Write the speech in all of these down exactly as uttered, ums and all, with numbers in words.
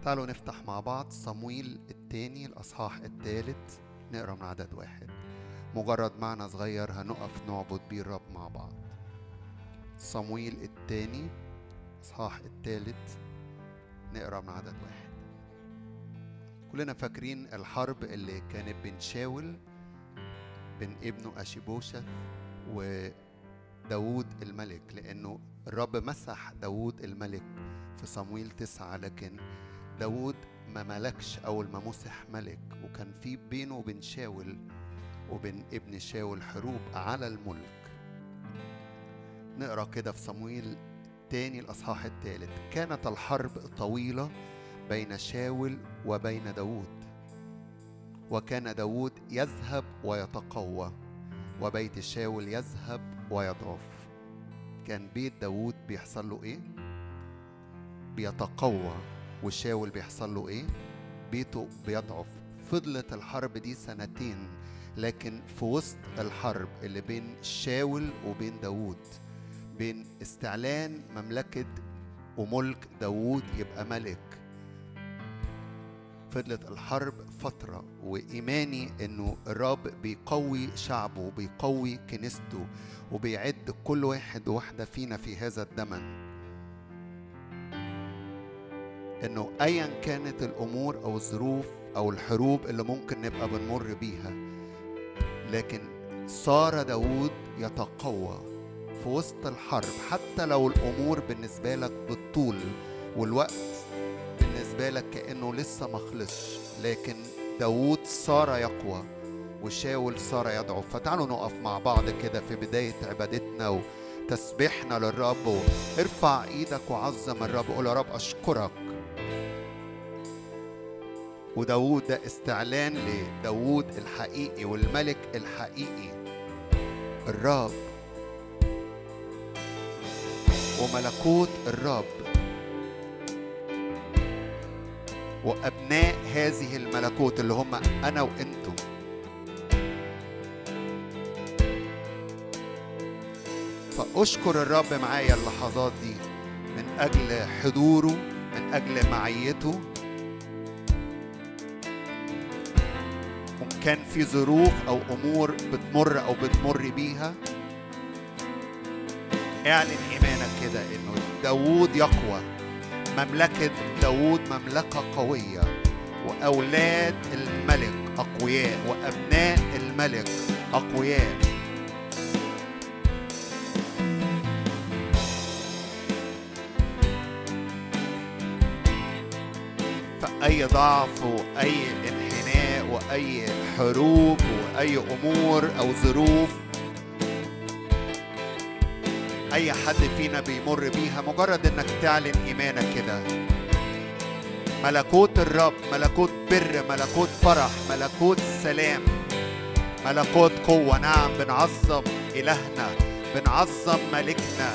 تعالوا نفتح مع بعض صمويل الثاني الأصحاح الثالث، نقرأ من عدد واحد. مجرد معنى صغير هنقف نعبد بيه الرب مع بعض. صمويل الثاني الأصحاح الثالث، نقرأ من عدد واحد. كلنا فاكرين الحرب اللي كانت بين شاول بين ابنه أشيبوشث وداود الملك، لأنه الرب مسح داود الملك في صمويل تسعة، لكن داود ما ملكش أول ما مسح ملك، وكان في بينه وبين شاول وبين ابن شاول حروب على الملك. نقرأ كده في صمويل الثاني الأصحاح الثالث. كانت الحرب طويلة بين شاول وبين داود، وكان داود يذهب ويتقوى وبيت شاول يذهب ويضعف. كان بيت داود بيحصل له ايه؟ بيتقوى، وشاول بيحصل له ايه؟ بيته بيضعف. فضلت الحرب دي سنتين، لكن في وسط الحرب اللي بين شاول وبين داود، بين استعلان مملكة وملك داود يبقى ملك، فضلت الحرب فترة. وإيماني إنه الرب بيقوي شعبه وبيقوي كنيسته وبيعد كل واحد وواحدة فينا في هذا الزمن، إنه أيا كانت الأمور أو الظروف أو الحروب اللي ممكن نبقى بنمر بيها، لكن صار داود يتقوى في وسط الحرب. حتى لو الأمور بالنسبة لك بالطول والوقت بالنسبة لك كأنه لسه ما خلصش، لكن داود صار يقوى وشاول صار يضعف. فتعالوا نقف مع بعض كده في بداية عبادتنا وتسبيحنا للرب، وارفع ايدك وعظم الرب، قول يا رب أشكرك. وداود ده استعلان لداود الحقيقي والملك الحقيقي، الرب وملكوت الرب وأبناء هذه الملكوت اللي هم أنا وإنتم. فأشكر الرب معايا اللحظات دي من أجل حضوره، من أجل معيته. وكان في ظروف أو أمور بتمر أو بتمر بيها، اعلن إيمانك كده إنه داود يقوى. مملكة داود مملكة قوية، وأولاد الملك أقوياء، وأبناء الملك أقوياء. فأي ضعف وأي انحناء وأي حروب وأي أمور أو ظروف أي حد فينا بيمر بيها، مجرد إنك تعلن إيمانك كده. ملكوت الرب ملكوت بر، ملكوت فرح، ملكوت سلام، ملكوت قوة. نعم، بنعظم إلهنا، بنعظم ملكنا،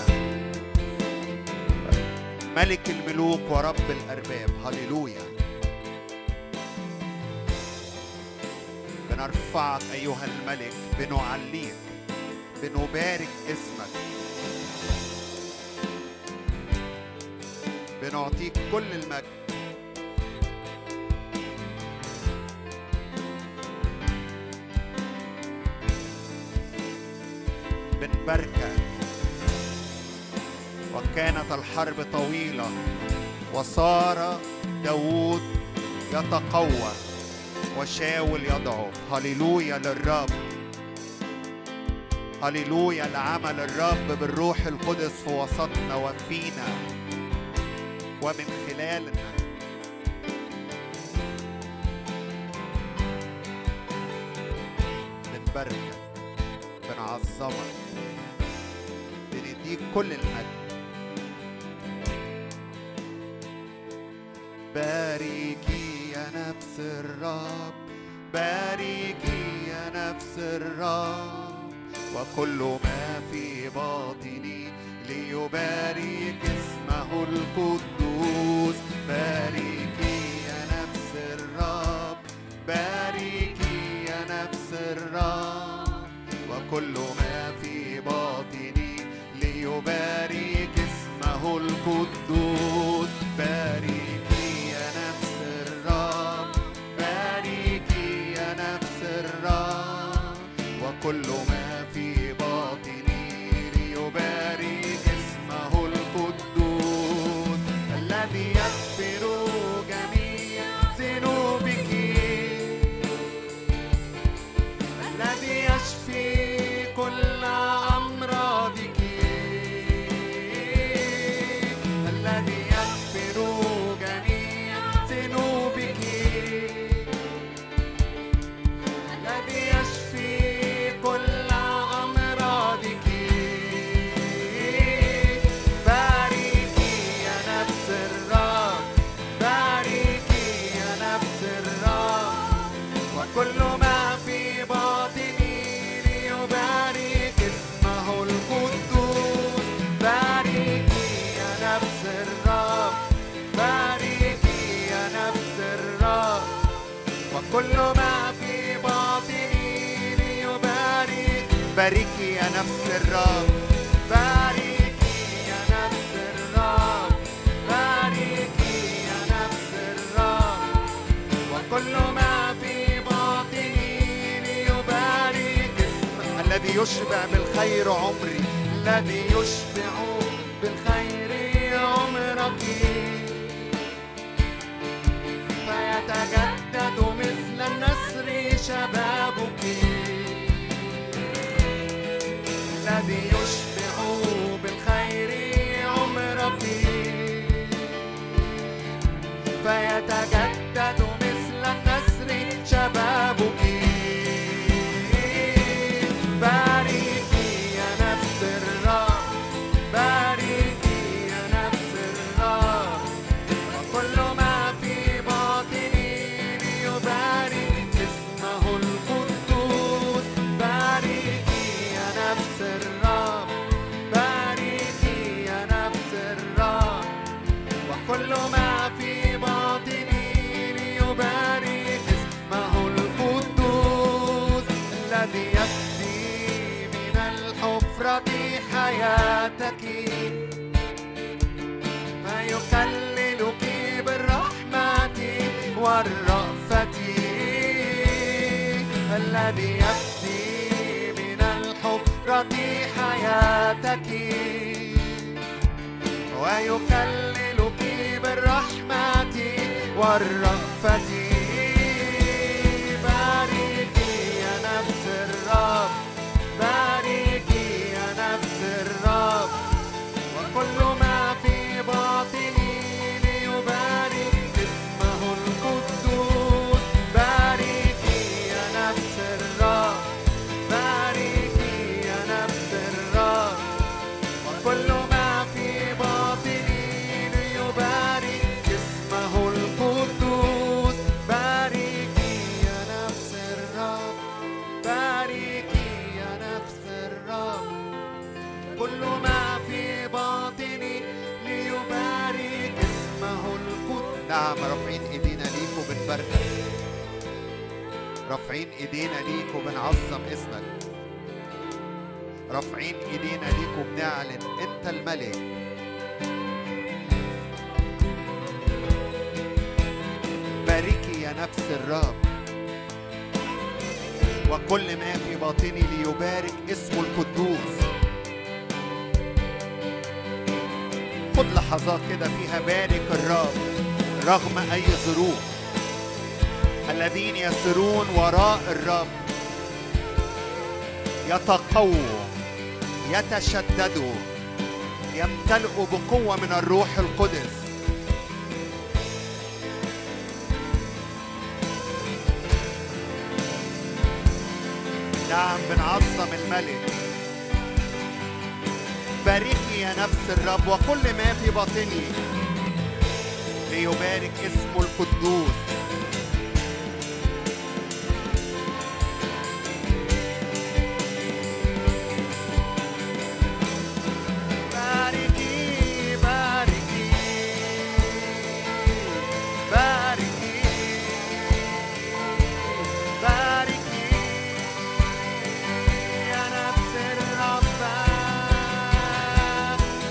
ملك الملوك ورب الأرباب. هللويا. بنرفعك أيها الملك، بنعليك، بنبارك اسمك، بنعطيك كل المجد. بنباركك. وكانت الحرب طويلة وصار داود يتقوى وشاول يضعف. هللويا للرب، هللويا لعمل الرب بالروح القدس في وسطنا وفينا ومن خلالنا. بنباركك، بنعظمك، بنديك كل المجد. باركي يا نفس الرب، باركي يا نفس الرب، وكل ما في باطني ليبارك اسمه القدوس. باركي يا نفس الرب، باركي يا نفس الرب، وكل ما في باطني ليبارك اسمه القدوس. باركي يا نفس الذي يغفر جميع ذنوبك، الذي يشفي كل أمراضك، الذي يغفر جميع ذنوبك، الذي يشفي كل أمراضك. باركي يا نفس الرب، باركي يا نفس الرب، وكل ما في باطني ليبارك اسمه القدوس. باركي يا نفس الرب، باركي يا نفس الرب، وكل ما في باطني ليبارك. باركي يا نفس الرب، باركي يا نفس الرب، باركي يا نفس الرب، وكل ما في باطني ليبارك اسمه الذي يشبع بالخير عمري، الذي يشبع بالخير عمرك، فيتجدد مثل النسر شبابك، الذي يشبع بالخير عمرك، فيتجدد مثل النسر شبابك. باركي يا نفس الرب، باركي يا نفس الرب، وكل ما في باطني ليبارك اسمه القدوس. باركي يا نفس الرب، باركي يا نفس الرب، وكل ما في باطني ليبارك اسمه القدوس، الذي يفدي من الحفرة حياتك، فيكللك بالرحمة والرأفة، الذي يفدي من الحفرة حياتك، ويكللك بالرحمة والرأفة. باركي يا نفس الرب، باركي يا نفس الرب، وكل ما في باطني ليبارك اسمه القدوس. باركي يا نفس الرب، باركي يا نفس الرب، وكل ما في باطني ليبارك اسمه القدوس. باركي يا نفس الرب، باركي يا نفس الرب، كل ما في باطني ليبارك اسمه القدوس. نعم، رافعين ايدينا ليك وبنباركك، رافعين ايدينا ليك وبنعظم اسمك، رافعين ايدينا ليك وبنعلن انت الملك. باركي يا نفس الرب، وكل ما في باطني ليبارك اسمه القدوس. خد لحظات كده فيها بارك الرب رغم أي ظروف. الذين يسيرون وراء الرب يتقووا، يتشددوا، يمتلئوا بقوة من الروح القدس. نعم، بنعظم الملك. باركي يا نفس الرب، وكل ما في باطني ليبارك اسمه القدوس. باركي باركي باركي باركي يا نفس الرب،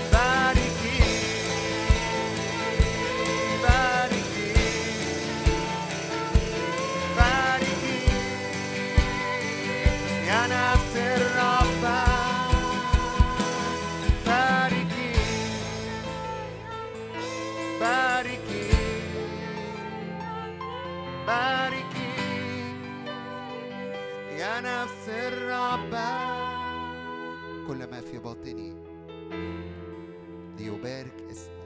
باركي باركي الرب كل ما في باطني ليبارك اسمك.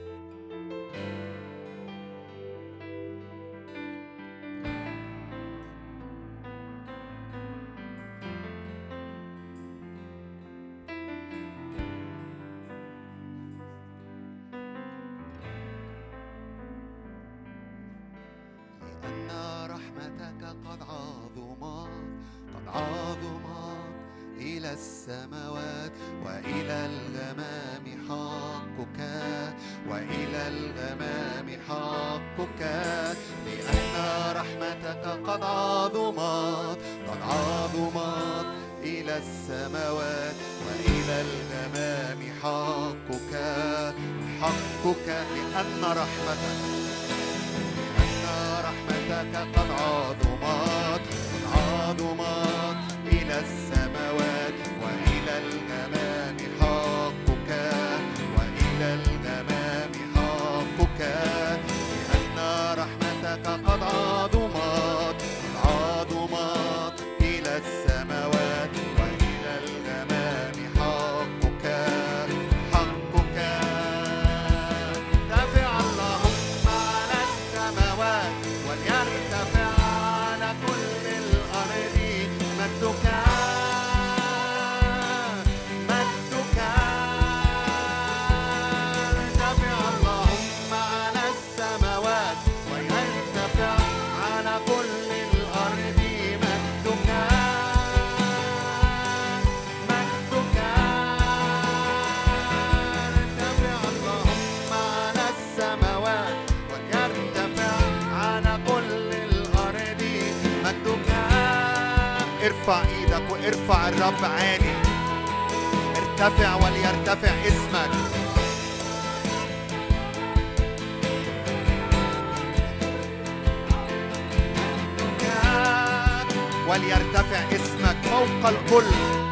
لأن رحمتك قد عظمت قد عظمت إلى السماوات وإلى الغمام حقك وإلى الغمام حقك. لأن رحمتك قد عظمت قد عظمت إلى السماوات وإلى الغمام حقك حقك. لأن رحمتك لأن رحمتك قد عظمت قد عظمت إلى السماوات وإلى الغمام حقك وإلى الغمام حقك. لأن رحمتك قد عظمت قد عظمت إلى السماوات وإلى الغمام حقك حقك. ارتفع اللهم على السماوات وليرتفع على كل الأرض مجدك مجدك. ارتفع اللهم على السماوات ويرتفع على كل الأرض مجدك مجدك. ارتفع اللهم على السماوات ويرتفع على كل الأرض مجدك. ارفع ايدك وارفع الرب عالي. ارتفع وليرتفع اسمك. وليرتفع اسمك فوق الكل.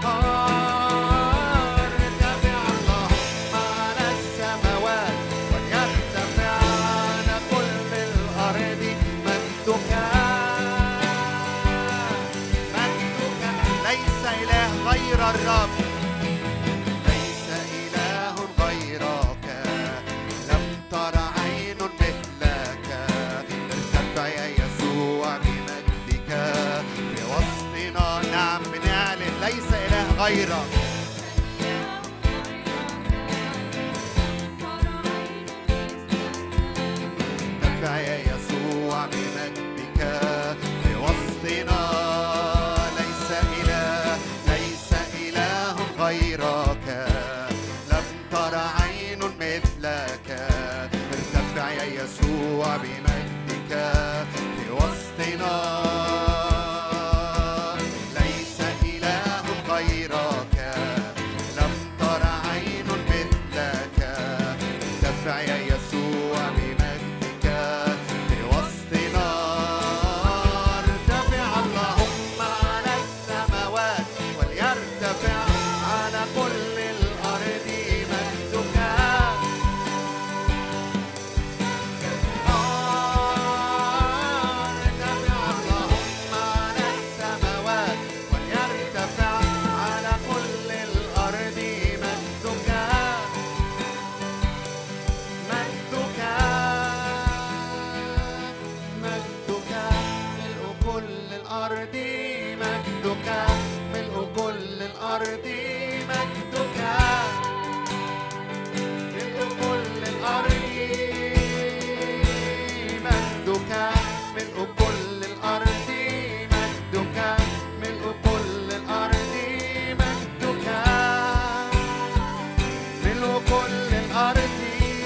ارتفع اللهم على السماوات وليرتفع على كل الأرض مجدك مجدك. ليس إله غير الرب ليس إله غيرك لم تر عين مثلك. ارتفع يا يسوع بمجدك في وسطنا. نعم بنعلن ليس إله غيرك. ارتفع يا يسوع بمجدك في وسطنا. ليس إله ليس إله غيرك لم تر عين مثلك. ارتفع يا يسوع بمجدك في وسطنا. ليس إله غيرك لم تر عين مثلك. ارتفع يا يسوع بمجدك في وسطنا. ارتفع اللهم على السماوات وليرتفع على كل الأرض مجدك. ارتفع اللهم على السماوات وليرتفع على كل الأرض مجدك مجدك مجدك. ملء كل الأرض مجدك ملء كل الأرض مجدك ملء كل الأرض مجدك ملء كل الأرض مجدك ملء كل الأرض مجدك ملء كل الأرض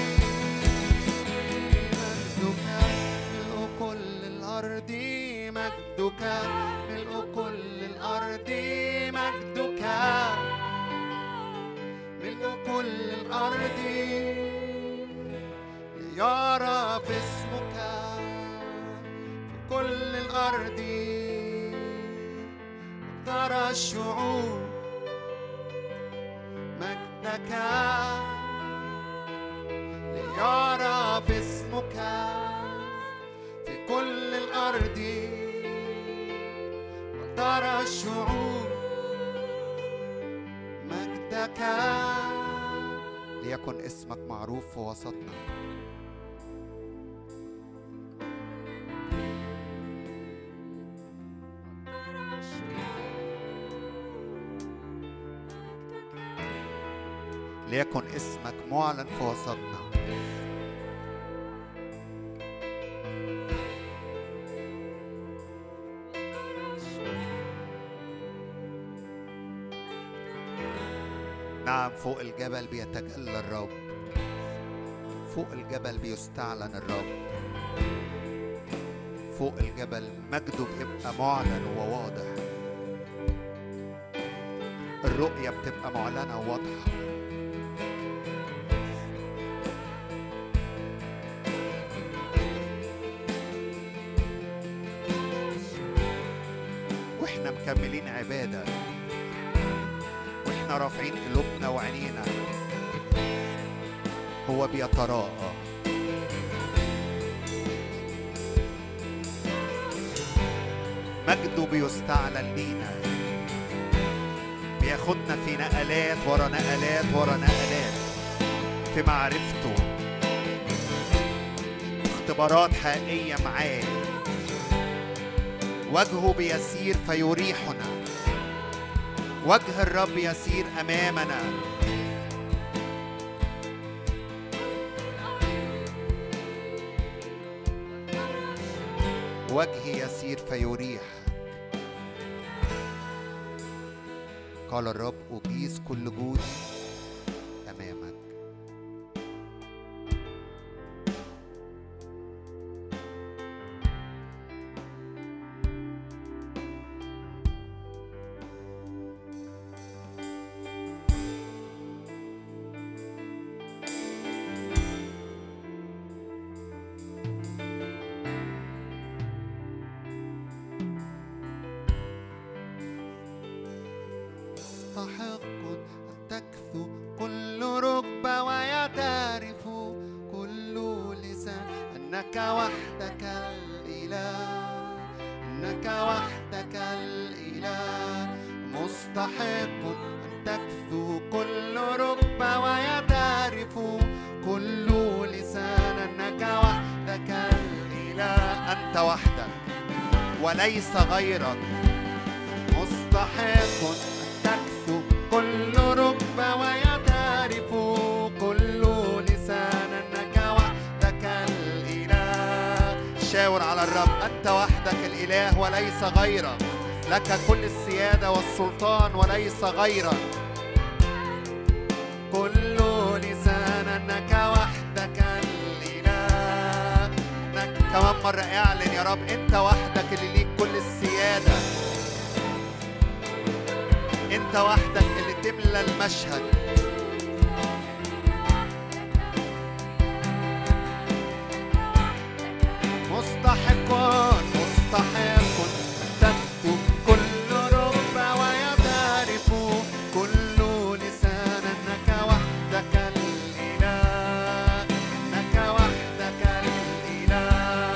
مجدك ملء كل الأرض مجدك ملء كل الأرض ليرى باسمك في كل الأرض. ترى الشعوب مجدك ليرى باسمك في كل الأرض. وترى الشعوب معروف في وسطنا. ليكن اسمك معلن في وسطنا. نعم، فوق الجبل بيتجلى الرب، فوق الجبل بيستعلن الرب، فوق الجبل مجده بيبقى معلن وواضح، الرؤية بتبقى معلنة وواضحة. واحنا مكملين عبادة، واحنا رافعين قلوبنا وعينينا، هو بيتراءى. مجده بيستعلن لينا، بياخدنا في نقلات ورا نقلات ورا نقلات في معرفته، اختبارات حقيقية معاه. وجهه بيسير فيريحنا، وجه الرب يسير أمامنا. وجهي يسير فيريح. قال الرب أجيز كل جودي أمامك. وليس غيرك، مستحق أن تكثو كل ركبة ويعترف كل لسان أنك وحدك الإله. شاور على الرب، أنت وحدك الإله وليس غيرك، لك كل السيادة والسلطان وليس غيرك. كل لسان أنك وحدك الإله. أنك كمان مرة اعلن يا رب، أنت وحدك اللي ليك كل السيادة، أنت وحدك اللي تملى المشهد. مستحق مستحق تكتب كل ركبة ويعترف كل لسان أنك وحدك الإله، أنك وحدك الإله.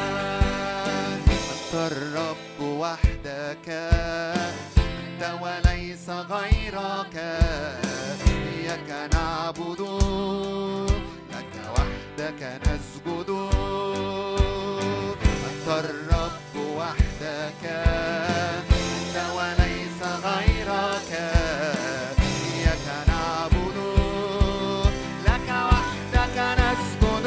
أنت الرب وحدك، أنت وليس غيرك. إياك نعبد، لك وحدك نسجد. أنت الرب وحدك، أنت وليس غيرك. إياك نعبد، لك وحدك نسجد.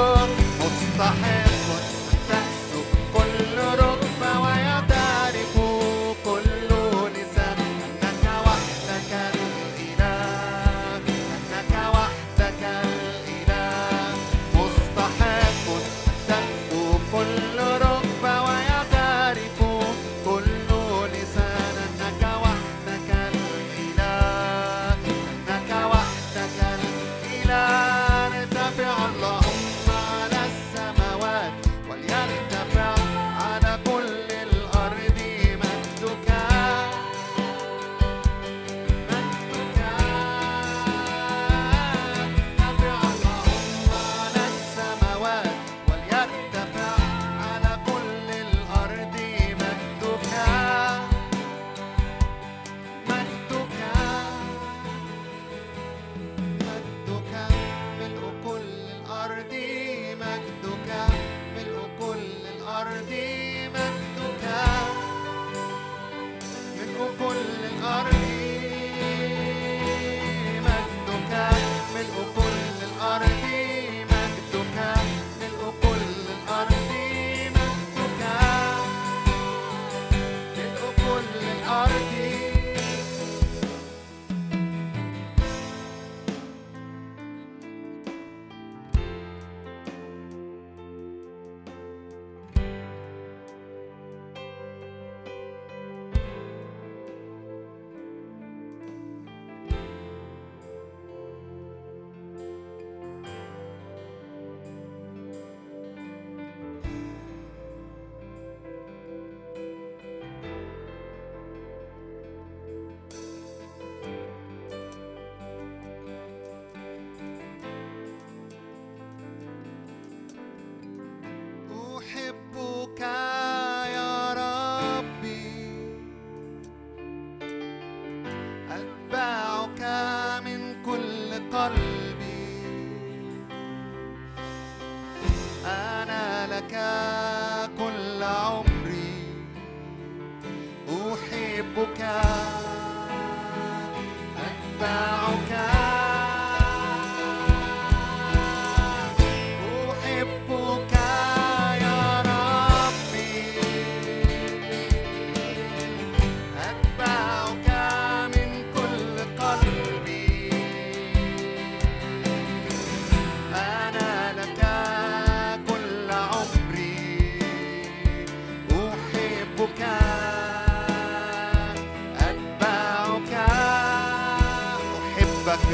مستحق تكسب كل ركبة ويعترف كل لسان أنك وحدك الإله، أنك وحدك الإله. مستحق تكسب كل ركبة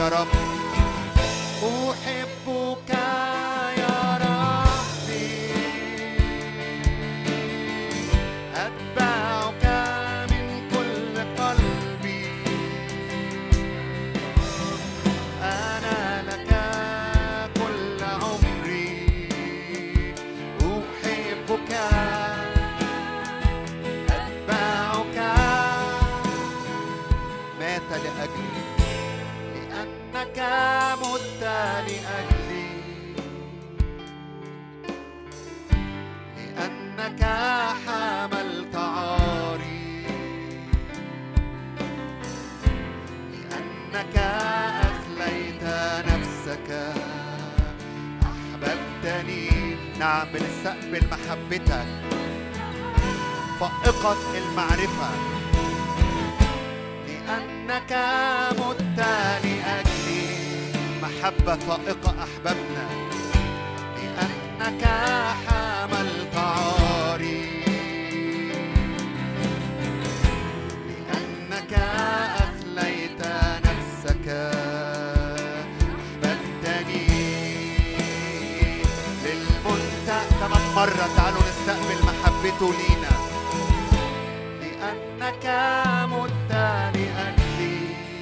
يا رب. أحبك يا ربي، أتبعك من كل قلبي، أنا لك كل عمري. أحبك أتبعك، مات لأجلي لأنك مت لأجلي، لأنك حملت عاري، لأنك أخليت نفسك أحببتني. نعم، بنستقبل محبتك فائقة المعرفة، لأنك مت لأجلي. محبة فائقة أحببنا، لأنك حملت عاري، لأنك أخليت نفسك أحببتني للمنتهى. كمان مرة تعالوا نستقبل محبته لينا، لأنك مت لأجلي،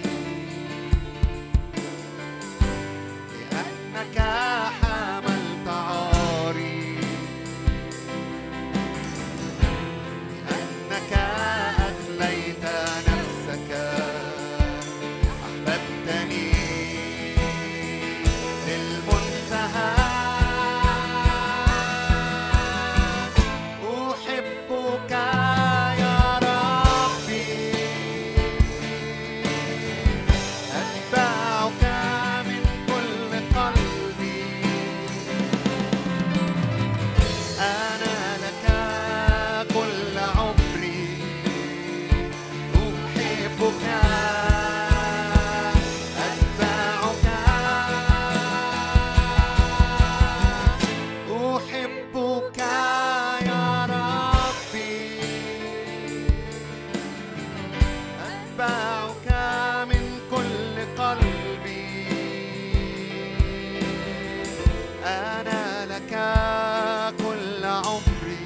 لأنك حملت عاري، لأنك أخليت نفسك أحببتني للمنتهى. أحبك يا ربي، أتبعك من كل قلبي، أنا لك كل عمري. أحبك أتبعك، أحبك يا ربي، أتبعك من كل قلبي، أنا لك كل عمري.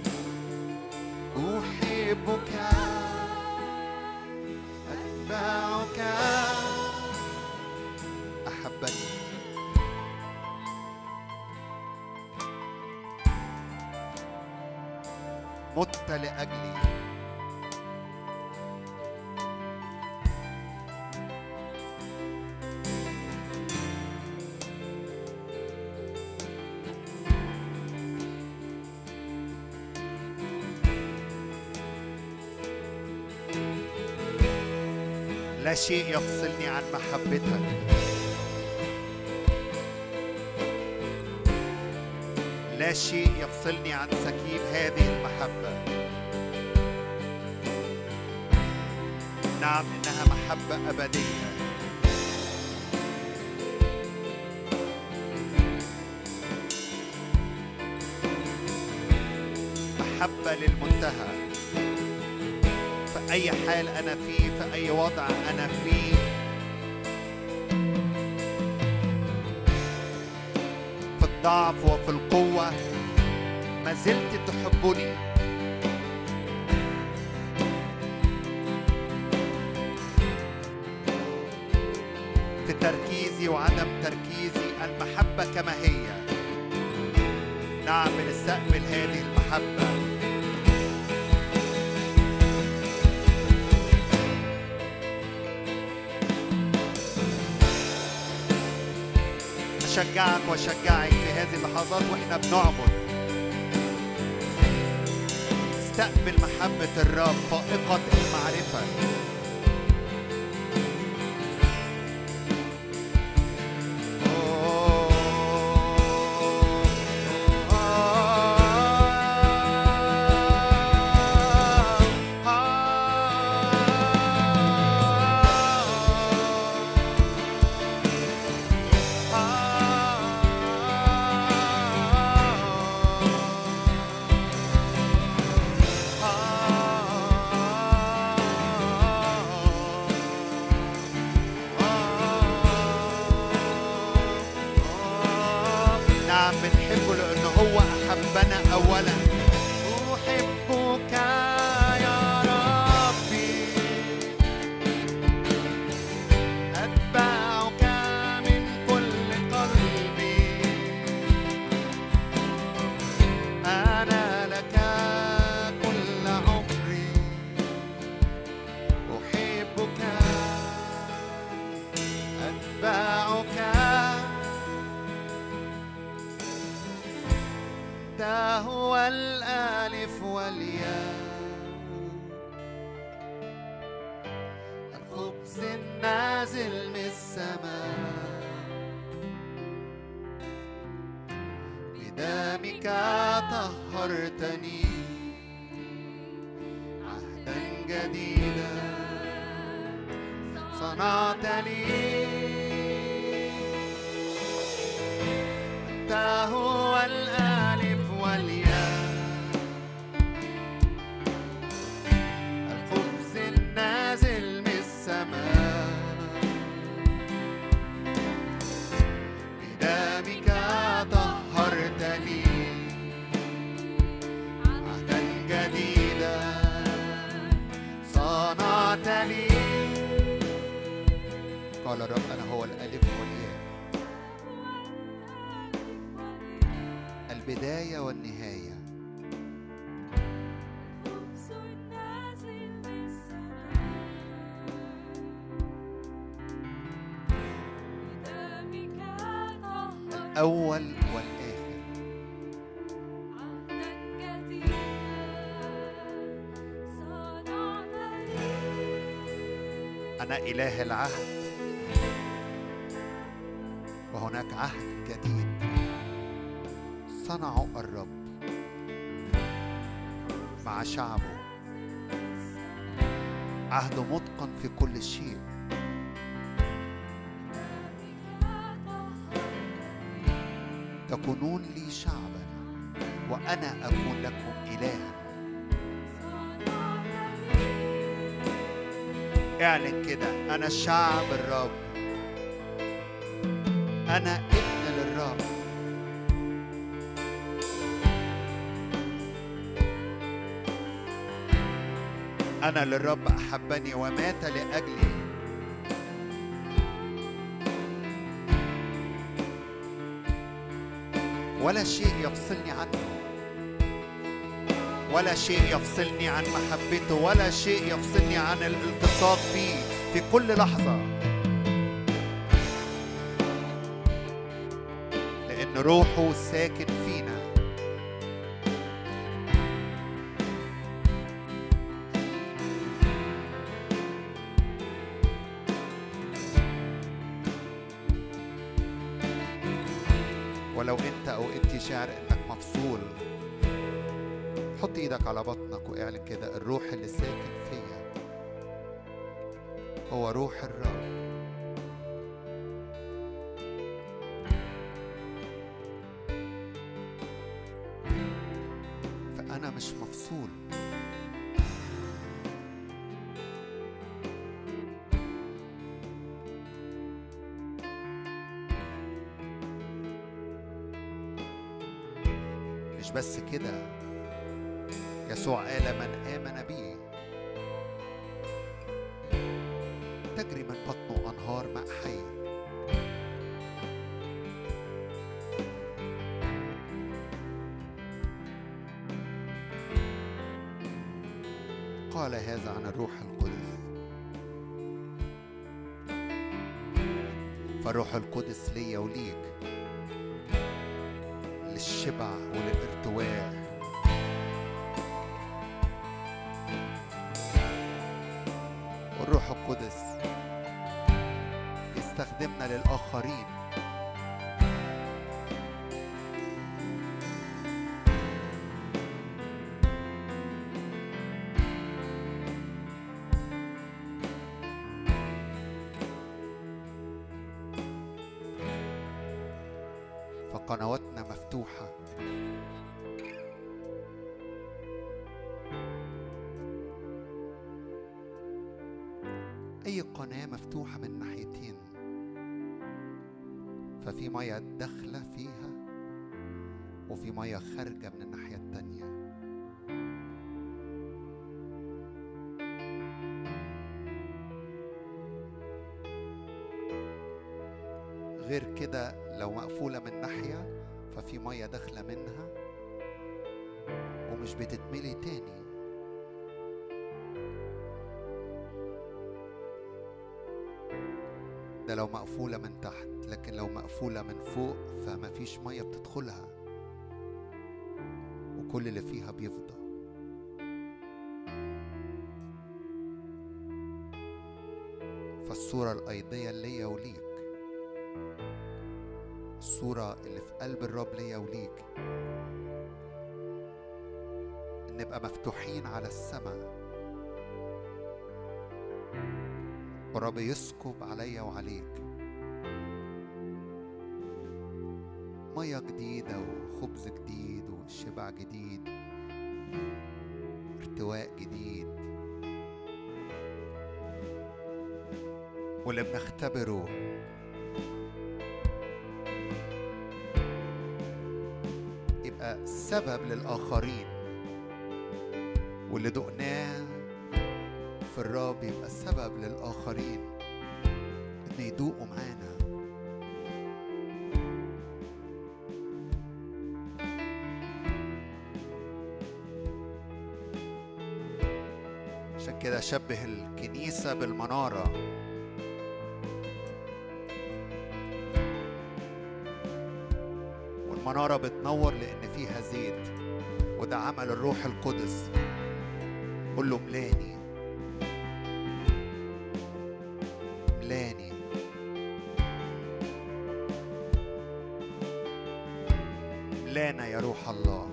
أحبك أتبعك. أحبني مت لأجلي، لا شيء يفصلني عن محبتك. لا شيء يفصلني عن سكيب هذه المحبة. نعم، إنها محبة أبدية. محبة للمنتهى. في أي حال أنا فيه، في أي وضع أنا فيه، في الضعف وفي القوة، ما زلت تحبني. في تركيزي وعدم تركيزي، المحبة كما هي. نعم، بنستقبل هذه المحبة. أشجعك وأشجعك في هذه اللحظات وإحنا بنعبد، استقبل محبة الرب فائقة المعرفة. أحبنا أولا. أحبك يا ربي، أتبعك من كل قلبي، أنا لك كل عمري. أحبك أتبعك، أنت هو الألف والياء، الخبز النازل من السماء، بدمك طهرتني عهدا جديدا صنعت لي. أنت هو الألف والياء، الخبز النازل من السماء، بدمك طهرتني عهدا جديدا صنعت لي. قال الرب أنا هو الألف والياء، البداية والنهاية. الأول والآخر. أنا إله العهد، وهناك عهد جديد صنعه الرب مع شعبه، عهد متقن في كل شيء. تكونون لي شعبا وأنا أكون لكم إلها. اعلن كده، أنا شعب الرب، أنا ابن للرب. أنا للرب أحبني ومات لأجلي. ولا شيء يفصلني عنه، ولا شيء يفصلني عن محبته، ولا شيء يفصلني عن الالتصاق به في كل لحظة، لأن روحه ساكن فينا. ولو انت او انت شاعر انك مفصول، حط ايدك على بطنك واعلن كده، الروح اللي ساكن فيا هو روح الرب. فأنا مش مفصول. مش بس كده، يسوع قال من آمن بي تجري من بطنه أنهار ماء حي. قال هذا عن الروح القدس، فالروح القدس ليا وليك للشبع وللارتواء. والروح القدس يستخدمنا للآخرين. فقنواتنا مفتوحة. أي قناة مفتوحة من وفي مية خارجة من الناحية التانية. غير كده لو مقفولة من ناحية ففي مية داخلة منها ومش بتتملي تاني. ده لو مقفولة من تحت، لكن لو مقفولة من فوق فما فيش مية بتدخلها وكل اللي فيها بيفضى. فالصورة الأيضية ليا وليك، الصورة اللي في قلب الرب ليا وليك، إن نبقى مفتوحين على السماء والرب يسكب عليا وعليك مية جديدة وخبز جديد وشبع جديد، ارتواء جديد. واللي بنختبره يبقى سبب للآخرين، واللي دقناه في الرب يبقى سبب للآخرين إن يدوقوا معانا. عشان كده شبه الكنيسة بالمنارة، والمنارة بتنور لأن فيها زيت، وده عمل الروح القدس. قل له ملاني ملاني ملانا يا روح الله،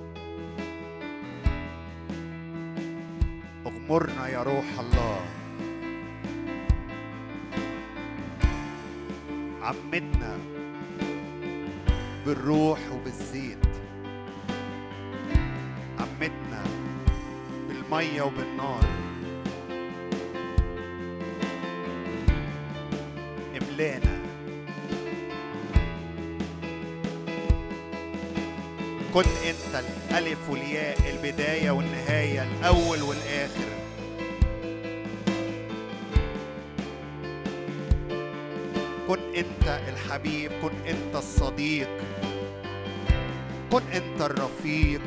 اغمرنا يا روح الله، عمتنا بالروح وبالزيت، عمتنا بالمية وبالنار، املانا. كن انت الالف والياء، البداية والنهاية، الاول والاخر. كن انت الحبيب، كن انت الصديق، كن انت الرفيق.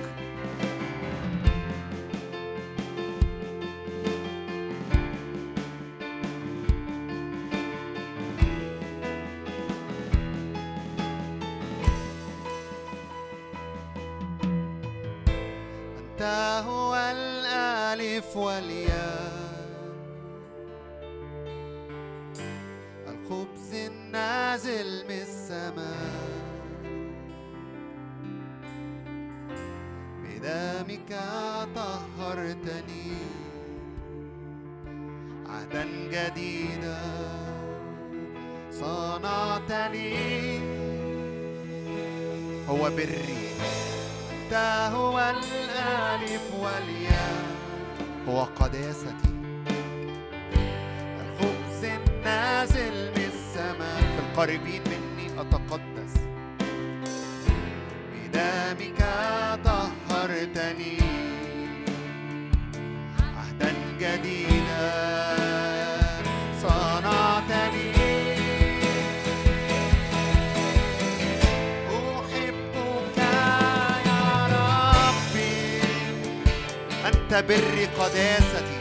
انت هو الالف والياء، الخبز النازل من السماء، بدمك طهرتني عهدا جديدا صنعتني. هو بري، انت هو الالف والياء، هو قداستي، الخبز النازل من السماء. في القريبين مني أتقدس، بدمك طهرتني عهدا جديدا صنعتني. أحبك يا ربي، أنت بري قداستي،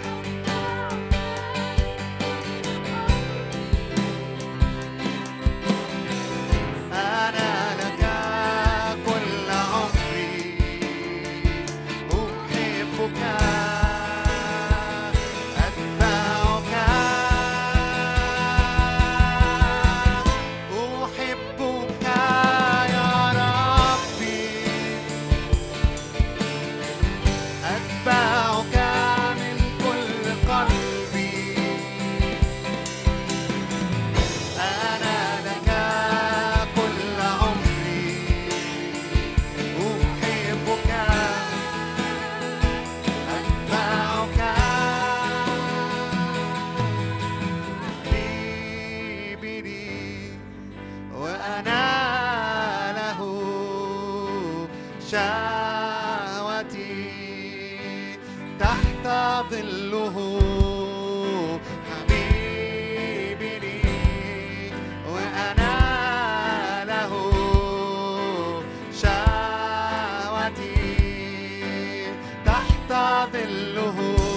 ظله حبيبي لي وأنا له شهوتي تحت ظله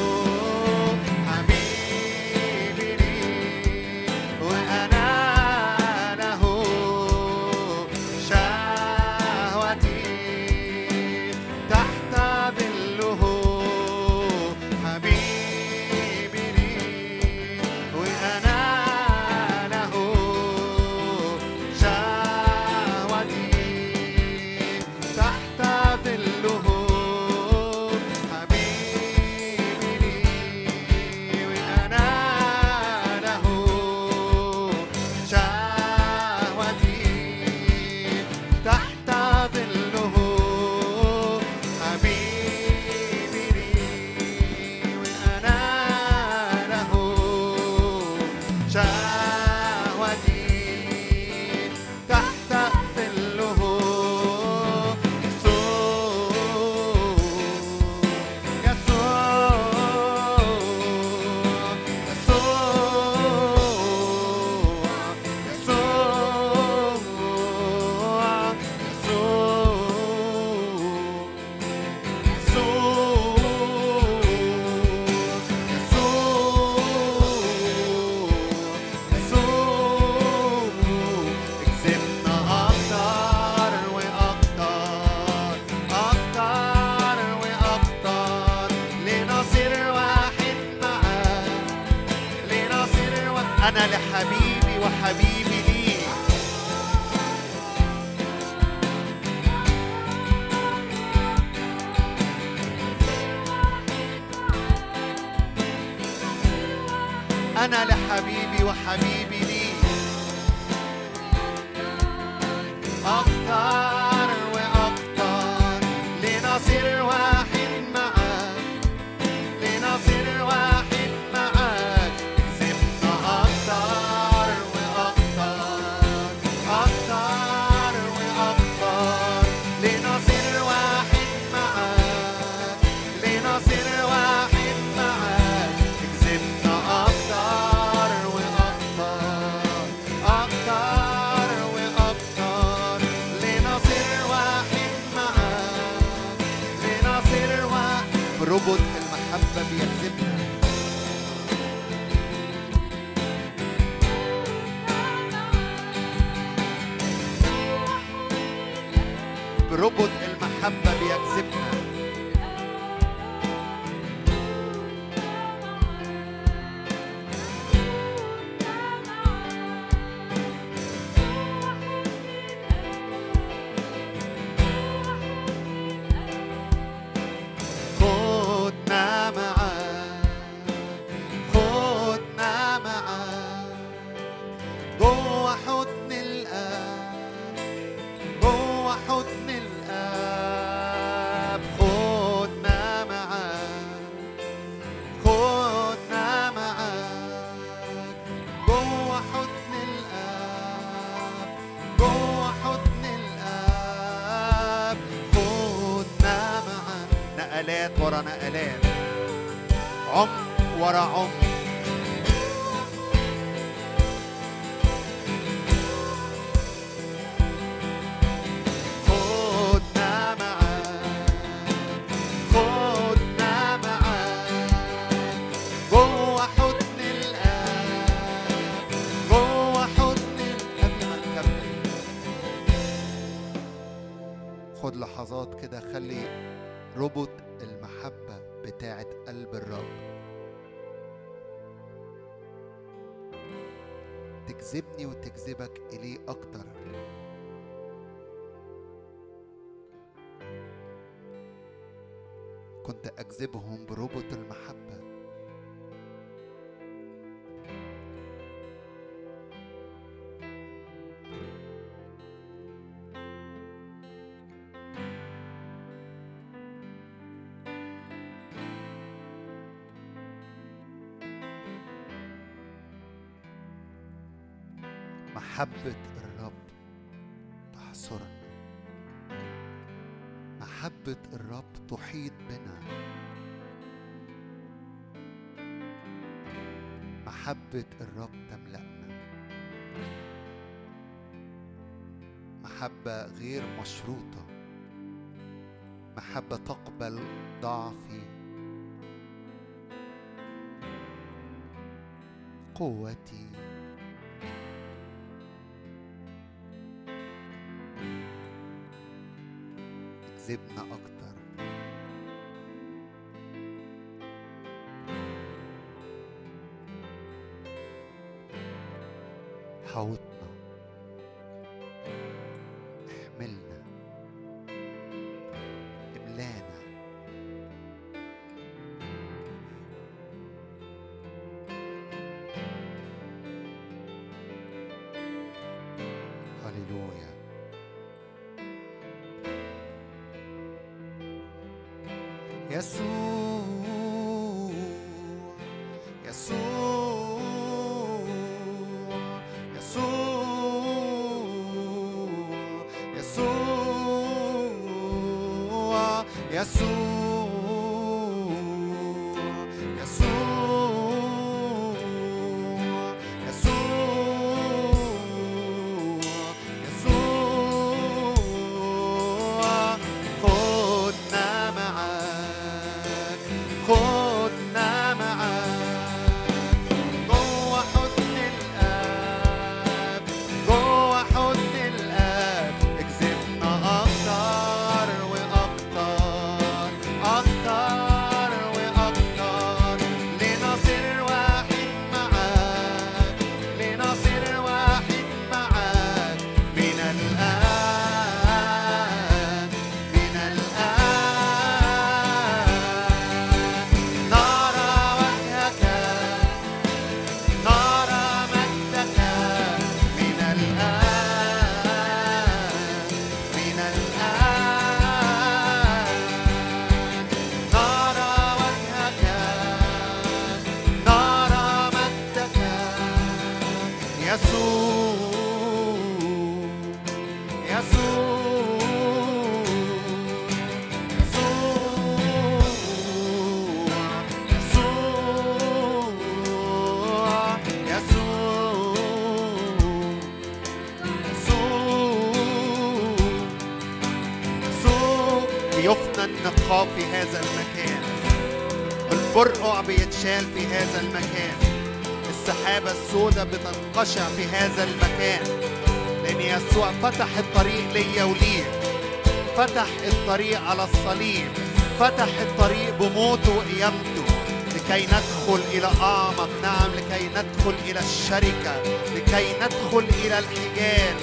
حبيبي لي وأنا له شهوتي تحت ظله حبيبي لي وأنا له شهوتي تحت ظله حبيبي لي وأنا له شهوتي تحت ظله حبيبي لي وأنا له شهوتي تحت ظله يسوع اكسبنا أكتر وأكتر أكتر وأكتر لنصير واحد معاك لنصير واحد أنا لحبيبي وحبيبي لي أنا لحبيبي وحبيبي لي أكتر وأكتر لنصير واحد معاك لنصير واحد معاك اكسبنا أكتر وأكتر أكتر وأكتر لنصير واحد معاك لنصير واحد معاك اكسبنا أكتر وأكتر أكتر وأكتر لنصير واحد معاك لنصير واحد بربط المحبة بيجذبنا بربط المحبة بيجذبنا خدنا معاك خدنا معاك جوه حضن الآب جوه حضن الآب خدنا معاك خدنا معاك جوه حضن الآب جوه حضن الآب خدنا معاك نقلات ورا نقلات عمق ورا عمق خدنا معاك خدنا معاك جوه حضن الآب جوه حضن الآب قبل ما نكمل خد لحظات كده خلي ربط المحبة بتاعت قلب الرب تجذبني وتجذبك إليه أكتر. كنت أجذبهم بربط المحبة. محبة الرب تحصرنا، محبة الرب تحيط بنا، محبة الرب تملأنا، محبة غير مشروطة، محبة تقبل ضعفي، قوتي، اكذبنا أكتر. حوطنا، احملنا، املانا. هللويا. يسوع يسوع يسوع يسوع في هذا المكان، البرقع بيتشال في هذا المكان، السحابة السوداء بتنقشع في هذا المكان، لأن يسوع فتح الطريق ليا وليك، فتح الطريق على الصليب، فتح الطريق بموته وقيامته لكي ندخل إلى أعمق، نعم لكي ندخل إلى الشركة، لكي ندخل إلى الحجال.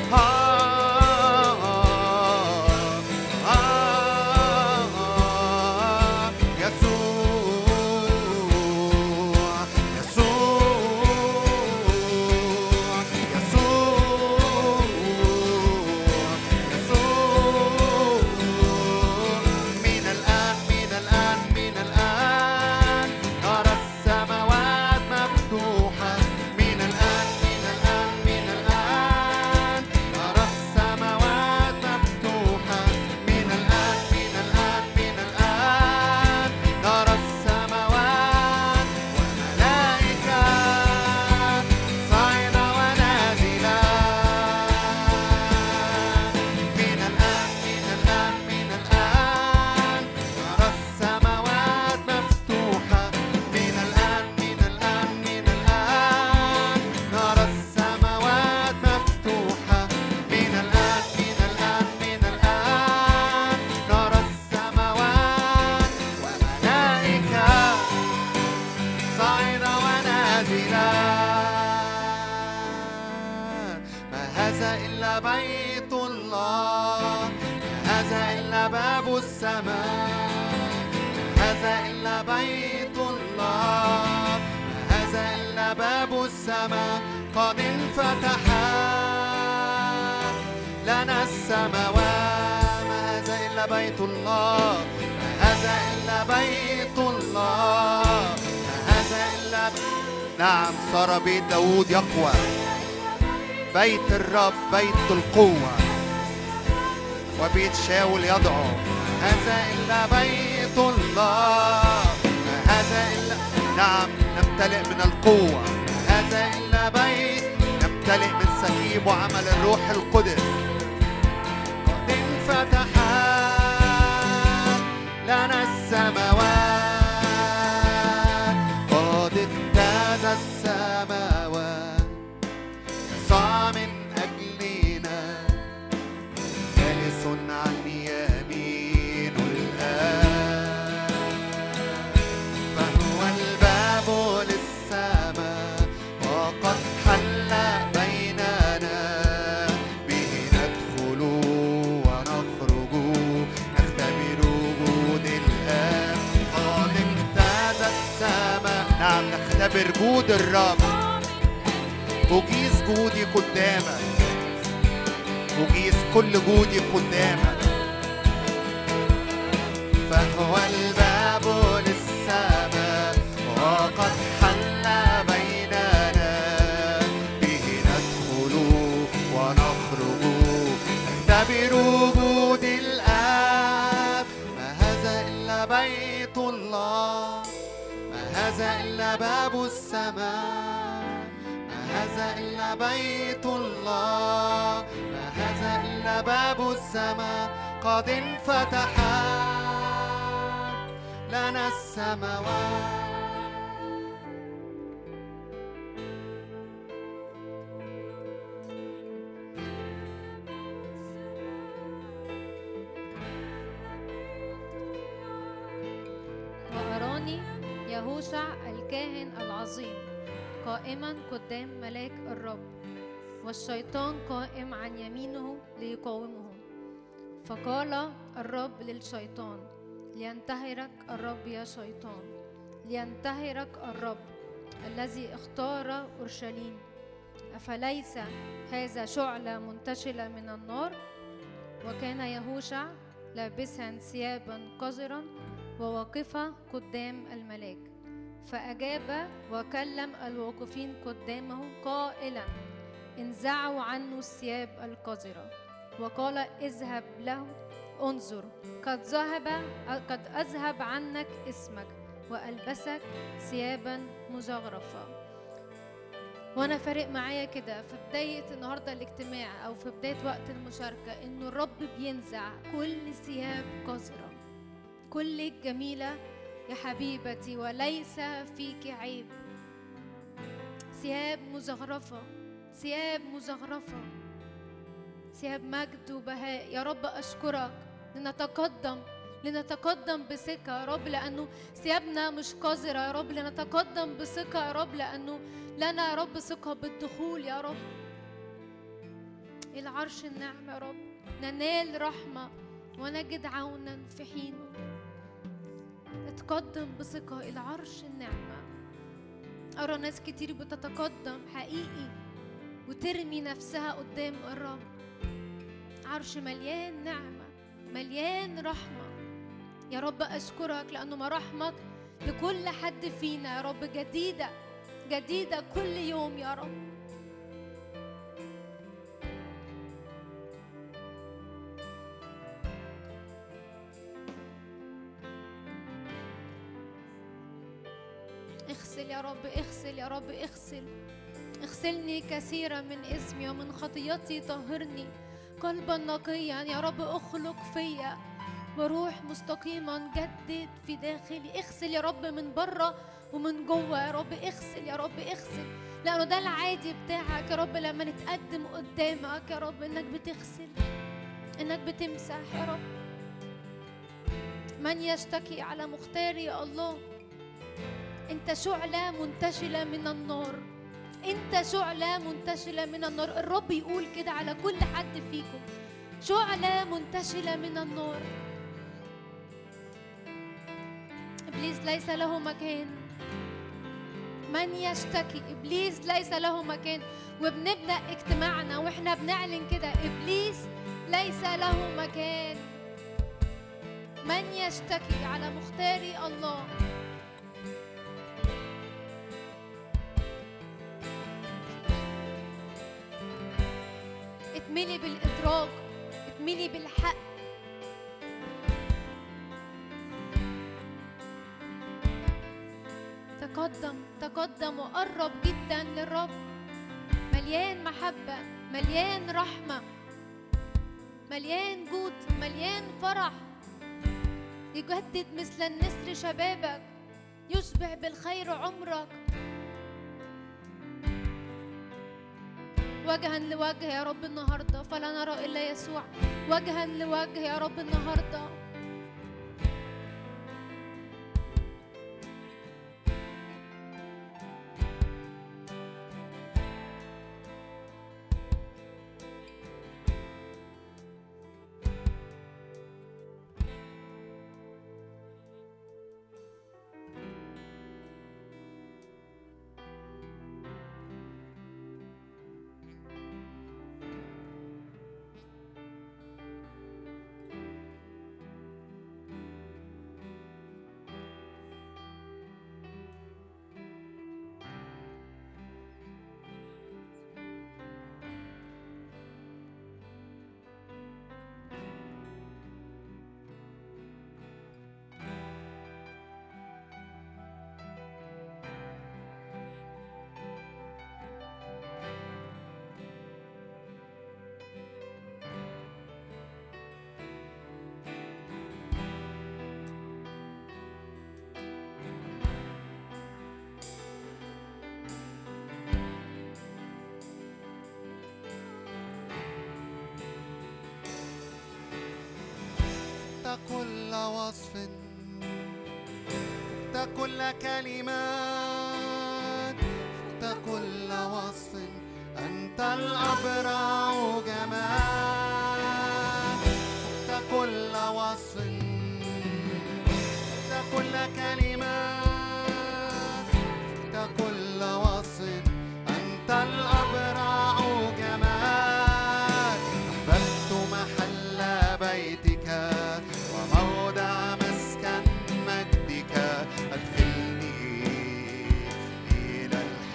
نعم صار بيت داود يقوى، بيت الرب بيت القوة، وبيت شاول يضعه. هذا إلا بيت الله، هذا إلا نعم نمتلئ من القوة. الصليب وعمل الروح القدس. قد انفتحت لنا السماوات، قد اجتاز السماوات، يسوع من أجلنا جالس عن يمين الآب، فهو الباب للسماء وقد حل بيننا، به ندخل ونخرج نختبر وجود الآب. قد اجتاز السماء، نعم نختبر جود الرب. أجيز جودي قدامك، أجيز كل جودي قدامك. فهو الباب للسماء وقد حل بيننا، به ندخل ونخرج نختبر وجود الآب. ما هذا إلا بيت الله، ما هذا إلا باب السماء، ما هذا إلا بيت الله، ما هذا إلا باب السماء. قد انفتحت لنا السماوات. وأراني يهوشع الكاهن العظيم قائما قدام ملاك الرب، والشيطان قائم عن يمينه ليقاومه. فقال الرب للشيطان: لينتهرك الرب يا شيطان، لينتهرك الرب الذي اختار أورشليم. أفليس هذا شعلة منتشلة من النار؟ وكان يهوشع لابسا ثيابا قذرا وواقفا قدام الملاك، فأجاب وكلم الواقفين قدامه قائلا: انزعوا عنه الثياب القذرة. وقال: اذهب له، انظر قد ذهب قد أذهب عنك اسمك وألبسك ثيابا مزخرفة. وانا فارق معايا كده في بداية النهاردة الاجتماع او في بداية وقت المشاركة انه الرب بينزع كل ثياب قذرة. كلك جميلة يا حبيبتي وليس فيك عيب. ثياب مزخرفة، ثياب مزخرفة، ثياب مجد وبهاء. يا رب أشكرك لنتقدم لنتقدم بثقة يا رب، لأنه ثيابنا مش قذرة يا رب. لنتقدم بثقة يا رب، لأنه لنا يا رب ثقة بالدخول يا رب إلى عرش النعمة يا رب. ننال رحمة ونجد عونا في حينه. نتقدم بثقة إلى عرش النعمة. أرى ناس كتير بتتقدم حقيقي وترمي نفسها قدام الرب. عرش مليان نعمة، مليان رحمة يا رب. أشكرك لأنه مراحمك لكل حد فينا يا رب جديدة جديدة كل يوم يا رب. اغسل يا رب، اغسل يا رب، اغسل اغسلني كثيرا من اسمي ومن خطيتي طهرني. قلبا نقيا يا رب اخلق فيا، وروح مستقيما جدد في داخلي. اغسل يا رب من بره ومن جوه يا رب. اغسل يا رب، اغسل، لأنه ده العادي بتاعك يا رب. لما نتقدم قدامك يا رب انك بتغسل، انك بتمسح يا رب. من يشتكي على مختاري يا الله؟ انت شعلة منتشلة من النار، انت شعلة منتشلة من النار. الرب يقول كده على كل حد فيكم: شعلة منتشلة من النار. إبليس ليس له مكان. من يشتكي؟ إبليس ليس له مكان. وبنبدأ اجتماعنا وإحنا بنعلن كده: إبليس ليس له مكان. من يشتكي على مختاري الله؟ اتملي بالإدراك، اتملي بالحق. تقدم تقدم وقرب جدا للرب. مليان محبة، مليان رحمة، مليان جود، مليان فرح. يجدد مثل النسر شبابك، يشبع بالخير عمرك. وجها لوجه يا رب النهارده، فلا نرى الا يسوع. وجها لوجه يا رب النهارده. كل وصف، فقت كل كلمات، فقت كل وصف، أنت الأبرع جمال. فقت كل وصف، فقت كل كلمات، فقت كل وصف، أنت الأبرع جمال. أحببت محل بيتك وموضع مسكن مجدك، أدخلني إلى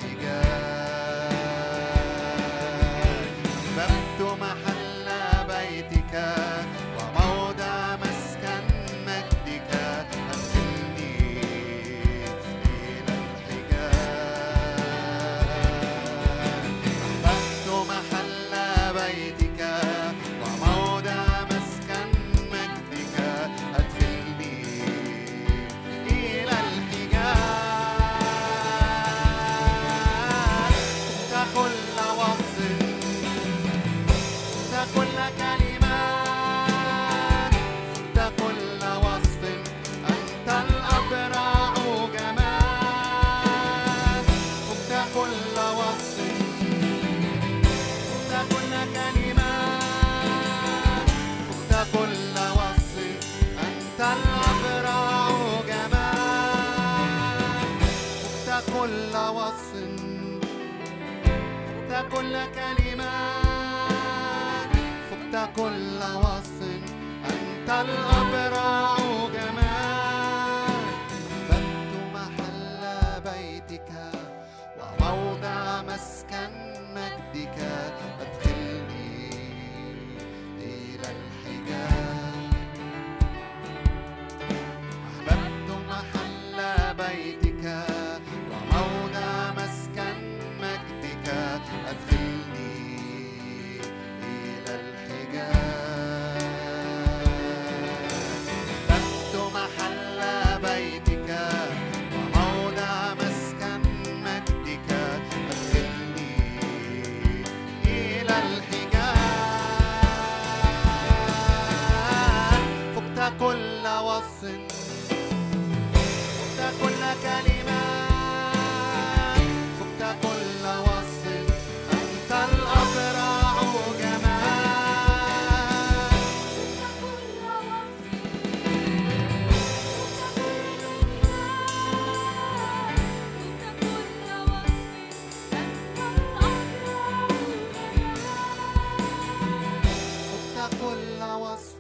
الحجاب. أحببت محل بيتك وموضع مسكن مجدك، أدخلني إلى الحجاب. أحببت محل بيتك وموضع مسكن مجدك، أدخلني إلى الحجاب. فقت كل وصف، فقت كل كلمات، فقت كل وصف، أنت الأبرع جمال. فقت كل وصف، فقت كل كلمات، فقت كل وصف، أنت الأبرع جمال. فقت كل وصف، فقت كل كلمات، فقت كل وصف، أنت الأبرع جمال. أحببت محل بيتك وموضع مسكن مجدك، أدخلني إلى الحجاب. أحببت محل بيتك وموضع مسكن مجدك، أدخلني إلى الحجاب. أحببت محل بيتك وموضع مسكن مجدك، أدخلني إلى الحجاب. فقت كل وصف، فقت كل كلمات، فقت كل وصف، أنت الأبرع جمال. فقت كل وصف،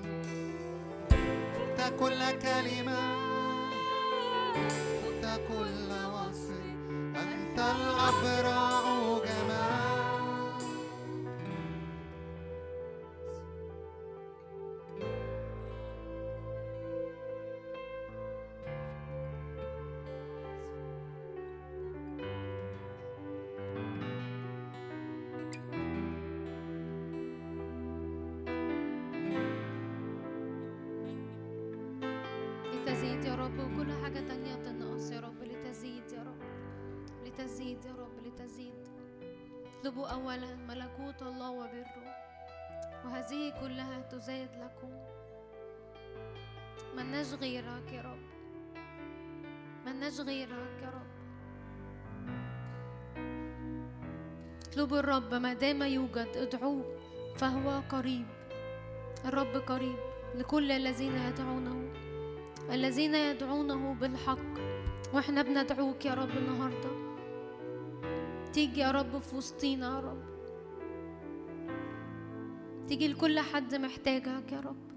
فقت كل كلمات، فقت كل وصف، أنت الأبرع جمال. رب وكل حاجة تانية تنقص يا رب لتزيد يا رب، لتزيد يا رب، لتزيد. اطلبوا أولا ملكوت الله وبره وهذه كلها تزاد لكم. مناش غيرك يا رب، مناش غيرك يا رب. اطلبوا الرب ما دام يوجد، ادعوه فهو قريب. الرب قريب لكل الذين يدعونه، الذين يدعونه بالحق. واحنا بندعوك يا رب النهارده، تيجي يا رب في وسطينا يا رب، تيجي لكل حد محتاجك يا رب.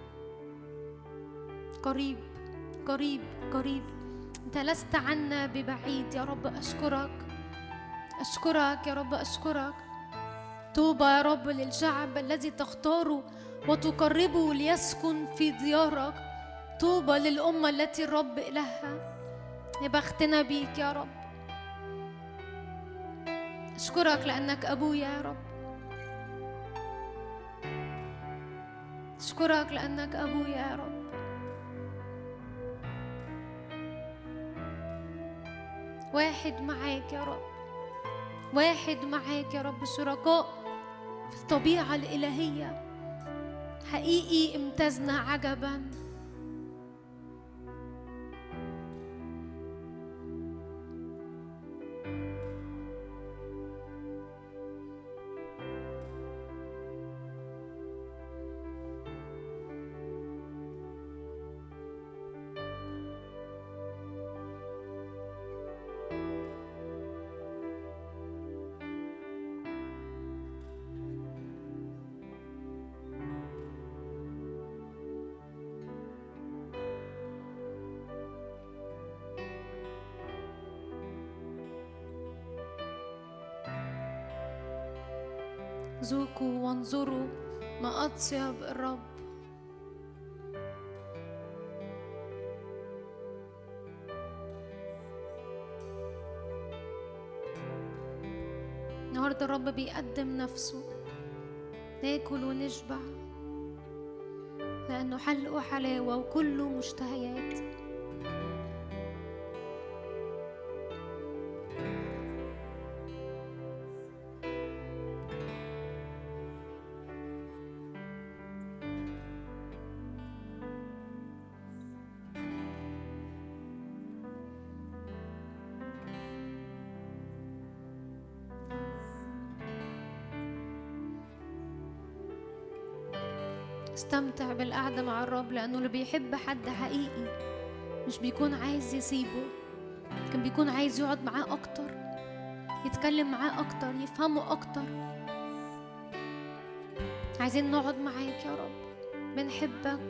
قريب قريب قريب، انت لست عنا ببعيد يا رب. اشكرك اشكرك يا رب، اشكرك. توبة يا رب للشعب الذي تختاره وتقربه ليسكن في ديارك. توبة للأمة التي الرب إلهها. يا بختنا بيك يا رب. أشكرك لأنك أبويا يا رب. أشكرك لأنك أبويا يا رب. واحد معاك يا رب، واحد معاك يا رب، شركاء في الطبيعة الإلهية. حقيقي امتزنا عجبا. ذوقوا وانظروا ما أطيب الرب. النهارده الرب بيقدم نفسه، ناكل ونشبع لأنه حلقه حلاوة وكله مشتهيات. استمتع بالقعدة مع الرب، لأنه اللي بيحب حد حقيقي مش بيكون عايز يسيبه، كان بيكون عايز يقعد معاه أكتر، يتكلم معاه أكتر، يفهمه أكتر. عايزين نقعد معاك يا رب، بنحبك.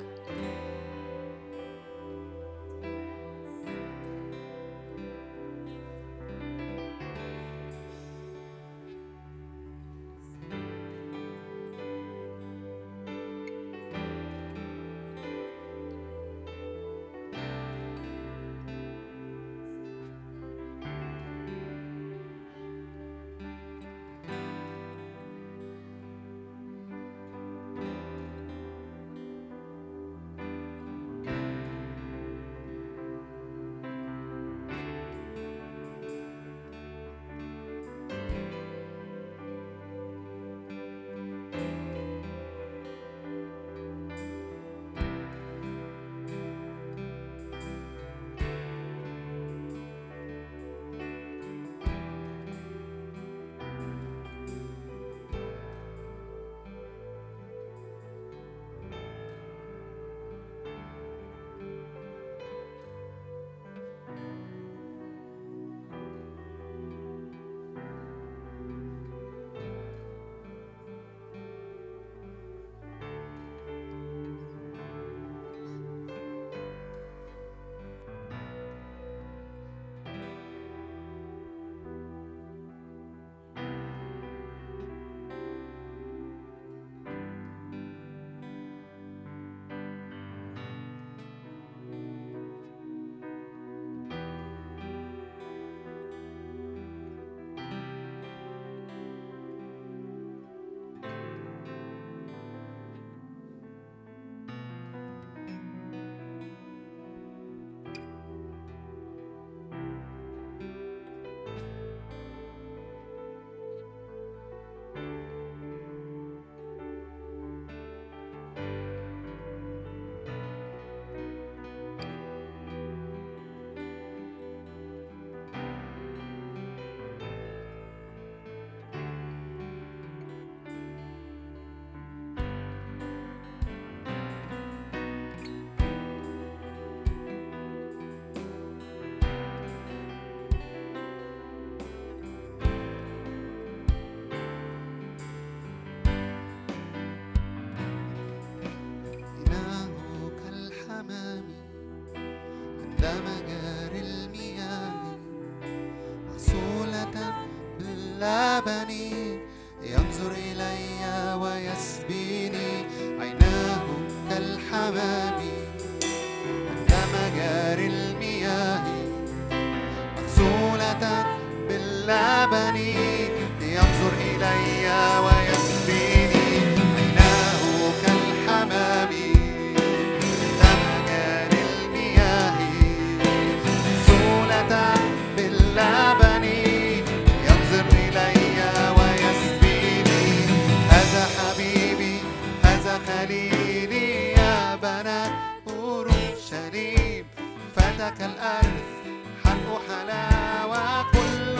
باللبن ينظر إلي ويسبيني عيناه كالحمام عند مجاري المياه مغسولة باللبن ينظر إلي ويسبيني عيناه كالحمام عند مجاري المياه مغسولة باللبن ينظر إلي ويسبيني هذا حبيبي هذا خليلي يا بنات أورشليم فتك الأرض حلق حلاوة كل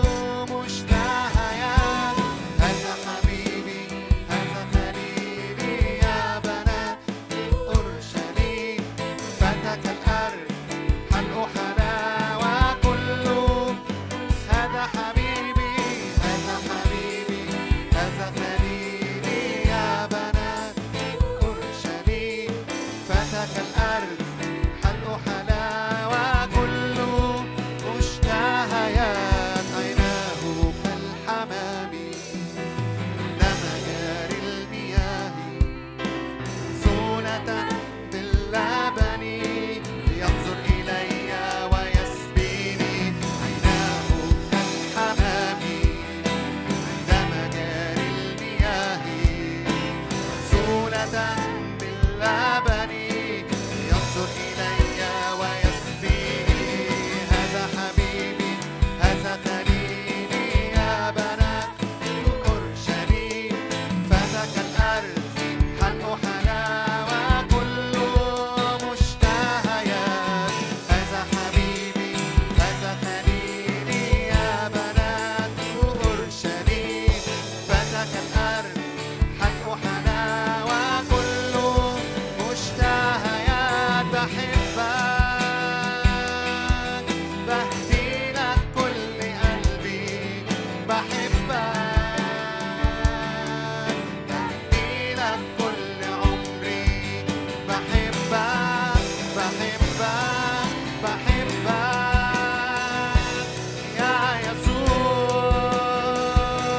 مشتهيات هذا حبيبي هذا خليلي يا بنات أورشليم فتك الأرض حلق حلاوة كل هذا حبيبي هذا حبيبي هذا خليلي يا بنات أورشليم فتك الأرض حلق حلاوة كل مشتهيات عيناه كالحمام عند مجاري المياه مغسولة باللبن ينظر إلي ويسبيني عيناه كالحمام عند مجاري المياه مغسولة باللبن ينظر إلي ويسبيني هذا حبيبي هذا خليلي يا بنات أورشليم فتك الأرض حلق حلاوة كل مشتهيات هذا حبيبي هذا خليلي يا بنات أورشليم فتك الأرض حلق حلاوة كل مشتهيات بحبك بهدي لك كل قلبي بحبك بهدي لك كل عمري بحبك بحبك بحبك يا يسوع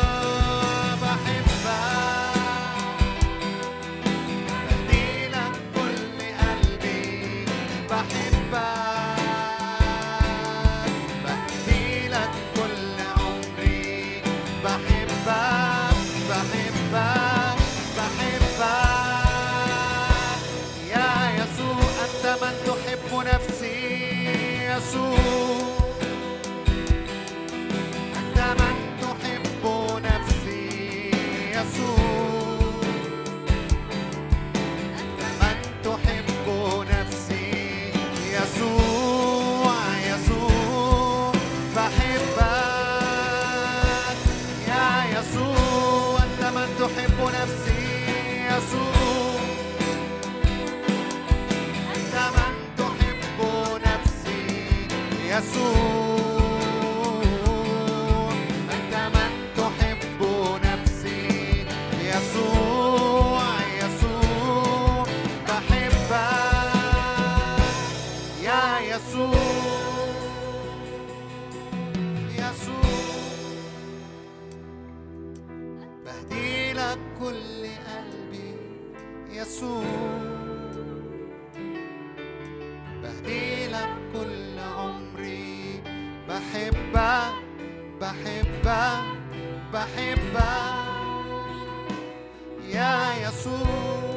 بحبك بهدي لك كل قلبي بحبك بهدي لك كل عمري بحبك بحبك بحبك يا يسوع أنت من تحب نفسي يسوع أنت من تحب نفسي يسوع من تحب نفسي يسوع يسوع بحبك يا يسوع أنت من تحب نفسي يسوع أنت من تحب نفسي يسوع أنت من تحب نفسي يسوع يسوع بحبك يا يسوع يسوع بهدي لك كل قلبي يسوع بهدي لك كل عمري بحبك بحبك بحبك يا يسوع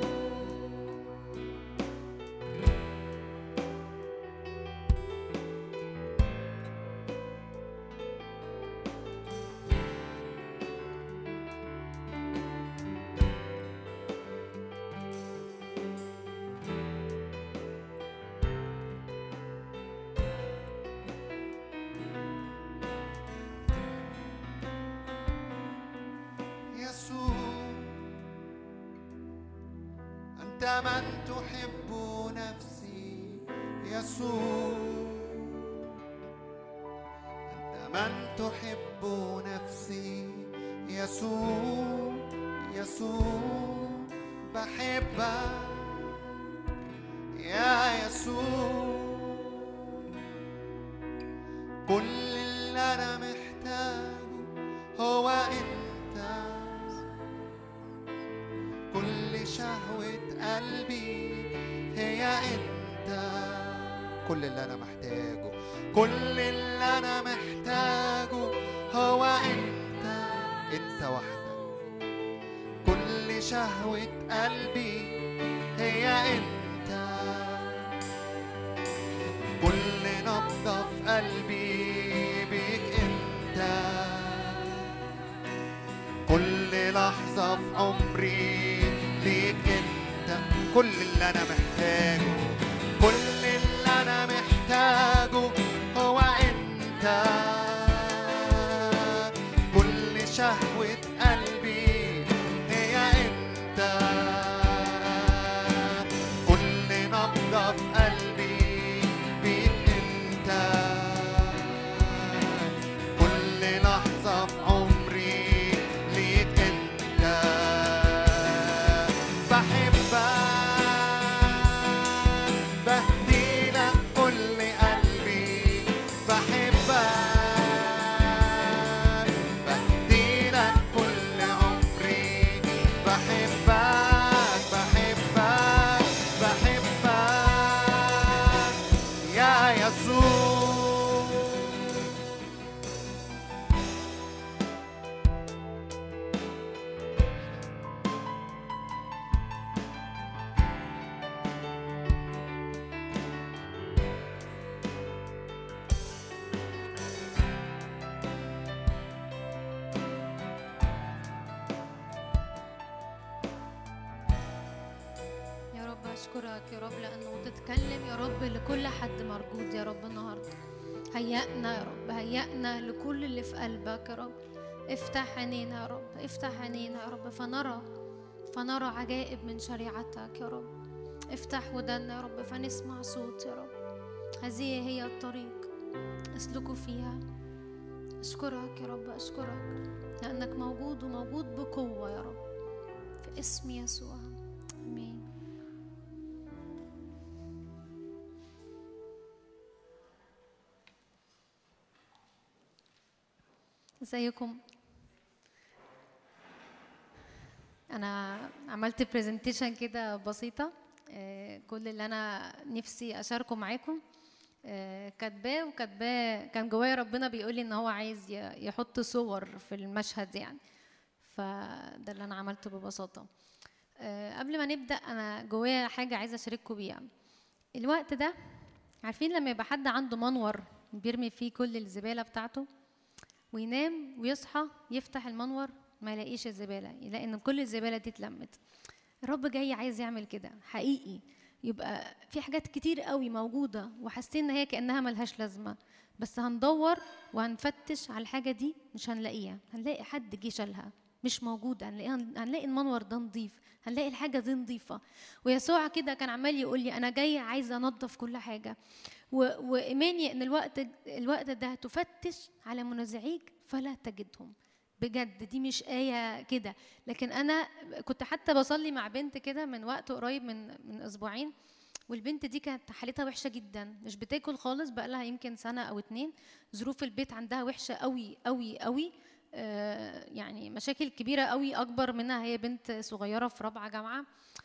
يسوع أنت من تحب نفسي يسوع أنت من تحب نفسي يسوع يسوع بحبك يا يسوع كل اللي أنا محتاجه هو كل اللي أنا محتاجه، كل اللي أنا محتاجه هو أنت، أنت وحدك. كل شهوة قلبي هي أنت، كل نبضة في قلبي بيك أنت، كل لحظة في عمري ليك أنت. كل اللي أنا محتاجه، كل اللي أنا محتاجه هو أنت، كل شهوة قلبي هي أنت، كل نبضة في قلبي بيك أنت، كل لحظة في عمري ليك أنت. بحبك، بهدي لك كل قلبي، بحبك، بهدي لك كل عمري، بحبك بحبك بحبك يا يسوع. يا رب أشكرك يا رب لأنه تتكلم يا رب لكل حد مرجود يا رب النهاردة. هيأنا يا رب، هيأنا لكل اللي في قلبك يا رب. افتح عينينا يا رب، افتح عينينا يا رب فنرى فنرى عجائب من شريعتك يا رب. افتح ودنا يا رب فنسمع صوت يا رب. هذه هي الطريق، اسلكوا فيها. أشكرك يا رب، أشكرك لأنك موجود وموجود بقوة يا رب، في اسم يسوع، آمين. ازيكم؟ انا عملت برزنتيشن كده بسيطه، آه، كل اللي انا نفسي اشاركه معاكم آه، كاتباه وكاتباه كان جوايا ربنا بيقول لي ان هو عايز ي- يحط صور في المشهد يعني، فده اللي انا عملته ببساطه. آه، قبل ما نبدا انا جوايا حاجه عايزه اشارككم بيها. الوقت ده عارفين لما يبقى حد عنده منور بيرمي فيه كل الزباله بتاعته وينام ويصحى يفتح المنور ما يلاقيش الزبالة، يلاقي ان كل الزبالة دي اتلمت. الرب جاي عايز يعمل كده حقيقي، يبقى في حاجات كتير قوي موجودة وحاسين ان هي كأنها ملهاش لازمة، بس هندور وهنفتش على الحاجة دي مش هنلاقيها، هنلاقي حد جه شالها مش موجودة، هنلاقي هنلاقي المنور ده نظيف، هنلاقي الحاجة دي نظيفة. ويسوع كده كان عمال يقول لي أنا جاي عايز أنظف كل حاجة، وإيماني إن الوقت الوقت ده تفتش على منازعيك فلا تجدهم. بجد دي مش آية كده، لكن أنا كنت حتى بصلي مع بنت كده من وقت قريب من من أسبوعين، والبنت دي كانت حالتها وحشة جدا، مش بتاكل خالص بقالها يمكن سنة أو اتنين، ظروف البيت عندها وحشة قوي قوي قوي، آه يعني مشاكل كبيرة قوي أكبر منها، هي بنت صغيرة في رابعة جامعة.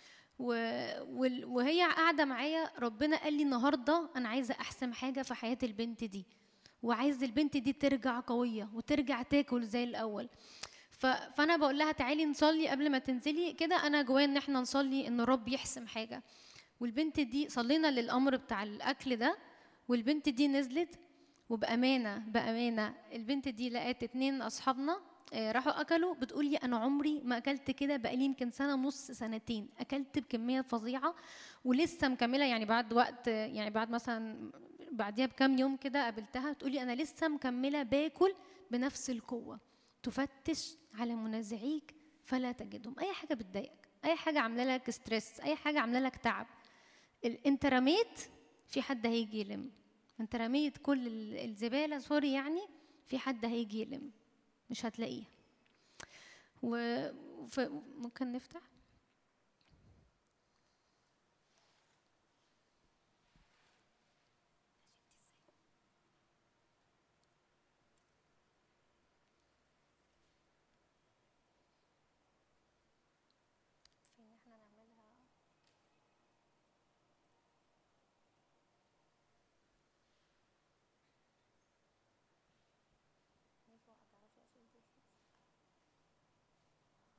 وهي قاعدة معايا ربنا قال لي النهاردة أنا عايزة أحسن حاجة في حياة البنت دي، وعايز البنت دي ترجع قوية وترجع تاكل زي الأول. فأنا بقول لها تعالي نصلي قبل ما تنزلي كده، أنا جوايا إن احنا نصلي إن الرب يحسم حاجة. والبنت دي صلينا للأمر بتاع الأكل ده، والبنت دي نزلت، وبأمانة بأمانة البنت دي لقيت اتنين أصحابنا راحوا أكلوا، بتقول لي أنا عمري ما أكلت كده بقالي يمكن سنة ونص سنتين، أكلت بكمية فظيعة ولسه مكملة يعني بعد وقت، يعني بعد مثلا بعديها بكام يوم كده قابلتها تقول لي أنا لسه مكملة باكل بنفس القوة. تفتش على منازعيك فلا تجدهم. أي حاجة بتضايقك، أي حاجة عاملة لك ستريس، أي حاجة عاملة لك تعب، أنت رميت في حد هيجي يلم، أنت رميت كل الزبالة سوري يعني في حد هيجي يلم، مش هتلاقيه. وممكن نفتح فين احنا نعملها.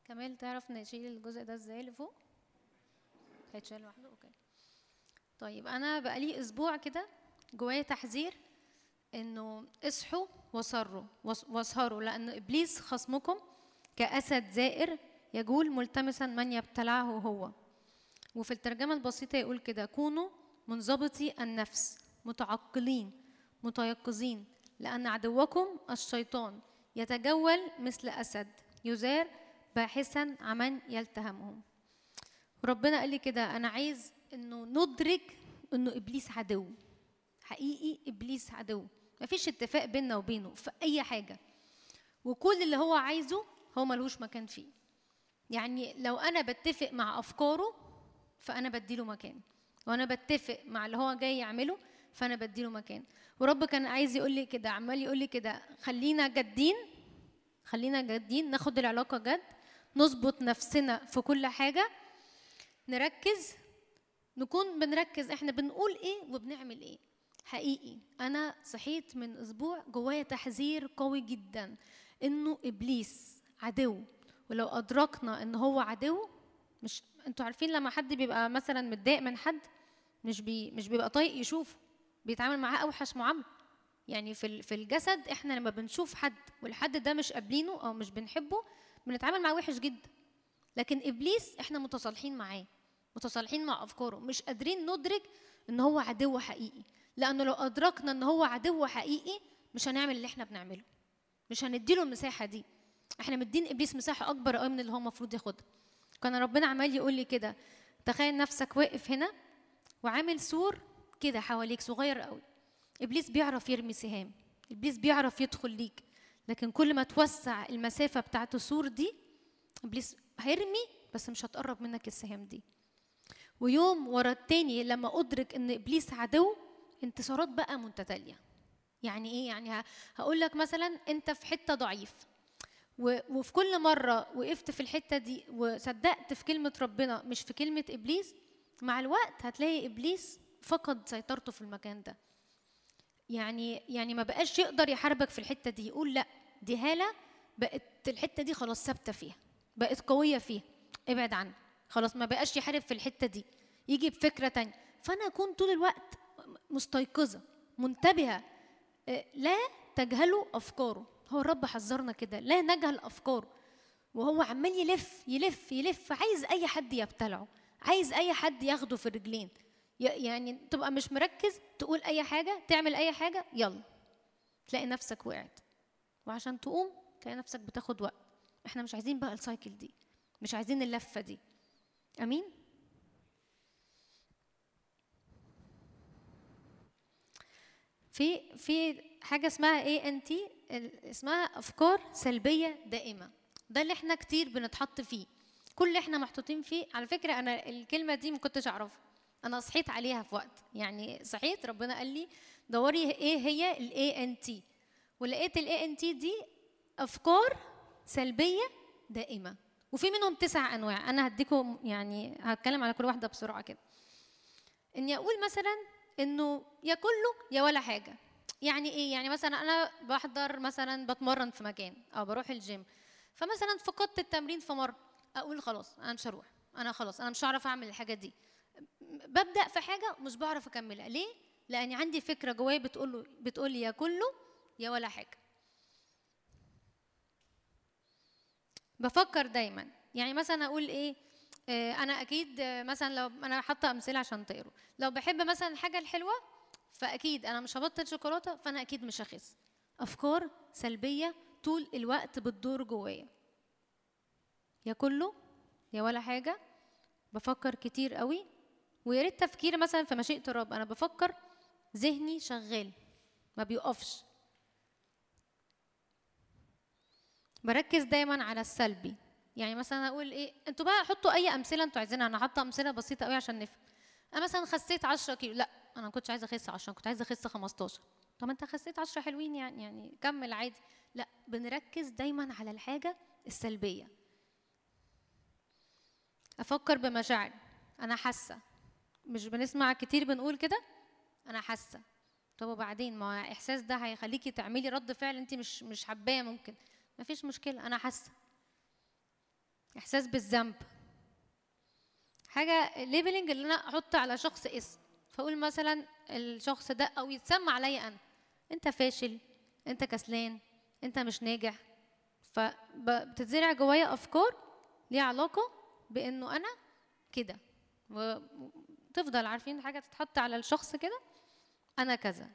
كمال تعرف نشيل الجزء ده ازاي اللي فوق؟ هيتشال لوحده؟ اوكي. طيب انا بقالي اسبوع كده جوايا تحذير انه اصحوا وصروا واسهروا، لان ابليس خصمكم كاسد زائر يجول ملتمسا من يبتلعه هو. وفي الترجمه البسيطه يقول كده: كونوا منضبطي النفس متعقلين متيقظين، لان عدوكم الشيطان يتجول مثل اسد يزار باحثا عمن يلتهمهم. وربنا قال لي كده: انا عايز انه ندرك انه ابليس عدو حقيقي. ابليس عدو، مفيش اتفاق بيننا وبينه في اي حاجه، وكل اللي هو عايزه هو ملهوش مكان فيه. يعني لو انا بتفق مع افكاره فانا بديله مكان، وانا بتفق مع اللي هو جاي يعمله فانا بديله مكان. ورب كان عايز يقول لي كده، عمال يقول لي كده: خلينا جادين خلينا جادين ناخد العلاقه جد، نظبط نفسنا في كل حاجه، نركز، نكون بنركز احنا بنقول ايه وبنعمل ايه. حقيقي انا صحيت من اسبوع جوايا تحذير قوي جدا انه ابليس عدو. ولو ادركنا ان هو عدو، مش انتوا عارفين لما حد بيبقى مثلا متضايق من حد مش بي مش بيبقى طايق يشوفه، بيتعامل معاه اوحش معامله. يعني في في الجسد احنا لما بنشوف حد والحد ده مش قابلينه او مش بنحبه بنتعامل معاه وحش جدا. لكن ابليس احنا متصالحين معاه، متصالحين مع افكاره، مش قادرين ندرك ان هو عدو حقيقي. لانه لو ادركنا ان هو عدو حقيقي مش هنعمل اللي احنا بنعمله، مش هنديله المساحه دي. احنا مدين ابليس مساحه اكبر قوي من اللي هو المفروض ياخدها. كان ربنا عمال يقول لي كده: تخيل نفسك واقف هنا وعامل سور كده حواليك صغير قوي. ابليس بيعرف يرمي سهام، ابليس بيعرف يدخل ليك، لكن كل ما توسع المسافه بتاعت السور دي ابليس هيرمي بس مش هتقرب منك السهام دي. ويوم ورا التاني لما ادرك ان ابليس عدو، انتصارات بقى متتاليه. يعني ايه؟ يعني هقول لك مثلا انت في حته ضعيف، وفي كل مره وقفت في الحته دي وصدقت في كلمه ربنا مش في كلمه ابليس، مع الوقت هتلاقي ابليس فقد سيطرته في المكان ده. يعني يعني ما بقاش يقدر يحاربك في الحته دي، يقول لا دي هاله بقت الحته دي خلاص ثابته فيها، بقت قويه فيها، ابعد عنها، خلاص ما بقاش يحارب في الحته دي، يجي بفكره تانية. فانا اكون طول الوقت مستيقظه منتبهه، لا تجهلوا افكاره. هو الرب حذرنا كده: لا نجهل افكاره. وهو عمال يلف يلف يلف، عايز اي حد يبتلعه، عايز اي حد ياخده في الرجلين. يعني تبقى مش مركز، تقول اي حاجه، تعمل اي حاجه، يلا تلاقي نفسك وقعت، وعشان تقوم تلاقي نفسك بتاخد وقت. احنا مش عايزين بقى السايكل دي، مش عايزين اللفه دي. امين. في في حاجه اسمها ايه ان تي، اسمها افكار سلبيه دائمه. ده اللي احنا كتير بنتحط فيه، كل اللي احنا محطوطين فيه. على فكره انا الكلمه دي ما كنتش اعرفها، انا صحيت عليها في وقت، يعني صحيت ربنا قال لي دوري ايه هي الاي ان تي، ولقيت الاي ان تي دي افكار سلبيه دائمه، وفي منهم تسع انواع. انا هديكم يعني هتكلم على كل واحده بسرعه كده. اني اقول مثلا انه يا كله يا ولا حاجه. يعني ايه؟ يعني مثلا انا بحضر مثلا بتمرن في مكان او بروح الجيم، فمثلا فقدت التمرين في مره، اقول خلاص انا مش هروح، انا خلاص انا مش هعرف اعمل الحاجه دي. ببدا في حاجه مش بعرف اكملها. ليه؟ لاني عندي فكره جوايا بتقول له بتقول لي يا كله يا ولا حاجه. بفكر دايما، يعني مثلا اقول ايه، آه انا اكيد آه مثلا لو انا حاطه امثله عشان تقروا، لو بحب مثلا الحاجه الحلوه فاكيد انا مش هبطل شوكولاته، فانا اكيد مش هخس. افكار سلبيه طول الوقت بتدور جوايا، يا كله يا ولا حاجه. بفكر كتير قوي، ويا ريت تفكير مثلا في مشيئه الرب. انا بفكر ذهني شغال ما بيقفش، بركز دايما على السلبي. يعني مثلا اقول ايه، انتوا بقى حطوا اي امثله انتوا عايزينها، انا حاطه امثله بسيطه قوي عشان نفهم. انا مثلا خسيت عشرة كيلو، لا انا ما كنتش عايزه اخس عشرة، كنت عايزه اخس خمستاشر. طب انت خسيت عشرة حلوين يعني يعني كمل عادي. لا، بنركز دايما على الحاجه السلبيه. افكر بمشاعر، انا حاسه. مش بنسمع كتير بنقول كده انا حاسه؟ طب وبعدين ما احساس ده هيخليكي تعملي رد فعل انت مش مش حباه، ممكن مفيش مشكله، انا حاسه. احساس بالذنب، حاجه ليبلنج اللي انا احط على شخص اسم، فاقول مثلا الشخص ده او يتسمى عليا انا، انت فاشل، انت كسلان، انت مش ناجح. فبتتزرع جوايا افكار ليها علاقه بانه انا كده، وتفضل عارفين حاجه تتحط على الشخص كده، انا كذا.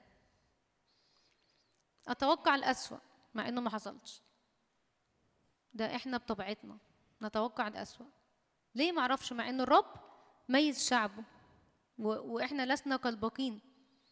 اتوقع الاسوأ مع انه ما حصلش، ده احنا بطبيعتنا نتوقع الاسوأ. ليه؟ ما اعرفش، مع انه الرب ميز شعبه و... واحنا لسنا كالباقين.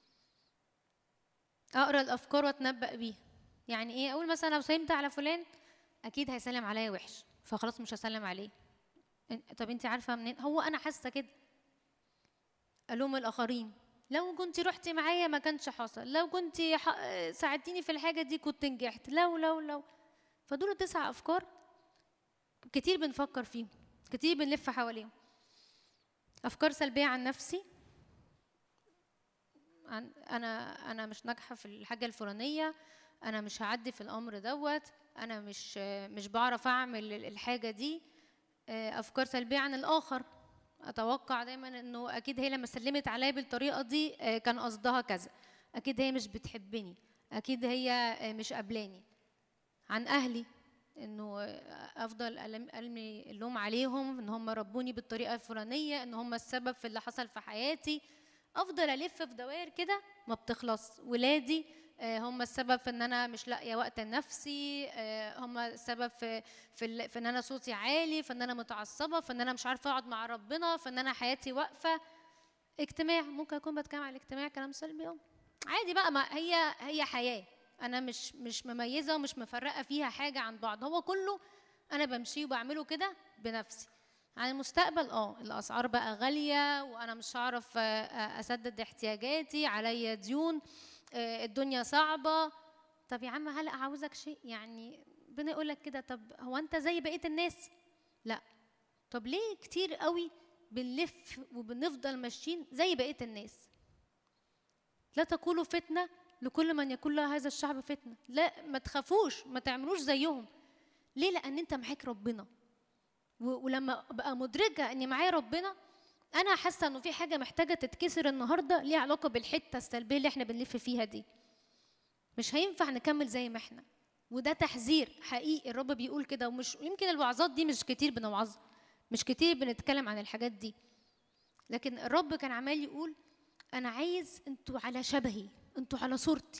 اقرا الافكار واتنبأ بيها. يعني ايه؟ اقول مثلا لو سلمت على فلان اكيد هيسلم عليا وحش، فخلاص مش هسلم عليه. طب انت عارفه منين؟ هو انا حاسه كده. الوم الاخرين، لو كنت رحتي معايا ما كانش حصل، لو كنت ح... ساعدتيني في الحاجه دي كنت نجحت، لو لو لو فدول تسع افكار كتير بنفكر فيهم، كتير بنلف حواليهم. افكار سلبيه عن نفسي، عن انا انا مش ناجحه في الحاجه الفلانيه، انا مش هعدي في الامر دوت، انا مش مش بعرف اعمل الحاجه دي. افكار سلبيه عن الاخر، اتوقع دايما انه اكيد هي لما سلمت عليا بالطريقه دي كان قصدها كذا، اكيد هي مش بتحبني، اكيد هي مش قابلاني. عن اهلي، انه افضل ارمي اللوم عليهم، ان هم ربوني بالطريقه الفلانيه، ان هم السبب في اللي حصل في حياتي. افضل الف في دوائر كده ما بتخلص. ولادي هم السبب في ان انا مش لاقيه وقت لنفسي، هم السبب في في, في ان انا صوتي عالي، في ان انا متعصبه، في ان انا مش عارفه اقعد مع ربنا، في ان انا حياتي واقفه. اجتماع، ممكن اكون بتكلم عن الاجتماع كلام سلبي، عادي بقى، ما هي هي حياه، انا مش مش مميزه ومش مفرقه فيها حاجه عن بعض، هو كله انا بمشيه وبعمله كده بنفسي. عن المستقبل، اه الاسعار بقى غاليه وانا مش هعرف اسدد احتياجاتي، عليا ديون، الدنيا صعبه. طب يا عم هلا عاوزك شيء، يعني ربنا يقول لك كده، طب هو انت زي بقيه الناس؟ لا. طب ليه كتير قوي بنلف وبنفضل ماشيين زي بقيه الناس؟ لا تقولوا فتنه لكل من يكون له هذا الشعب فتنه، لا ما تخافوش، ما تعملوش زيهم. ليه؟ لان انت معاك ربنا، ولما ابقى مدركه اني معايا ربنا، انا حاسه انه في حاجه محتاجه تتكسر النهارده ليها علاقه بالحته السلبيه اللي احنا بنلف فيها دي. مش هينفع نكمل زي ما احنا، وده تحذير حقيقي الرب بيقول كده. ومش يمكن الوعظات دي مش كتير بنوعظ، مش كتير بنتكلم عن الحاجات دي، لكن الرب كان عمال يقول انا عايز انتوا على شبهي، انتوا على صورتي.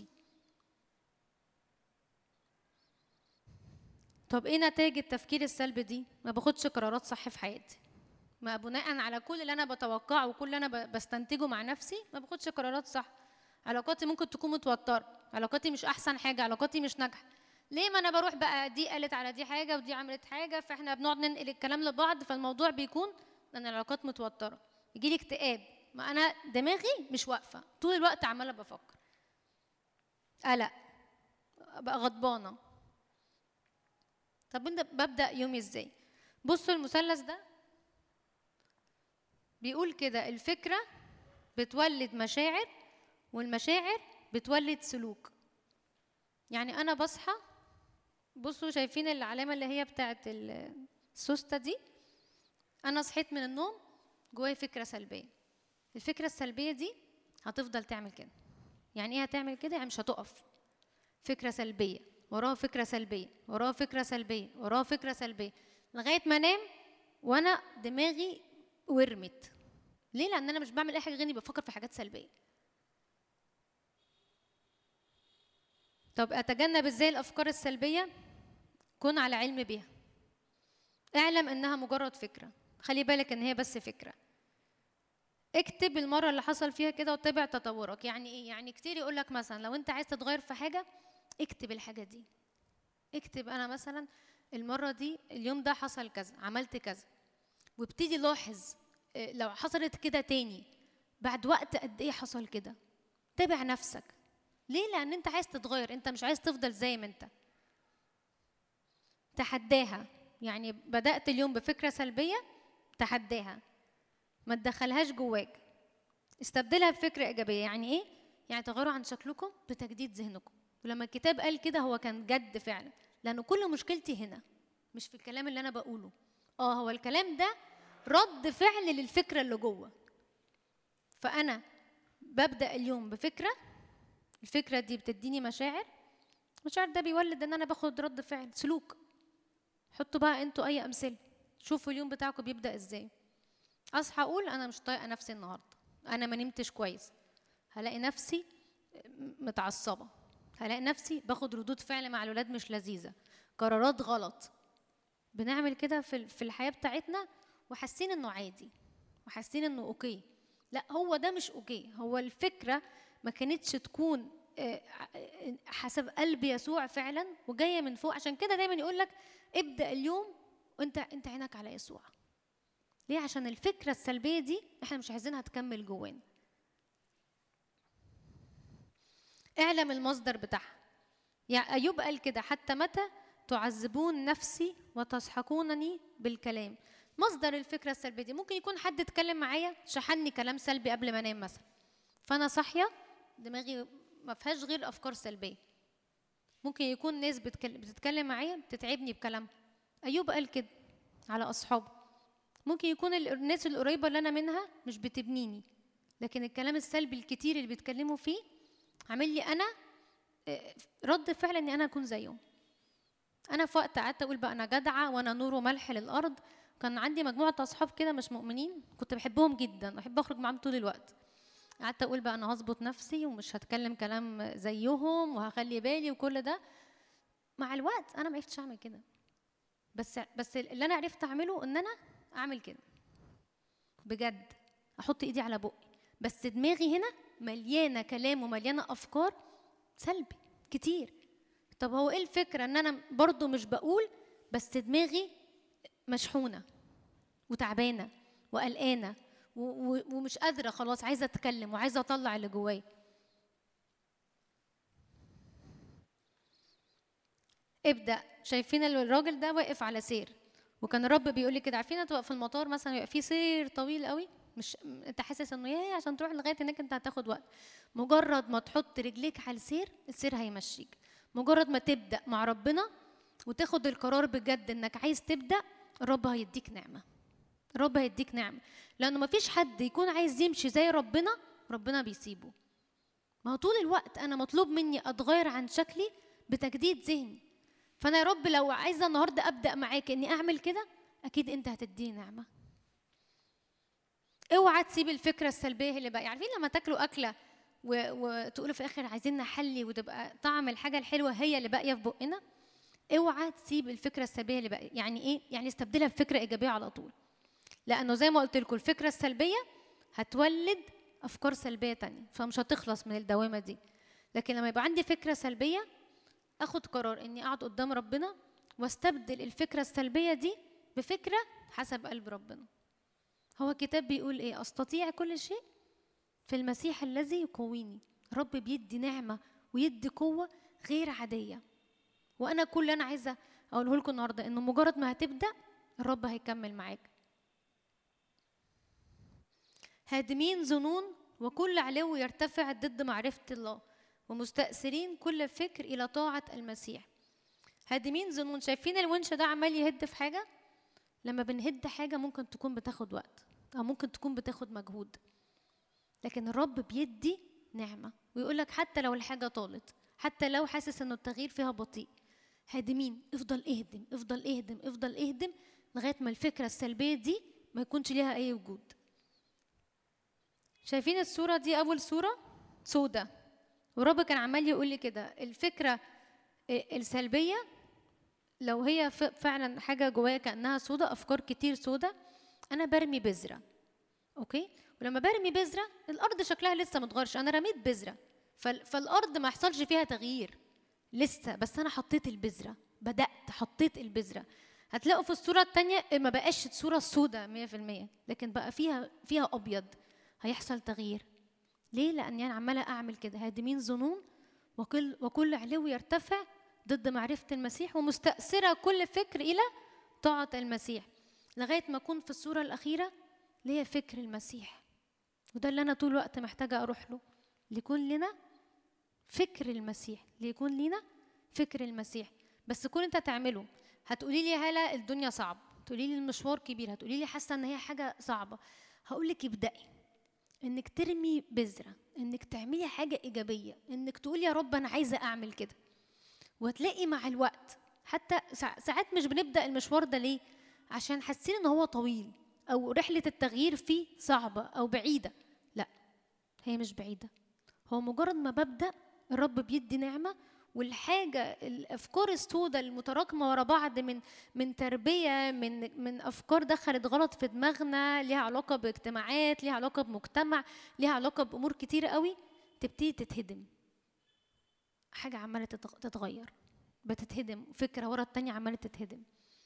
طب ايه نتائج التفكير السلبي دي؟ ما باخدش قرارات صح في حياتي، ما بناء على كل اللي انا بتوقعه وكل اللي انا بستنتجه مع نفسي ما باخدش قرارات صح. علاقاتي ممكن تكون متوتره، علاقاتي مش احسن حاجه، علاقاتي مش ناجحه. ليه؟ ما انا بروح بقى دي قالت على دي حاجه ودي عملت حاجه، فاحنا بنقعد ننقل الكلام لبعض، فالموضوع بيكون ان العلاقات متوتره، يجي لي اكتئاب، ما انا دماغي مش واقفه طول الوقت، عماله بفكر، قلق، بقى غضبانه. طب ببدا يومي ازاي؟ بصوا المثلث ده بيقول كده، الفكره بتولد مشاعر، والمشاعر بتولد سلوك. يعني انا بصحى، بصوا شايفين العلامه اللي هي بتاعت السوسته دي؟ انا صحيت من النوم جوايا فكره سلبيه، الفكره السلبيه دي هتفضل تعمل كده. يعني ايه هتعمل كده؟ يعني مش هتقف، فكره سلبيه وراها فكره سلبيه وراها فكره سلبيه وراها فكره سلبيه لغايه ما انام وانا دماغي ورمت. ليه؟ لان انا مش بعمل اي حاجه غير اني بفكر في حاجات سلبيه. طب اتجنب ازاي الافكار السلبيه؟ كن على علم بيها، اعلم انها مجرد فكره، خلي بالك ان هي بس فكره. اكتب المره اللي حصل فيها كده وتابع تطورك. يعني ايه؟ يعني كتير يقول لك مثلا لو انت عايز تتغير في حاجه اكتب الحاجه دي، اكتب انا مثلا المره دي اليوم ده حصل كذا، عملت كذا، وابتدي لاحظ لو حصلت كده تاني بعد وقت قد ايه حصل كده. تابع نفسك. ليه؟ لان انت عايز تتغير، انت مش عايز تفضل زي ما انت. تحداها، يعني بدأت اليوم بفكرة سلبية، تحداها، ما تدخلهاش جواك، استبدلها بفكرة إيجابية. يعني إيه؟ يعني تغيروا عن شكلكم بتجديد ذهنكم. ولما الكتاب قال كده هو كان جد فعلا، لأنه كل مشكلتي هنا، مش في الكلام اللي أنا بقوله. اه هو الكلام ده رد فعل للفكره اللي جوه. فانا ببدا اليوم بفكره، الفكره دي بتديني مشاعر، المشاعر ده بيولد ان انا باخد رد فعل سلوك. حطوا بقى انتوا اي امثله، شوفوا اليوم بتاعكم بيبدا ازاي. اصحى اقول انا مش طايقه نفسي النهارده، انا ما نمتش كويس، هلاقي نفسي متعصبه، هلاقي نفسي باخد ردود فعل مع الولاد مش لذيذه، قرارات غلط. بنعمل كده في في الحياه بتاعتنا وحاسين انه عادي وحاسين انه اوكي. لا، هو ده مش اوكي. هو الفكره ما كانتش تكون حسب قلب يسوع فعلا وجايه من فوق. عشان كده دايما يقول لك ابدا اليوم وانت انت عينك على يسوع. ليه؟ عشان الفكره السلبيه دي احنا مش عايزينها تكمل جوانا. اعلم المصدر بتاعها. يعني ايوب قال كده: حتى متى تعذبون نفسي وتسحقونني بالكلام. مصدر الفكره السلبيه دي ممكن يكون حد اتكلم معايا شحنني كلام سلبي قبل ما انام مثلا، فانا صاحيه دماغي ما فيهاش غير افكار سلبيه. ممكن يكون ناس بتتكلم معايا بتتعبني بكلام. ايوب قال كده على اصحابه. ممكن يكون الناس القريبه اللي انا منها مش بتبنيني، لكن الكلام السلبي الكتير اللي بيتكلموا فيه عامل لي انا رد فعل اني انا اكون زيهم. انا في وقت قعدت اقول بقى انا جدعه وانا نور وملح للارض. كان عندي مجموعه اصحاب كده مش مؤمنين، كنت بحبهم جدا واحب اخرج معاهم طول الوقت. قعدت اقول بقى انا هظبط نفسي ومش هتكلم كلام زيهم وهخلي بالي وكل ده. مع الوقت انا ما عرفتش اعمل كده، بس بس اللي انا عرفت اعمله ان انا اعمل كده بجد، احط ايدي على بقي، بس دماغي هنا مليانه كلام ومليانه افكار سلبي كتير. طب هو ايه الفكره؟ ان انا برضو مش بقول، بس دماغي مشحونه وتعبانه وقلقانه ومش قادره خلاص، عايزه اتكلم وعايزه اطلع اللي جوايا. ابدا. شايفين الراجل ده واقف على سير، وكان الرب بيقول لي كده: عارفين تبقى في المطار مثلا يبقى في سير طويل قوي، مش انت حاسس انه ياه عشان تروح لغايه هناك انت هتاخد وقت. مجرد ما تحط رجليك على السير السير هيمشيك. مجرد ما تبدا مع ربنا وتاخد القرار بجد انك عايز تبدا، الرب هيديك نعمه. الرب هيديك نعمه، لانه ما فيش حد يكون عايز يمشي زي ربنا ربنا بيسيبه. ما هو طول الوقت انا مطلوب مني اتغير عن شكلي بتجديد ذهني. فانا يا رب لو عايزه النهارده ابدا معاك اني اعمل كده، اكيد انت هتديني نعمه. اوعى تسيب الفكره السلبيه اللي بقى. عارفين لما تاكلوا اكله و... وتقولوا في الاخر عايزين نحلي وتبقى طعم الحاجه الحلوه هي اللي باقيه في بقنا؟ اوعى تسيب الفكره السلبيه اللي بقى. يعني ايه؟ يعني استبدلها بفكره ايجابيه على طول، لانه زي ما قلت لكم الفكره السلبيه هتولد افكار سلبيه تانية، فمش هتخلص من الدوامه دي. لكن لما يبقى عندي فكره سلبيه، اخد قرار اني اقعد قدام ربنا واستبدل الفكره السلبيه دي بفكره حسب قلب ربنا. هو الكتاب بيقول ايه؟ استطيع كل شيء في المسيح الذي يقويني. رب بيدي نعمه ويدي قوه غير عاديه. وانا كل اللي انا عايزه اقوله لكم النهارده انه مجرد ما هتبدا الرب هيكمل معاك. هادمين ظنون وكل علو يرتفع ضد معرفه الله، ومستأثرين كل فكر الى طاعه المسيح. هادمين ظنون. شايفين الونش ده عمال يهد في حاجه؟ لما بنهد حاجه ممكن تكون بتاخد وقت او ممكن تكون بتاخد مجهود، لكن الرب بيدي نعمه ويقول لك حتى لو الحاجه طالت، حتى لو حاسس انه التغيير فيها بطيء، هادمين. افضل اهدم افضل اهدم افضل اهدم لغايه ما الفكره السلبيه دي ما يكونش ليها اي وجود. شايفين الصوره دي؟ اول صوره سودة، والرب كان عمال يقول لي كده: الفكره السلبيه لو هي فعلا حاجه جوايا كانها سودة، افكار كتير سودة، انا برمي بذره. اوكي؟ ولما برمي بذره الارض شكلها لسه متغيرش، انا رميت بذره فالارض ما يحصلش فيها تغيير لسه، بس انا حطيت البذره، بدات حطيت البذره. هتلاقوا في الصوره الثانيه ما بقاش الصوره السوداء مية في المية، لكن بقى فيها فيها ابيض. هيحصل تغيير. ليه؟ لاني انا عماله اعمل كده. هادمين ظنون وكل وكل علو يرتفع ضد معرفه المسيح، ومستأثره كل فكر الى طاعه المسيح، لغايه ما اكون في الصوره الاخيره اللي هي فكر المسيح. وده اللي انا طول الوقت محتاجه اروح له، ليكون لنا فكر المسيح، ليكون لنا فكر المسيح. بس كون انت تعمله. هتقولي لي هلا الدنيا صعب، تقولي لي المشوار كبير، هتقولي لي حاسه ان هي حاجه صعبه، هقول لك ابدأي انك ترمي بذره، انك تعملي حاجه ايجابيه، انك تقولي يا رب انا عايزه اعمل كده. وهتلاقي مع الوقت، حتى ساعات مش بنبدأ المشوار ده ليه؟ عشان حاسين ان هو طويل او رحله التغيير فيه صعبه او بعيده. لا، هي مش بعيده، هو مجرد ما ببدأ الرب بيدي نعمه، والحاجه الافكار السوداء المتراكمه ورا بعض من من تربيه، من من افكار دخلت غلط في دماغنا، ليها علاقه باجتماعات، ليها علاقه بمجتمع، ليها علاقه بامور كتيره قوي، تبتدي تتهدم. حاجه عماله تتغير، بتتهدم، فكره ورا التانيه عماله تتهدم.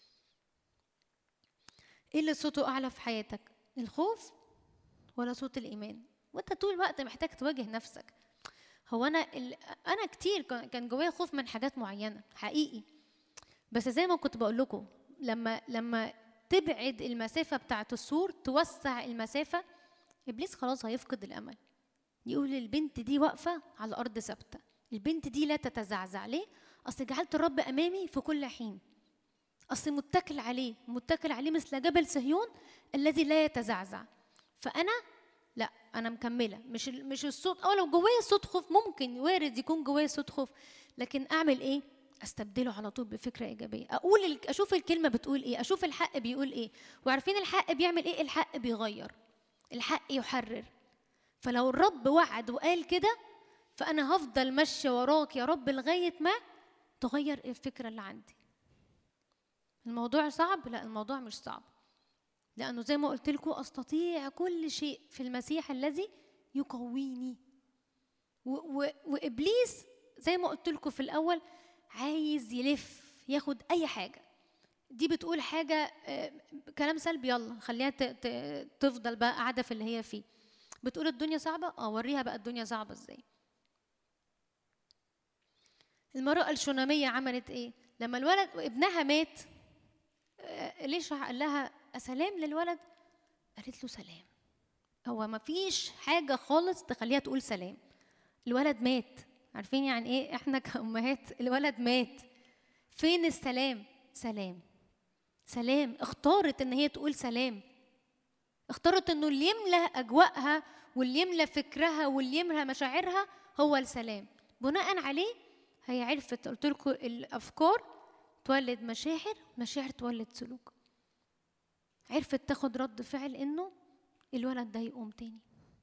ايه اللي صوته اعلى في حياتك؟ الخوف ولا صوت الايمان؟ وانت طول الوقت محتاج تواجه نفسك. هو انا ال... انا كتير كان جوايا خوف من حاجات معينه حقيقي، بس زي ما كنت بقول لكم، لما لما تبعد المسافه بتاعه السور توسع المسافه، ابليس خلاص هيفقد الامل. يقول البنت دي واقفه على الارض ثابته، البنت دي لا تتزعزع. ليه؟ اصل جعلت الرب امامي في كل حين، اصل متكل عليه، متكل عليه مثل جبل صهيون الذي لا يتزعزع. فانا لا، انا مكمله، مش مش الصوت، اه لو جوايا صوت خوف ممكن وارد يكون جوايا صوت خوف، لكن اعمل ايه؟ استبدله على طول بفكره ايجابيه. اقول اشوف الكلمه بتقول ايه، اشوف الحق بيقول ايه. وعارفين الحق بيعمل ايه؟ الحق بيغير، الحق يحرر. فلو الرب وعد وقال كده، فانا هفضل ماشيه وراك يا رب لغايه ما تغير الفكره اللي عندي. الموضوع صعب؟ لا، الموضوع مش صعب، لأنه زي ما قلت لكم أستطيع كل شيء في المسيح الذي يقويني. و- و- وإبليس زي ما قلت لكم في الأول عايز يلف ياخد أي حاجة. دي بتقول حاجة آه كلام سلبي، يلا خليها تفضل بقى قاعدة في اللي هي فيه. بتقول الدنيا صعبة، أوريها بقى الدنيا صعبة إزاي. المرأة الشونامية عملت إيه؟ لما الولد ابنها مات، آه ليش قال لها سلام للولد؟ قالت له سلام. هو ما فيش حاجة خالص تخليها تقول سلام، الولد مات. عارفين يعني ايه احنا كأمهات؟ الولد مات، فين السلام؟ سلام، سلام. اختارت ان هي تقول سلام، اختارت انه اللي يملى اجواءها واللي يملى فكرها واللي يملى مشاعرها هو السلام. بناء عليه هي عرفت، قلت لكم الافكار تولد مشاعر، مشاعر تولد سلوك. عرفت تاخد رد فعل انه الولد ده يقوم تاني.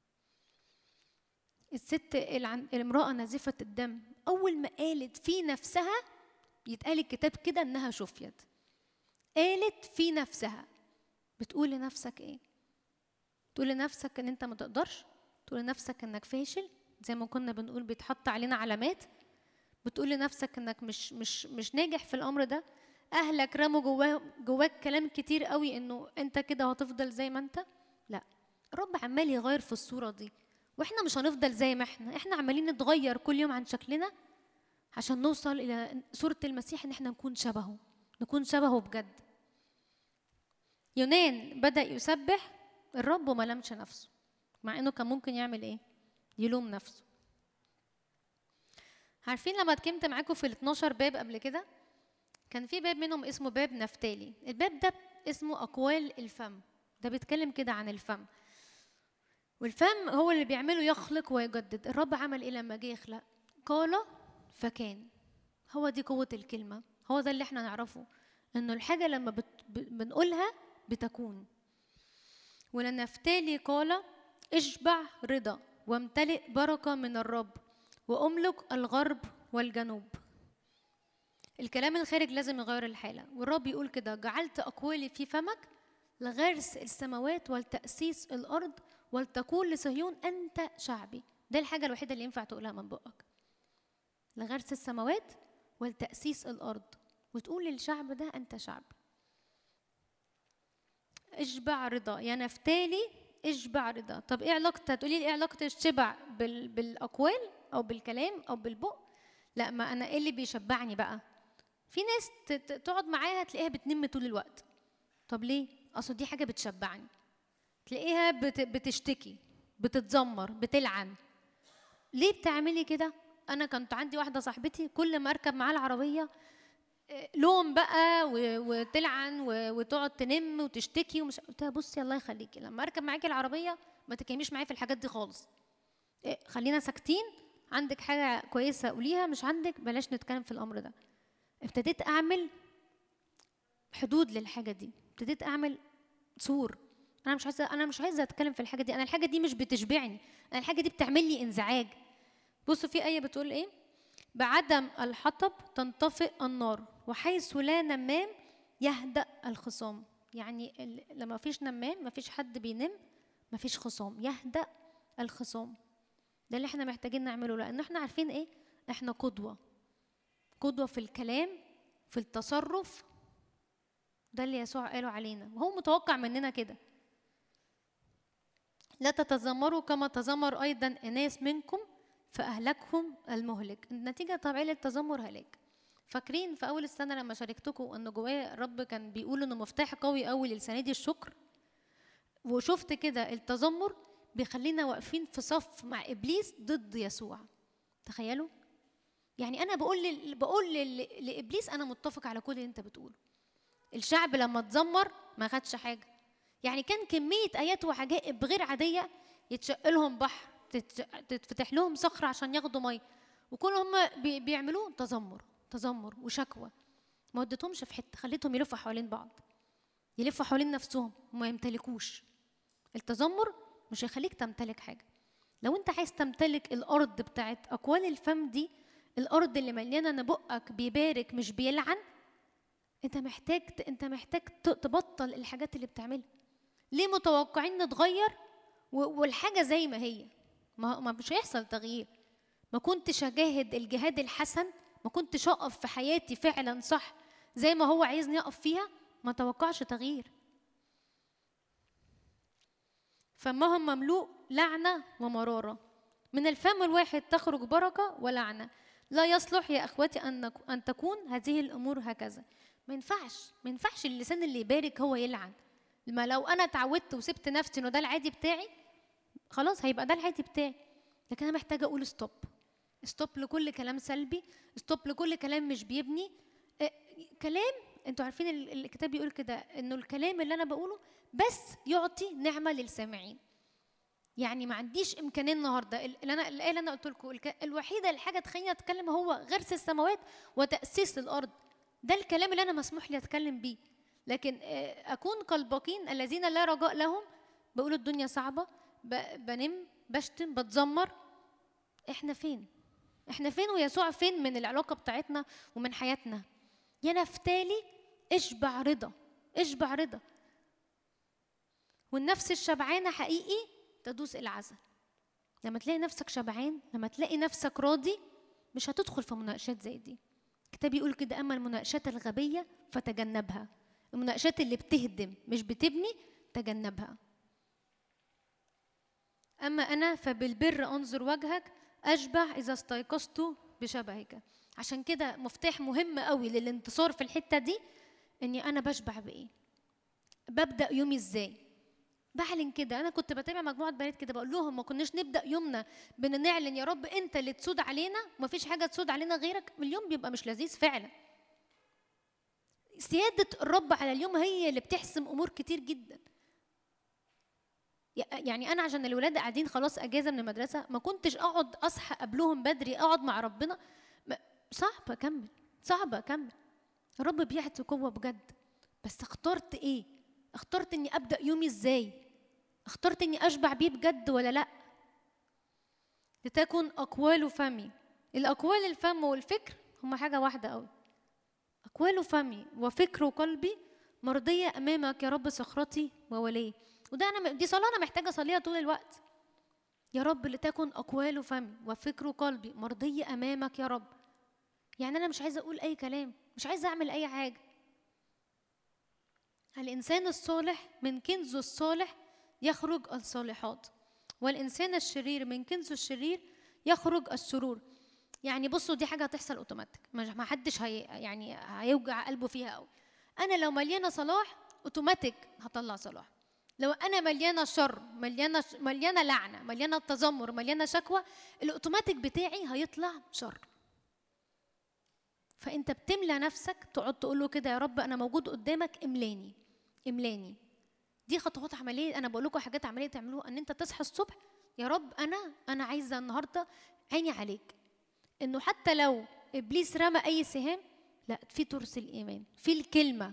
الست الامرأة نازفة الدم اول ما قالت في نفسها، يتقال الكتاب كده انها شفيت. قالت في نفسها، بتقول لنفسك ايه؟ تقول لنفسك ان انت ما تقدرش، تقول لنفسك انك فاشل، زي ما كنا بنقول بيتحط علينا علامات. بتقول لنفسك انك مش مش مش ناجح في الامر ده. اهلك رموا جواه جواك كلام كتير قوي انه انت كده هتفضل زي ما انت. لا، الرب عمال يغير في الصوره دي، واحنا مش هنفضل زي ما احنا احنا عمالين نتغير كل يوم عن شكلنا عشان نوصل الى صوره المسيح، ان احنا نكون شبهه، نكون شبهه بجد. يونان بدأ يسبح الرب وما لمش نفسه، مع انه كان ممكن يعمل ايه؟ يلوم نفسه. عارفين لما اتكلمت معاكم في الاتناشر باب قبل كده، كان في باب منهم اسمه باب نفتالي. الباب ده اسمه أقوال الفم، ده بيتكلم كده عن الفم. والفم هو اللي بيعمله يخلق ويجدد. الرب عمل ايه لما جه يخلق؟ قال فكان. هو دي قوة الكلمة، هو ده اللي احنا نعرفه، انه الحاجة لما بت... بنقولها بتكون. ولنفتالي قال اشبع رضا وامتلئ بركة من الرب وأملك الغرب والجنوب. الكلام الخارج لازم يغير الحالة، والرب يقول كده جعلت أقوالي في فمك لغرس السماوات ولتأسيس الأرض ولتقول لصهيون أنت شعبي. ده الحاجة الوحيدة اللي ينفع تقولها من بقك، لغرس السماوات ولتأسيس الأرض، وتقول للشعب ده أنت شعب. اشبع رضا يا نفتالي، اشبع رضا. طب ايه علاقتها؟ تقولي لي ايه علاقة الشبع بال... بالأقوال أو بالكلام أو بالبق؟ لا، ما أنا ايه اللي بيشبعني بقى؟ في ناس تقعد معاها تلاقيها بتنم طول الوقت. طب ليه؟ أصل دي حاجة بتشبعني. تلاقيها بت... بتشتكي، بتتذمر، بتلعن. ليه بتعملي كده؟ أنا كنت عندي واحدة صاحبتي كل ما أركب معاها العربية لوم بقى وتلعن وتقعد تنم وتشتكي ومش. قلت لها بصي الله يخليكي، لما اركب معاكي العربيه ما تكلميش معايا في الحاجات دي خالص، خلينا ساكتين، عندك حاجه كويسه قوليها، مش عندك بلاش نتكلم في الامر ده. ابتديت اعمل حدود للحاجه دي، ابتديت اعمل سور. انا مش عايزه انا مش عايزه اتكلم في الحاجه دي، انا الحاجه دي مش بتشبعني، انا الحاجه دي بتعمل لي انزعاج. بصوا في ايه بتقول ايه؟ بعدم الحطب تنطفئ النار، وحيث لا نمام يهدأ الخصام. يعني لما فيش نمام، ما فيش حد بينم، ما فيش خصام، يهدأ الخصام. ده اللي احنا محتاجين نعمله، لان احنا عارفين ايه؟ احنا قدوه قدوه في الكلام، في التصرف. ده اللي يسوع قاله علينا، وهو متوقع مننا كده. لا تتذمروا كما تذمر ايضا اناس منكم فاهلكهم المهلك. النتيجه الطبيعيه للتذمر هلاك. فاكرين في اول السنه لما شاركتكم ان جوايا الرب كان بيقول انه مفتاح قوي قوي للسنه دي الشكر، وشفت كده التذمر بيخلينا واقفين في صف مع ابليس ضد يسوع. تخيلوا، يعني انا بقول ل... بقول ل... لابليس انا متفق على كل اللي انت بتقوله. الشعب لما اتذمر ما خدش حاجه، يعني كان كميه ايات وعجائب غير عاديه، يتشق لهم بحر، تتفتح لهم صخره عشان ياخدوا ميه، وكل هم بي... بيعملوه تذمر تذمر وشكوى. ما وديتهمش في حته، خليتهم يلفوا حوالين بعض، يلفوا حوالين نفسهم وما يمتلكوش. التذمر مش هيخليك تمتلك حاجه. لو انت عايز تمتلك الارض بتاعت اقوال الفم دي، الارض اللي مليانه ان بقك بيبارك مش بيلعن، انت محتاج انت محتاج تبطل الحاجات اللي بتعملها. ليه متوقعين نتغير والحاجه زي ما هي؟ ما مش هيحصل تغيير. ما كنتش اجاهد الجهاد الحسن، ما كنتش اقف في حياتي فعلا صح زي ما هو عايزني اقف فيها، ما توقعش تغيير. فمهم مملوء لعنه ومراره، من الفم الواحد تخرج بركه ولعنه. لا يصلح يا اخواتي ان ان تكون هذه الامور هكذا. ما ينفعش ما ينفعش اللسان اللي يبارك هو يلعن. لما لو انا اتعودت وسبت نفسي انه ده العادي بتاعي، خلاص هيبقى ده العادي بتاعي. لكن انا محتاجه اقول ستوب ستوب لكل كلام سلبي، ستوب لكل كلام مش بيبني. اه كلام، انتوا عارفين الكتاب بيقول كده انه الكلام اللي انا بقوله بس يعطي نعمه للسامعين. يعني ما عنديش امكانيه النهارده اللي انا الايه اللي انا قلت لكم الوحيده الحاجه تخليني اتكلم هو غرس السماوات وتاسيس الارض. ده الكلام اللي انا مسموح لي اتكلم بيه. لكن اكون كالباقين الذين لا رجاء لهم، بقول الدنيا صعبه، بنم، بشتم، بتذمر. احنا فين؟ احنا فين ويسوع فين من العلاقه بتاعتنا ومن حياتنا؟ يا نفتالي اشبع رضا، اشبع رضا. والنفس الشبعانه حقيقي تدوس العسل. لما تلاقي نفسك شبعان، لما تلاقي نفسك راضي، مش هتدخل في مناقشات زي دي. الكتاب يقول كده: اما المناقشات الغبيه فتجنبها. المناقشات اللي بتهدم مش بتبني تجنبها. اما انا فبالبر انظر وجهك اشبع اذا استيقظت بشبهك. عشان كده مفتاح مهم قوي للانتصار في الحته دي اني انا بشبع بايه، ببدا يومي ازاي. بعلن كده. انا كنت بتابع مجموعه بنات كده، بقول لهم ما كناش نبدا يومنا بان نعلن يا رب انت اللي تسود علينا ومفيش حاجه تسود علينا غيرك. اليوم بيبقى مش لذيذ فعلا. سياده الرب على اليوم هي اللي بتحسم امور كتير جدا. يعني انا عشان الولاد قاعدين خلاص اجازه من المدرسه، ما كنتش اقعد اصحى قبلهم بدري اقعد مع ربنا. صعب اكمل، صعب اكمل. الرب بيعطي قوه بجد، بس اخترت ايه؟ اخترت اني ابدا يومي ازاي؟ اخترت اني اشبع بيه بجد ولا لا؟ لتكن اقوال فمي. الاقوال الفم والفكر هما حاجه واحده قوي. اقوال فمي وفكر قلبي مرضيه امامك يا رب صخرتي وولي. وده انا دي صلاه انا محتاجه اصليها طول الوقت. يا رب لتكن اقوال فمي وفكر قلبي مرضيه امامك يا رب. يعني انا مش عايزه اقول اي كلام، مش عايزه اعمل اي حاجه. الانسان الصالح من كنزه الصالح يخرج الصالحات، والانسان الشرير من كنزه الشرير يخرج السرور. يعني بصوا دي حاجه هتحصل اوتوماتيك، ما حدش هي يعني هيوجع قلبه فيها قوي. انا لو مليانه صلاح اوتوماتيك هطلع صلاح. لو انا مليانه شر، مليانه مليانه لعنه، مليانه تذمر، مليانه شكوى، الاوتوماتيك بتاعي هيطلع شر. فانت بتملى نفسك، تقعد تقول له كده يا رب انا موجود قدامك، املاني املاني. دي خطوات عمليه، انا بقول لكم حاجات عمليه تعملوها، ان انت تصحى الصبح يا رب انا انا عايزه النهارده عيني عليك، انه حتى لو ابليس رمى اي سهام، لا، في ترس الايمان، في الكلمه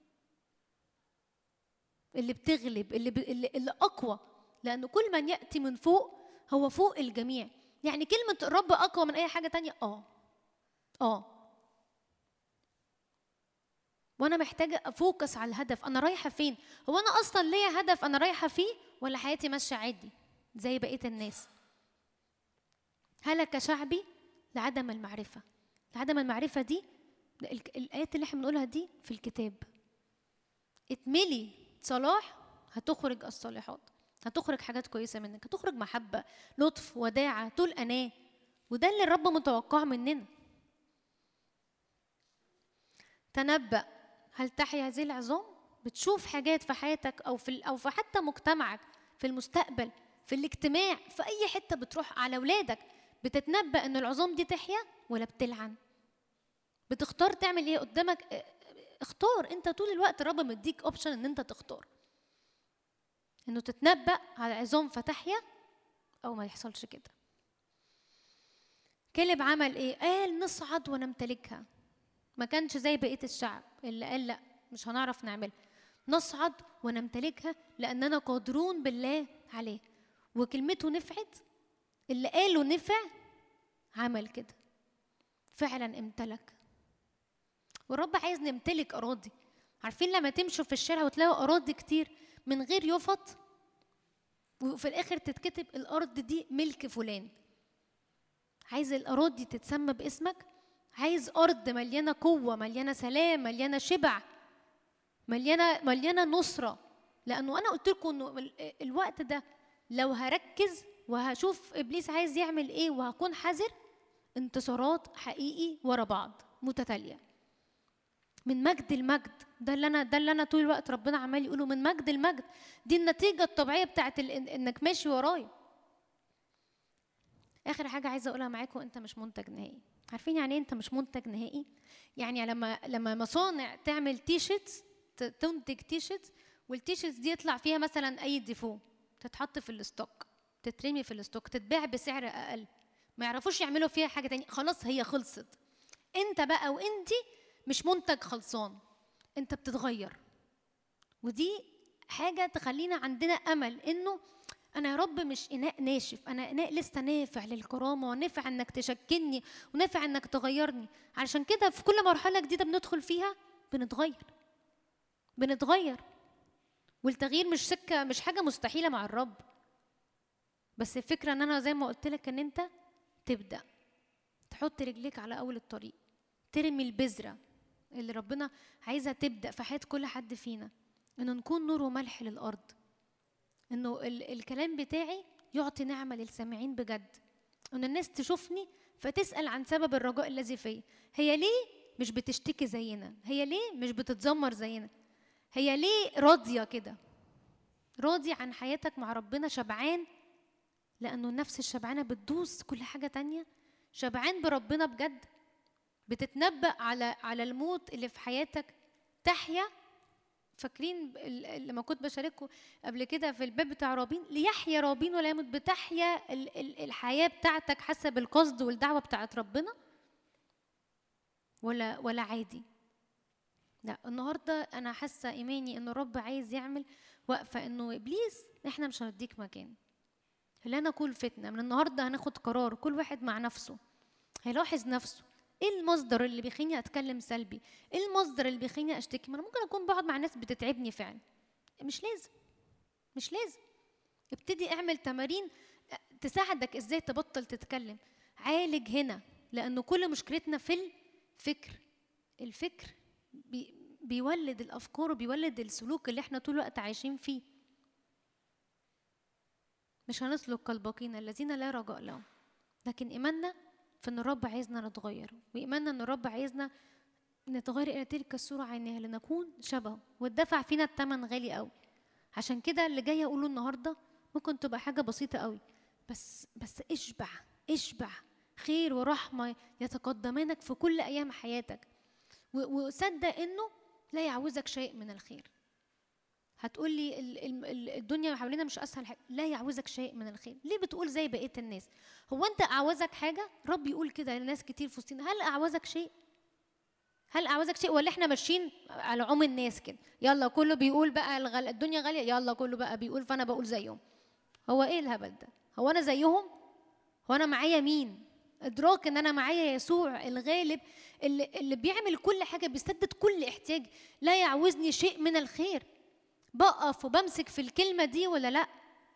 اللي بتغلب، اللي, ب... اللي اللي اقوى، لانه كل من ياتي من فوق هو فوق الجميع. يعني كلمه الرب اقوى من اي حاجه تانية. اه اه وانا محتاجه افوكس على الهدف، انا رايحه فين؟ هو انا اصلا ليا هدف انا رايحه فيه، ولا حياتي ماشيه عادي زي بقيه الناس؟ هلك شعبي لعدم المعرفه. لعدم المعرفه دي الايات اللي احنا بنقولها دي في الكتاب. اتملي صلاح هتخرج الصالحات، هتخرج حاجات كويسه منك، هتخرج محبه، لطف، وداعه، طول اناه، وده اللي الرب متوقعه مننا. تنبأ، هل تحيا هذه العظام؟ بتشوف حاجات في حياتك او في او في حتى مجتمعك، في المستقبل، في الاجتماع، في اي حته بتروح على اولادك، بتتنبأ ان العظام دي تحيا ولا بتلعن؟ بتختار تعمل ايه قدامك؟ اختار انت طول الوقت، الرب مديك اوبشن ان انت تختار، انه تتنبأ على عظام فتحيا او ما يحصلش كده. كالب عمل ايه؟ قال نصعد ونمتلكها. ما كانش زي بقيه الشعب اللي قال لا مش هنعرف نعملها. نصعد ونمتلكها لاننا قادرون بالله عليه، وكلمته نفعت، اللي قاله نفع، عمل كده فعلا امتلك. والرب عايز نمتلك اراضي. عارفين لما تمشوا في الشارع وتلاقوا اراضي كتير من غير يفط، وفي الاخر تتكتب الارض دي ملك فلان؟ عايز الاراضي تتسمى باسمك؟ عايز ارض مليانه قوه، مليانه سلام، مليانه شبع، مليانه مليانه نصره. لانه انا قلت لكم انه الوقت ده لو هركز وهشوف ابليس عايز يعمل ايه وهكون حذر، انتصارات حقيقي ورا بعض متتاليه، من مجد المجد. ده اللي انا ده اللي انا طول الوقت ربنا عمال يقوله، من مجد المجد. دي النتيجه الطبيعيه بتاعت انك ماشي ورايا. اخر حاجه عايزه اقولها معاكم، انت مش منتج نهائي. عارفين يعني ايه انت مش منتج نهائي؟ يعني لما لما مصانع تعمل تيشيرتس، تنتج تيشيرتس، والتيشيرتس دي يطلع فيها مثلا اي ديفو، تتحط في الستوك، تترمي في الستوك، تتباع بسعر اقل، ما يعرفوش يعملوا فيها حاجه تانية، خلاص هي خلصت. انت بقى وانتي مش منتج خلصان، انت بتتغير. ودي حاجه تخلينا عندنا امل، انه انا يا رب مش اناء ناشف، انا اناء لسه نافع للكرامه، ونافع انك تشكلني، ونافع انك تغيرني. علشان كده في كل مرحله جديده بندخل فيها بنتغير بنتغير والتغيير مش سكه، مش حاجه مستحيله مع الرب. بس الفكره ان انا زي ما قلت لك، ان انت تبدا تحط رجليك على اول الطريق، ترمي البذره اللي ربنا عايزها تبدا في حياه كل حد فينا، انه نكون نور وملح للارض، انه الكلام بتاعي يعطي نعمه للسامعين بجد، ان الناس تشوفني فتسال عن سبب الرجاء الذي فيا. هي ليه مش بتشتكي زينا؟ هي ليه مش بتتذمر زينا؟ هي ليه راضيه كده؟ راضي عن حياتك مع ربنا، شبعان، لانه النفس الشبعانه بتدوس كل حاجه تانية. شبعان بربنا بجد، بتتنبأ على على الموت اللي في حياتك، تحيا. فاكرين لما كنت بشارككم قبل كده في الباب بتاع رابين، ليحيا رابين ولا يموت، بتحيا الحياه بتاعتك حسب القصد والدعوه بتاعت ربنا، ولا ولا عادي؟ لا، النهارده انا حاسه ايماني ان الرب عايز يعمل وقفه، انه ابليس احنا مش هنديك مكان. لا نقول فتنه، من النهارده هناخد قرار كل واحد مع نفسه، هيلاحظ نفسه. ايه المصدر اللي بيخليني اتكلم سلبي؟ ايه المصدر اللي بيخليني اشتكي؟ ما انا ممكن اكون بقعد مع ناس بتتعبني فعلا، مش لازم مش لازم ابتدي اعمل تمارين تساعدك ازاي تبطل تتكلم. عالج هنا، لانه كل مشكلتنا في الفكر. الفكر بي بيولد الافكار وبيولد السلوك اللي احنا طول الوقت عايشين فيه. مش هنسلك كالباقين الذين لا رجاء لهم، لكن ايماننا في ان الرب عايزنا نتغير، وايماننا ان الرب عايزنا نتغير الى تلك الصوره عينها لنكون شبهه، واتدفع فينا الثمن غالي قوي. عشان كده اللي جايه اقوله النهارده ممكن تبقى حاجه بسيطه قوي، بس بس اشبع اشبع خير ورحمة يتقدمانك في كل أيام حياتك. وصدق إنه لا يعوزك شيء من الخير. هتقولي الدنيا حوالينا مش أسهل حاجة، لا يعوزك شيء من الخير. ليه بتقول زي بقية الناس؟ هو أنت أعوزك حاجة؟ رب يقول كده لناس كتير في وسطنا، هل أعوزك شيء؟ هل أعوزك شيء؟ ولا إحنا ماشيين على عموم الناس كده، يلا كله بيقول بقى الغل... الدنيا غالية، يلا كله بقى بيقول فأنا بقول زيهم. هو إيه الهبل ده؟ هو أنا زيهم؟ هو أنا معايا مين؟ إدراك إن أنا معايا يسوع الغالب اللي, اللي بيعمل كل حاجة، بيسدد كل احتياج، لا يعوزني شيء من الخير. بقف وبمسك في الكلمة دي ولا لأ؟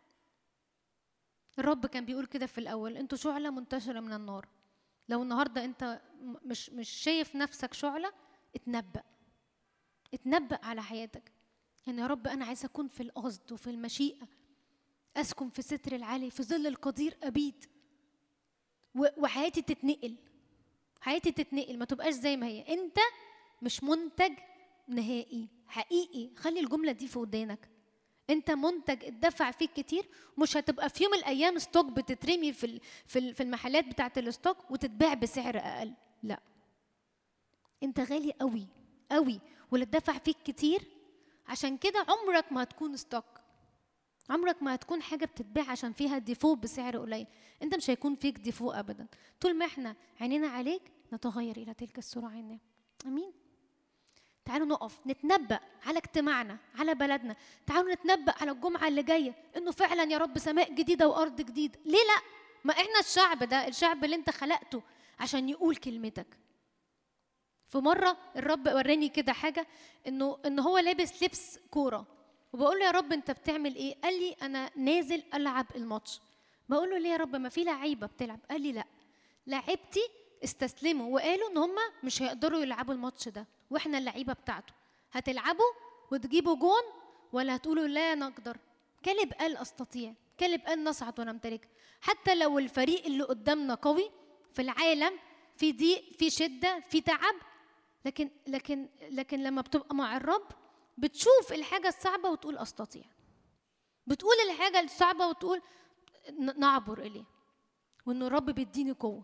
الرب كان بيقول كده في الأول، أنتوا شعلة منتشرة من النار. لو النهاردة أنت مش مش شايف نفسك شعلة، اتنبأ اتنبأ على حياتك. يعني يا رب أنا عايزة أكون في القصد وفي المشيئة، أسكن في ستر العالي، في ظل القدير أبيت، وحياتي تتنقل، حياتي تتنقل، ما تبقاش زي ما هي. أنت مش منتج نهائي حقيقي. خلي الجملة دي في ودانك. أنت منتج اتدفع فيك كتير، مش هتبقى في يوم من الأيام ستوك بتترمي في في المحلات بتاعة الستوك وتتباع بسعر أقل. لا، أنت غالي قوي قوي، واللي اتدفع فيك كتير. عشان كده عمرك ما هتكون ستوك، عمرك ما هتكون حاجة بتتباع عشان فيها ديفو بسعر قليل. أنت مش هيكون فيك ديفو أبدا. طول ما احنا عينينا عليك نتغير إلى تلك الصورة عيننا. أمين. تعالوا نقف نتنبأ على اجتماعنا، على بلدنا. تعالوا نتنبأ على الجمعة اللي جاية إنه فعلا يا رب سماء جديدة وأرض جديدة. ليه لأ؟ ما إحنا الشعب ده، الشعب اللي أنت خلقته عشان يقول كلمتك. في مرة الرب وراني كده حاجة، إنه إنه هو لابس لبس كورة، وبقول له يا رب أنت بتعمل إيه؟ قال لي أنا نازل ألعب الماتش. بقول له ليه يا رب؟ ما في لعيبة بتلعب. قال لي لأ، لعيبتي استسلموا وقالوا إن هم مش هيقدروا يلعبوا الماتش ده، واحنا اللعيبه بتاعته. هتلعبوا وتجيبوا جون ولا هتقولوا لا نقدر؟ كالب قال استطيع، كالب قال نصعد ونمتلك. حتى لو الفريق اللي قدامنا قوي في العالم، في ضيق، في شده، في تعب، لكن لكن لكن لما بتبقى مع الرب بتشوف الحاجه الصعبه وتقول استطيع، بتقول الحاجه الصعبه وتقول نعبر اليه، وان الرب بيديني قوه.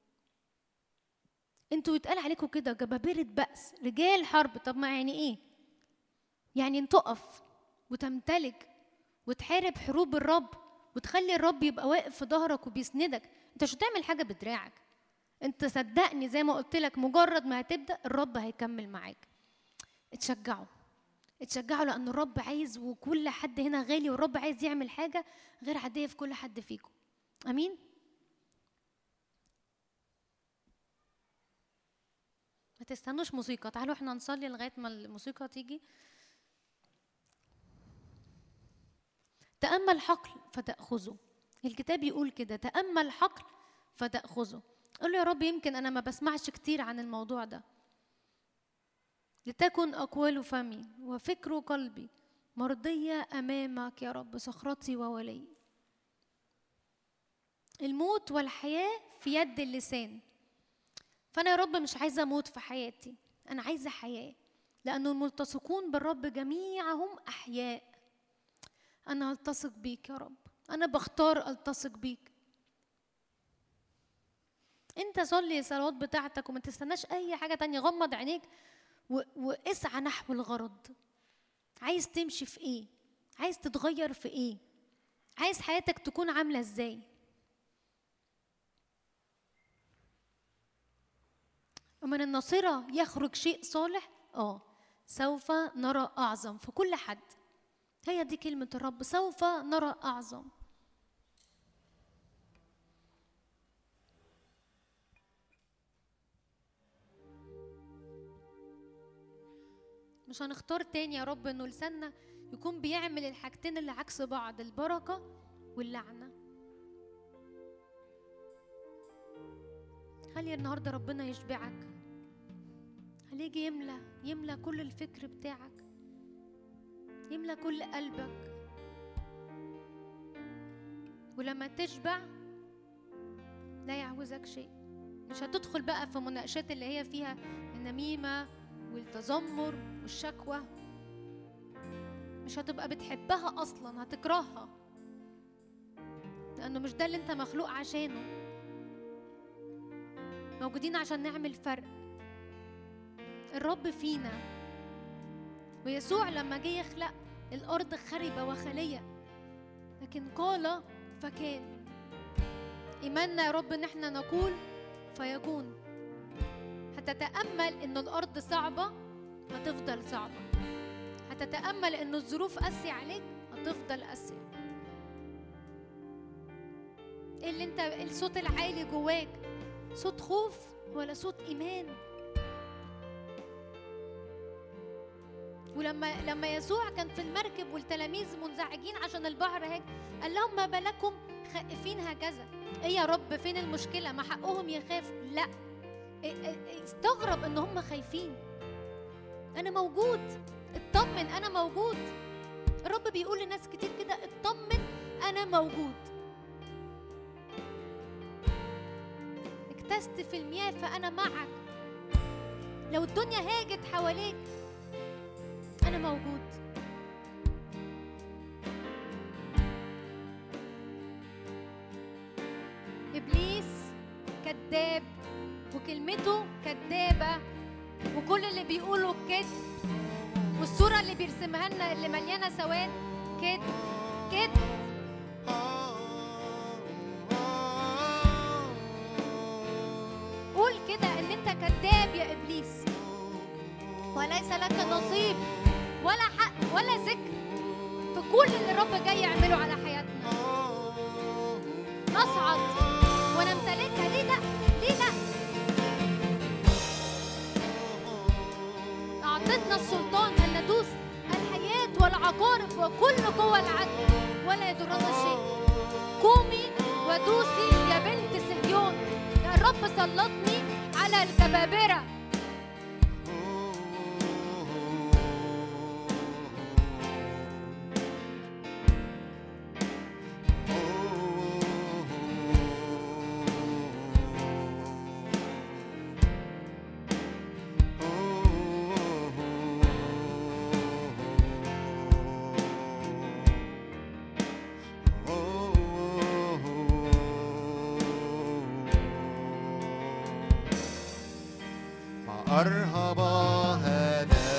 انتوا يتقال عليكم كده جبابرة بأس، رجال حرب. طب ما يعني ايه؟ يعني ان تقف وتمتلك وتحارب حروب الرب وتخلي الرب يبقى واقف في ظهرك وبيسندك. انت مش هتعمل حاجة بدراعك. انت صدقني زي ما قلت لك، مجرد ما هتبدأ الرب هيكمل معاك. اتشجعوا اتشجعوا لأن الرب عايز، وكل حد هنا غالي، والرب عايز يعمل حاجة غير عادية في كل حد فيكم. أمين. ما تستنوش موسيقى، تعالوا احنا نصلي لغاية ما الموسيقى تيجي. تأمل حقل فتأخذه. الكتاب يقول كده، تأمل حقل فتأخذه. قل له يا رب يمكن أنا ما بسمعش كتير عن الموضوع ده. لتكن أقوال فمي وفكر قلبي مرضية أمامك يا رب، صخرتي وولي. الموت والحياة في يد اللسان. فأنا يا رب مش عايزة أموت في حياتي، أنا عايزة حياة، لأنه الملتصقون بالرب جميعهم أحياء. أنا ألتصق بيك يا رب، أنا بختار ألتصق بيك. أنت صلي الصلوات بتاعتك وما تستناش أي حاجة تانية. غمض عينيك واسعى نحو الغرض. عايز تمشي في إيه؟ عايز تتغير في إيه؟ عايز حياتك تكون عاملة إزاي؟ ومن الناصرة يخرج شيء صالح. آه سوف نرى أعظم في كل حد. هي دي كلمة الرب، سوف نرى أعظم. مش هنختار تاني يا رب إنه لساننا يكون بيعمل الحاجتين اللي عكس بعض، البركة واللعنة. خلي النهاردة ربنا يشبعك، خليه يجي يملى يملى كل الفكر بتاعك، يملى كل قلبك. ولما تشبع لا يعوزك شيء. مش هتدخل بقى في مناقشات اللي هي فيها النميمة والتذمر والشكوى. مش هتبقى بتحبها أصلا، هتكرهها، لأنه مش ده اللي انت مخلوق عشانه. موجودين عشان نعمل فرق. الرب فينا. ويسوع لما جه يخلق الأرض خربة وخالية، لكن قال فكان. إيماننا يا رب إن احنا نقول فيكون. هتتأمل إن الأرض صعبة هتفضل صعبة، هتتأمل إن الظروف قاسية عليك هتفضل قاسية. إيه اللي أنت الصوت العالي جواك؟ صوت خوف ولا صوت إيمان؟ ولما لما يسوع كان في المركب والتلاميذ منزعجين عشان البحر هيك، قال لهم ما بالكم خائفين هكذا؟ ايه يا رب فين المشكله؟ ما حقهم يخافوا. لا، استغرب ان هم خايفين. انا موجود، اطمن انا موجود. الرب بيقول لناس كتير كده اطمن انا موجود. اكتست في المياه فانا معك. لو الدنيا هاجت حواليك أنا موجود. إبليس كذاب وكلمته كذابة، وكل اللي بيقوله كذب، والصورة اللي بيرسمها لنا اللي مليانة سواد كذب كذب. قول كده إن أنت كذاب يا إبليس، وليس لك نصيب ولا حق ولا ذكر في كل اللي الرب جاي يعمله على حياتنا. نصعد ونمتلكها. ليه لا؟ ليه لا؟ أعطتنا السلطان أن ندوس الحياة والعقارب وكل قوى العدل ولا يضرنا شيء. قومي ودوسي يا بنت صهيون، يا الرب سلطني على الجبابرة. أرهب هذا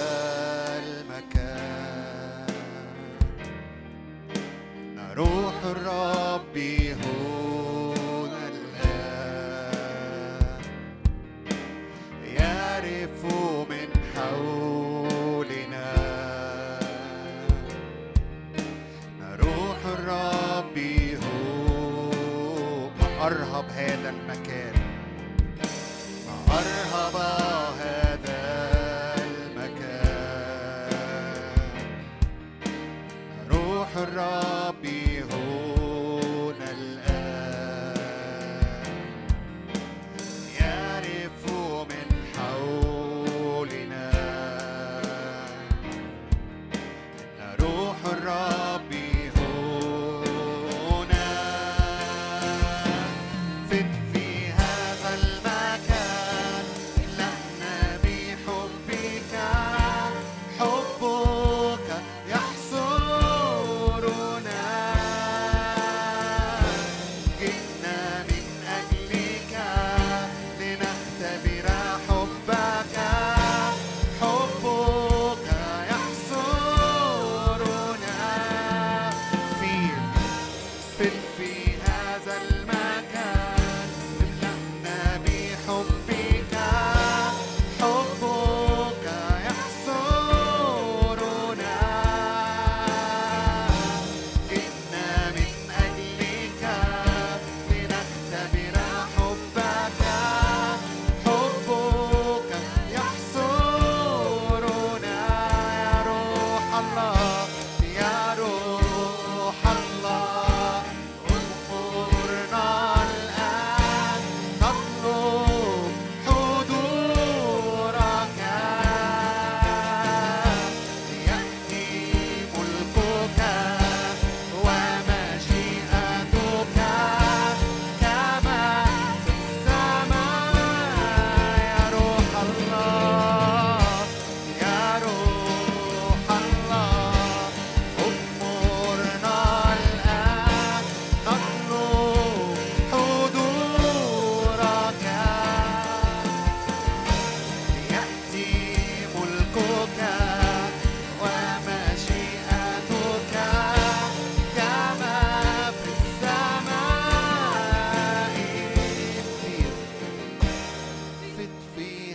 المكان، روح الرب هنا الآن، يعرف من حولنا. روح الرب هو أرهب هذا المكان، أرهب هذا المكان. روح الرب هنا الآن، يعرف من حولنا. روح الرب هنا، فت في هذا المكان. لحنا بحبك، حبك يحصرنا. جئنا من أجلك لنختبر حبك، حبك يحصرنا. في في في هذا المكان، املأنا بحبك، حبك يحصرنا. جئنا من أجلك لنختبر حبك، حبك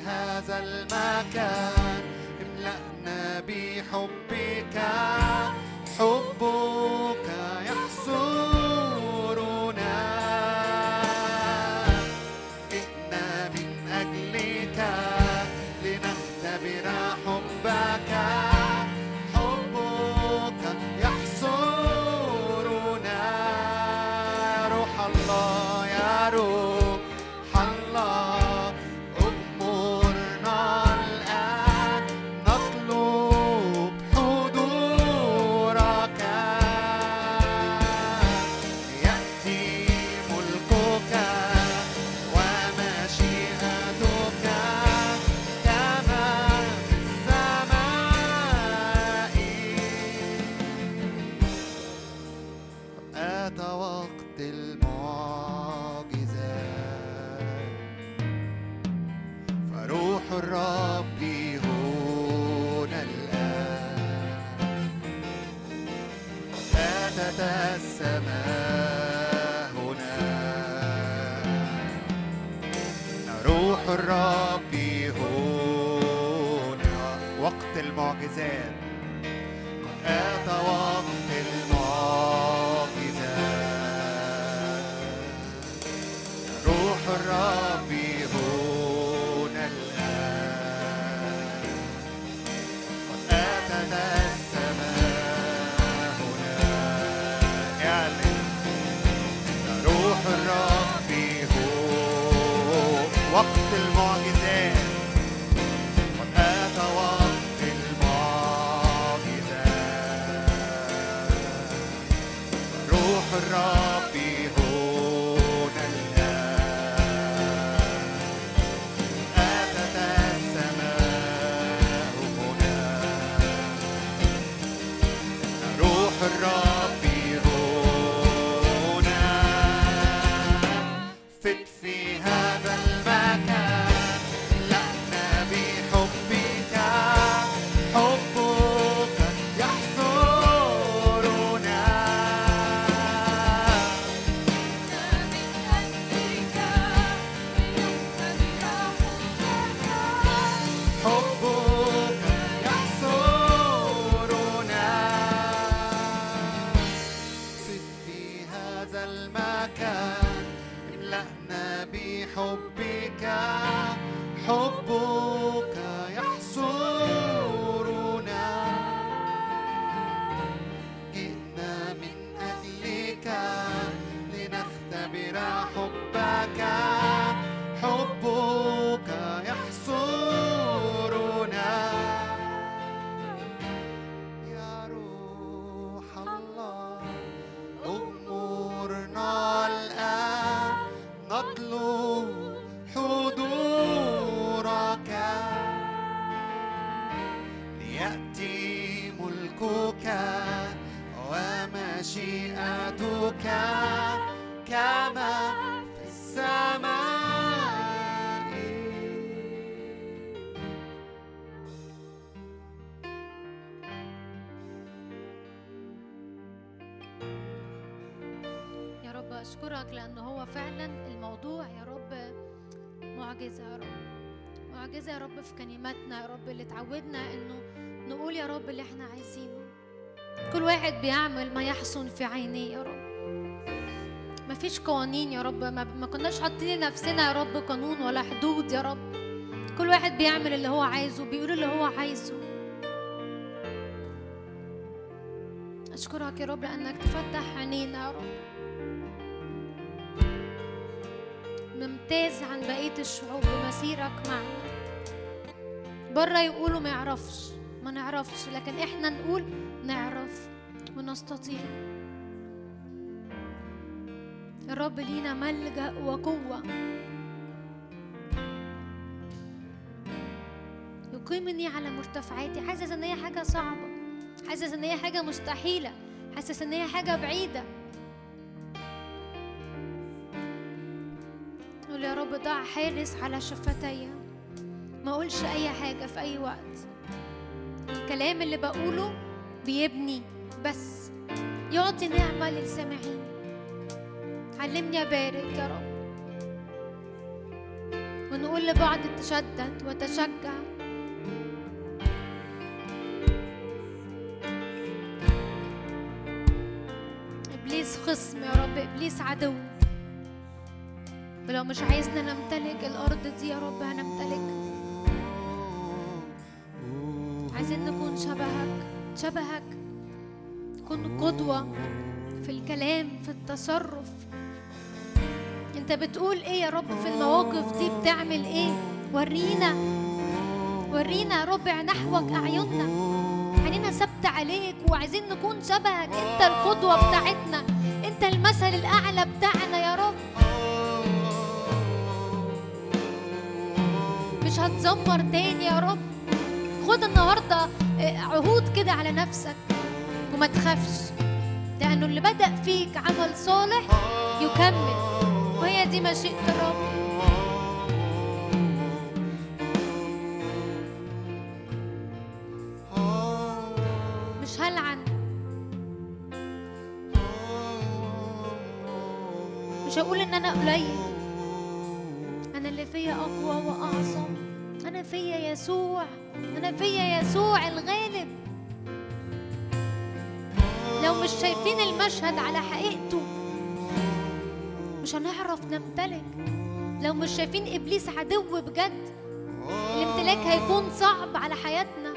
هذا المكان املأنا بحبك حبك يحصرنا جئنا من أجلك لنختبر حبك حبك يحصرنا روح الله يا روح الله أمرنا الآن نطلب حضورك يأتي ملكك ومشيئتك كما في السماء أتى وقت المعجزات فروح الرب هنا الآن أتت السماء هنا روح الرب هنا وقت المعجزات أتى وقت المعجزات روح الرب هنا الآن أتت السماء هنا اعلن روح الرب هو وقت المعجزات قد أتى وقت المعجزات روح الرب هنا الآن أتت السماء هنا روح الرب هنا فت في هذا المكان لأنا بحبك حبك يحصرنا حبك يحصرنا فت في هذا المكان املأنا بحبك حبك يحصرنا جئنا من أجلك لنختبر حبك حبك يحصرنا يا روح الله أمرنا الآن نطلب حضورك ليأتي ملكك ومشيئتك كما في السماء يا رب أشكرك لأنه هو فعلا الموضوع يا رب معجزة يا رب، معجزة يا رب في كلماتنا يا رب اللي اتعودنا إنه نقول يا رب اللي احنا عايزينه. كل واحد بيعمل ما يحسن في عينيه يا رب، مفيش قوانين يا رب، ما, ما كناش حاطين لنفسنا يا رب قانون ولا حدود يا رب. كل واحد بيعمل اللي هو عايزه، بيقول اللي هو عايزه. أشكرك يا رب لأنك تفتح عينينا يا رب، ممتاز عن بقية الشعوب بمسيرك معنا. برا يقولوا ما يعرفش ما نعرفش، لكن احنا نقول نعرف ونستطيع. الرب لينا ملجأ وقوة، يقيمني على مرتفعاتي. حاسس ان هي حاجة صعبة، حاسس ان هي حاجة مستحيلة، حاسس ان هي حاجة بعيدة. قول يا رب ضع حارس على شفتي، ما اقولش اي حاجة في اي وقت. الكلام اللي بقوله بيبني بس، يعطي نعمة للسامعين. علمني أبارك يا رب نقول لبعض تشدد وتشجع. إبليس خصم يا رب، إبليس عدو، ولو مش عايزنا نمتلك الأرض دي يا رب هنمتلك. عايزين نكون شبهك شبهك نكون قدوة في الكلام، في التصرف. انت بتقول ايه يا رب في المواقف دي؟ بتعمل ايه؟ ورينا ورينا يا رب نحوك أعيننا، عينينا ثابتة عليك وعايزين نكون شبهك. انت القدوة بتاعتنا، انت المثل الأعلى بتاعنا يا رب. مش هتزمر تاني يا رب. خد النهاردة عهود كده على نفسك وما تخافش، لأنه اللي بدأ فيك عمل صالح يكمل، وهي دي مشيئة الرب. مش هلعن، مش هقول إن أنا قليل، أنا اللي فيا أقوى وأعظم. أنا فيا يسوع، أنا فيا يسوع الغالب. لو مش شايفين المشهد على حقيقته مش هنعرف نمتلك. لو مش شايفين إبليس عدو بجد، الامتلاك هيكون صعب على حياتنا.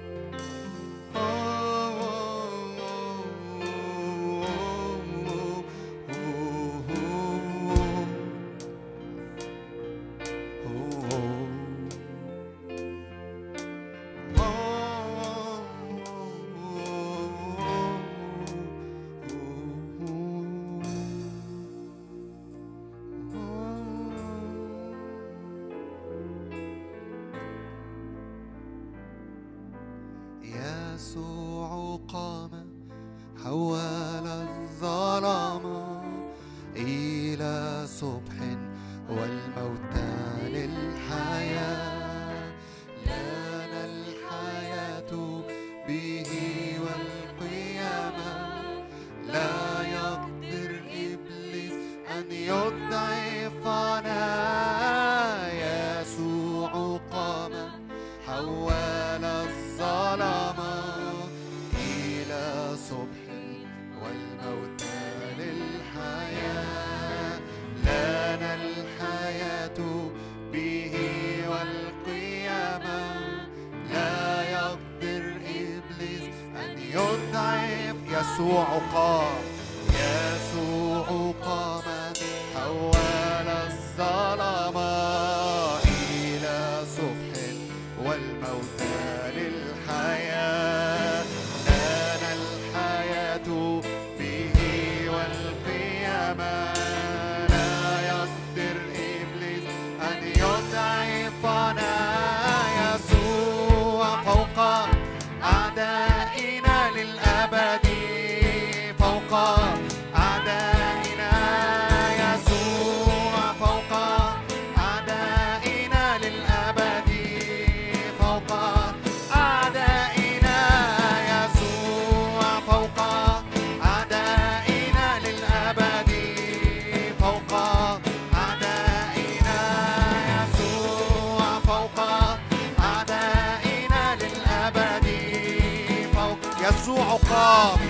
يسوع قام حول الظلام إلى صبح والموت للحياة. لنا الحياة به والقيامة، لا يقدر إبليس أن يضعفنا. يسوع قام حول الظلام إلى صبح والموت للحياة. لنا الحياة به والقيامة، لا يقدر إبليس أن يضعف. يسوع قام، يسوع قام حول الظلام إلى صبح والموت للحياة. لنا الحياة به والقيامة، لا يقدر إبليس أن يضعفنا. يسوع فوق أعدائنا للأبد، فوق أعدائنا. يسوع فوق أعدائنا للأبد، فوق أعدائنا. يسوع فوق أعدائنا للأبد، فوق أعدائنا. يسوع فوق أعدائنا للأبد، فوق. يسوع قام،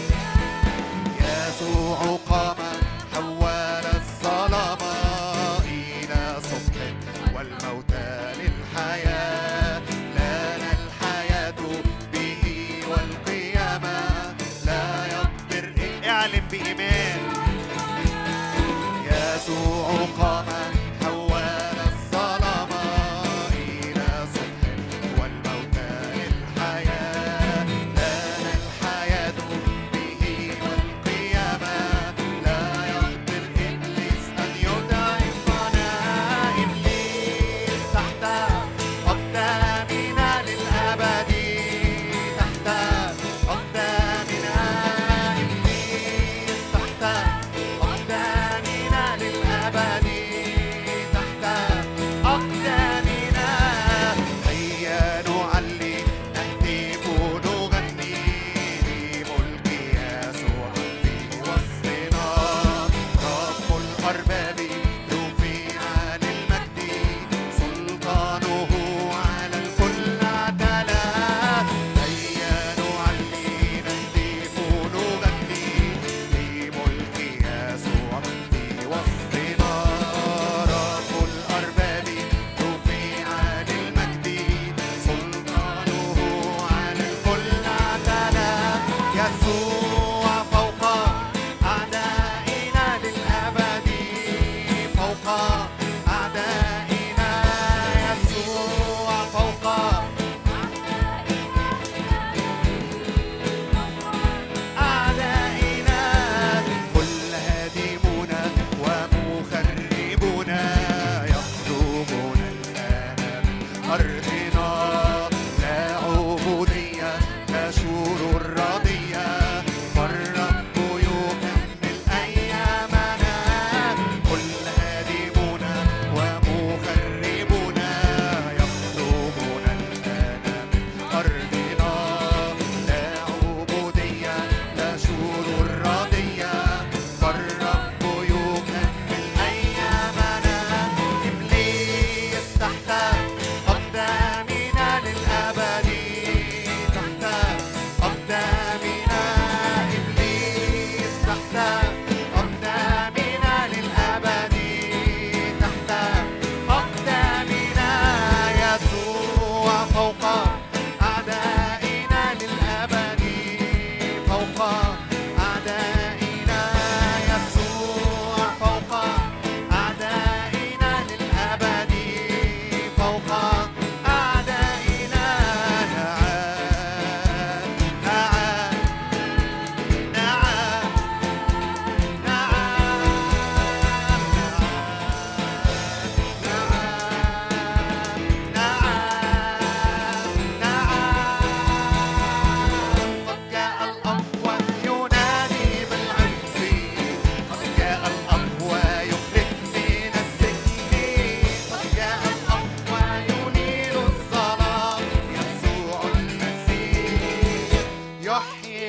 يسوع قام حول الظلام إلى صبح والموت للحياة. لنا الحياة به والقيامة، لا يقدر. اعلن بإيمان. يسوع قام حول الظلام إلى صبح والموت للحياة. لنا الحياة أرضنا لا عبودية لا شرور راضية فالرب يكمل أيامنا كل هادمون ومخربون يطلبون الآن من أرضنا لا عبودية لا شرور راضية فالرب يكمل أيامنا إبليس تحت أقدامنا للأبد تحت أقدامنا إبليس تحت أقدامنا للأبد تحت أقدامنا يسوع فوق أعدائنا للأبد فوق أعدائنا يسوع فوق أعدائنا للأبد فوق أعدائنا نعم نعم قد جاء الأقوى ينادي بالعنف قد جاء الأقوى يخرج من السجن قد جاء الأقوى ينير الظلام يسوع المسيح يحيي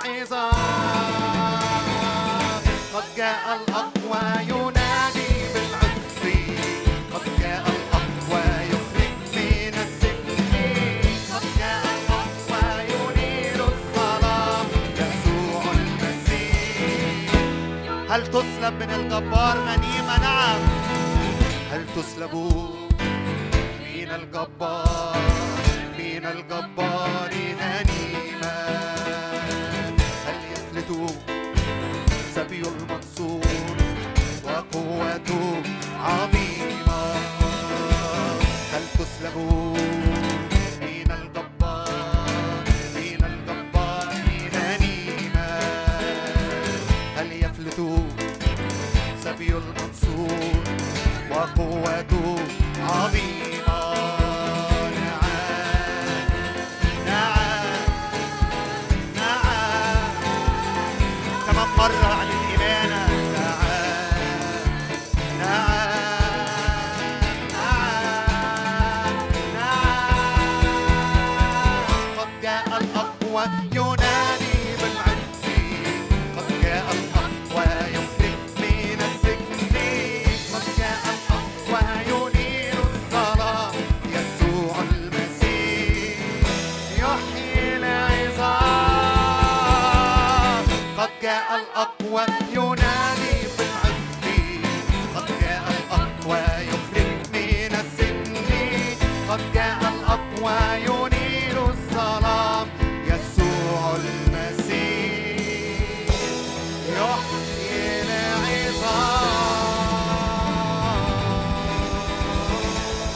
العظام قد جاء الأقوى ينادي بالعنف قد جاء الأقوى يخرج من السجن قد جاء الأقوى ينير الظلام يسوع المسيح هل تسلب من الجبار غنيمة؟ نعم هل تسلب من الجبار من الجبار غنيمة هل يفلت سبي المنصور وقوته عظيمة هل تسلب من الجبار من الجبار غنيمة هل يفلت سبي المنصور وقوته عظيمة نعم نعم نعم كمان مرة عن الإيمان نعم نعم نعم نعم قد جاء الأقوى ينادي بالعنف قد جاء الأقوى يخرج من السجن قد جاء الأقوى ينير الظلام يسوع المسيح يحيي العظام قد جاء الأقوى ينادي بالعنف قد جاء الأقوى يخرج من السجن قد جاء الأقوى ينير الظلام يسوع المسيح يحيي العظام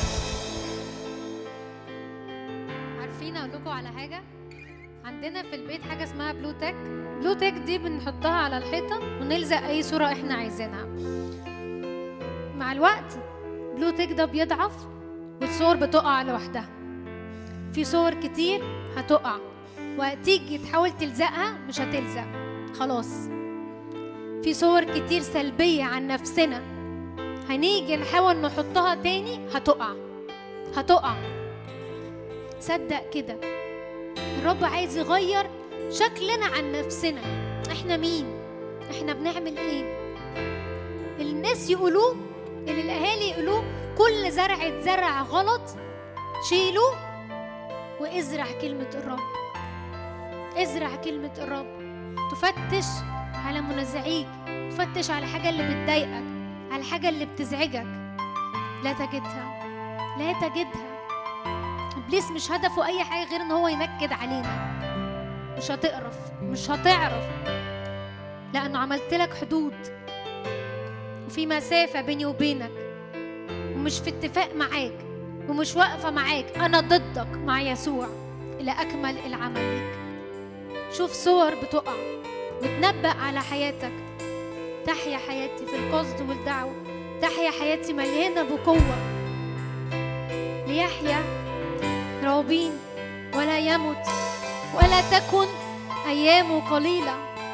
عارفين اقول لكم على حاجه؟ عندنا في البيت حاجه اسمها بلو تاك. بلو تاك دي بنحطها على الحيطه ونلزق اي صوره احنا عايزينها. مع الوقت بلو تاك ده بيضعف والصور بتقع لوحدها. في صور كتير هتقع وهتيجي تحاول تلزقها مش هتلزق خلاص. في صور كتير سلبيه عن نفسنا هنيجي نحاول نحطها تاني هتقع هتقع. صدق كده الرب عايز يغير شكلنا عن نفسنا. احنا مين؟ احنا بنعمل ايه؟ الناس يقولوه، اللي الاهالي يقولوه، كل زرع اتزرع غلط شيلوه وازرع كلمة الرب. ازرع كلمة الرب. تفتش على منازعيك، تفتش على حاجة اللي بتضايقك، على حاجة اللي بتزعجك، لا تجدها لا تجدها. إبليس مش هدفه أي حاجة غير إن هو ينكد علينا. مش هتقرف، مش هتعرف، لأنه عملت لك حدود وفي مسافة بيني وبينك، ومش في اتفاق معاك، ومش واقفة معاك. أنا ضدك مع يسوع إلى أكمل العمل ليك. شوف صور بتقع وتنبأ على حياتك. تحيا حياتي في القصد والدعوة، تحيا حياتي مليانة بقوة. ليحيا راوبين ولا يمت، ولا تكن أيامه قليلة.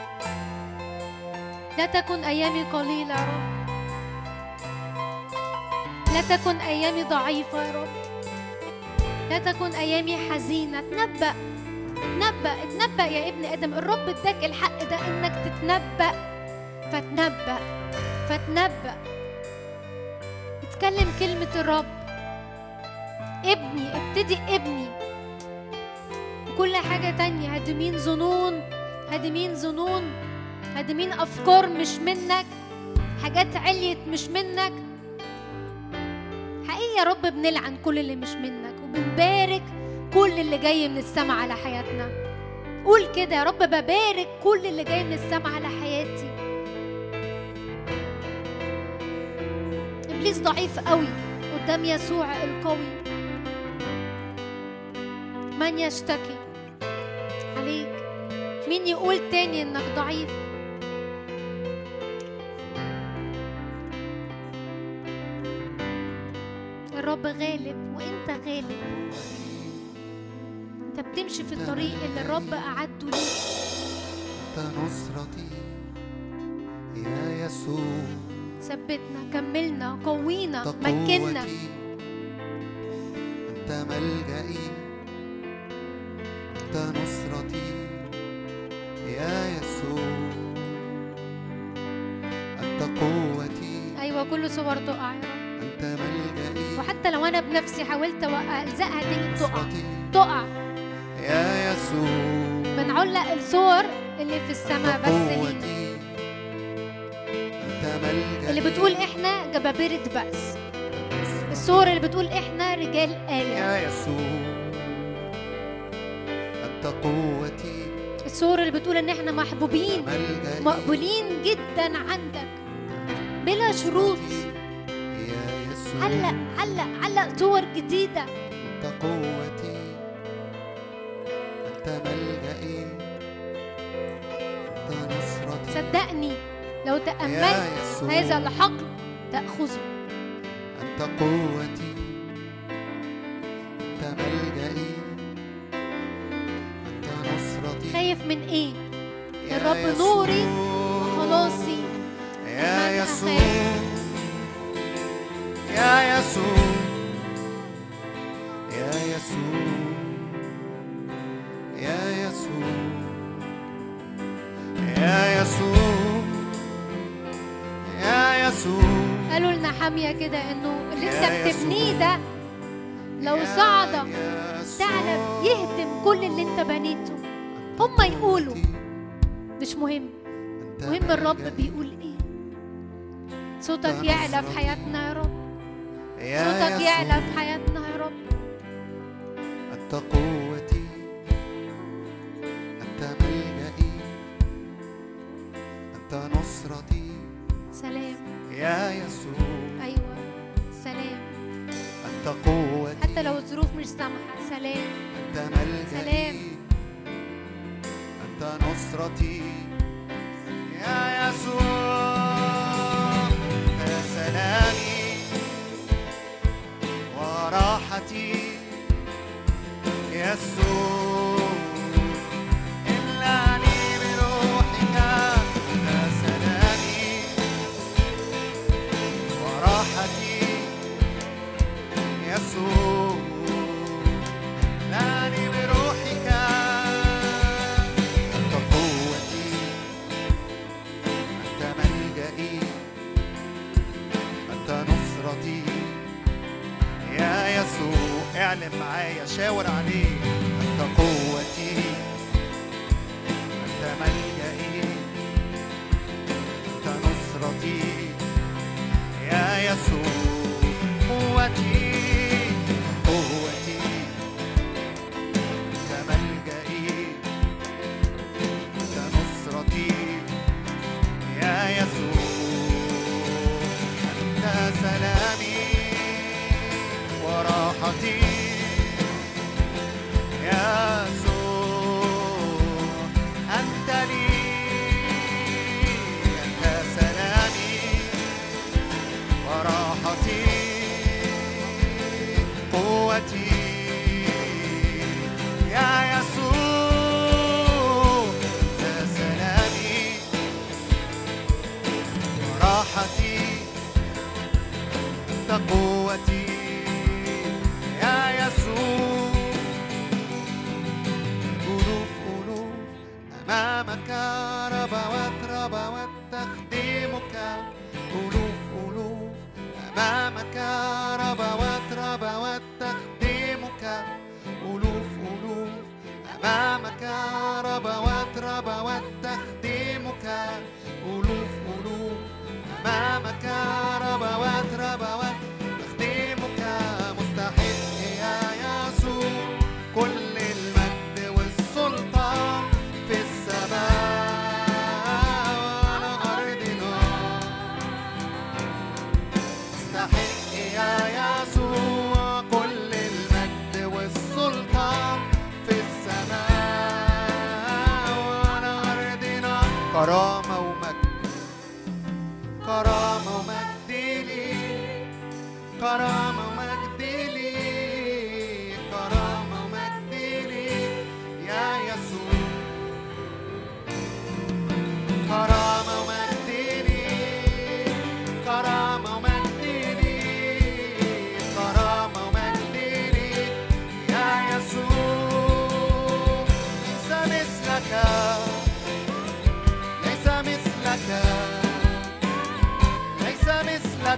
لا تكن أيامي قليلة يا رب، لا تكن أيامي ضعيفة يا رب، لا تكن أيامي حزينة. تنبأ تنبأ اتنبأ يا ابن آدم. الرب اداك الحق ده إنك تتنبأ، فتنبأ فتنبأ. اتكلم كلمة الرب. ابني، ابتدي ابني. كل حاجة تانية هادمين ظنون، هادمين ظنون، هادمين أفكار مش منك، حاجات عليت مش منك. حقيقي يا رب بنلعن كل اللي مش منك وبنبارك كل اللي جاي من السماء على حياتنا. قول كده يا رب، ببارك كل اللي جاي من السماء على حياتي. إبليس ضعيف قوي قدام يسوع القوي. من يشتكي عليك؟ مين يقول تاني انك ضعيف؟ الرب غالب وانت غالب. انت بتمشي في الطريق اللي الرب أعده ليك. انت نصرتي يا يسوع، ثبتنا، كملنا، قوينا، مكننا. انت ملجئي، انت نصرتي يا يسوع، انت قوتي. ايوه كل صور تقع يا رب. انت ملجئي، وحتى لو انا بنفسي حاولت الزقها تاني تقع تقع يا يسوع. بنعلق الصور اللي في السماء بس لينا، اللي بتقول احنا جبابرة بأس، الصور اللي بتقول احنا رجال آية يا يسوع. انت قوتي، الصور اللي بتقول ان احنا محبوبين مقبولين جدا عندك بلا شروط. يا يسوع، علق علق علق صور جديدة. انت قوتي، انت ملجئي، انت نصرتي. صدقني لو تأملت هذا الحقل تأخذه. انت قوتي، انت ملجئي، انت نصرتي. خايف من ايه؟ الرب نوري وخلاصي. يا يسوع، يا يسوع، يا يسوع، يا يسوع، يا يسوع، يا يسوع. قالوا لنا حامية كده انه اللي انت بتبنيه ده لو صعد ثعلب يهدم كل اللي انت بنيته. هم يقولوا مش مهم، مهم الرب بيقول ايه. صوتك يعلى في حياتنا يا رب، صوتك يعلى في حياتنا يا رب. انت قوتي، انت ملجئي، انت نصرتي. سلام يا يسوع. ايوه سلام. انت قوتي، حتى لو الظروف مش سامحه. سلام، انت ملجئي، سلام، انت نصرتي. يا يسوع، يا سلامي وراحتي. يسوع، املأني بروحك. يا سلامي وراحتي. يسوع، املأني بروحك. انت قوتي، انت ملجئي، انت نصرتي. يا يسوع، اعلن معايا، شاور عليه. انت قوتي، انت ملجئي، انت نصرتي. يا يسوع، قوتي، قوتي، انت ملجئي، انت نصرتي. يا يسوع، انت سلامي وراحتي. يا يسوع، أنت لي، أنت سلامي وراحتي.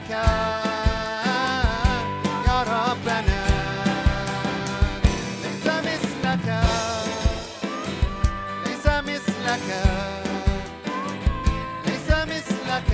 يا ربنا، ليس مثلك، ليس مثلك، ليس مثلك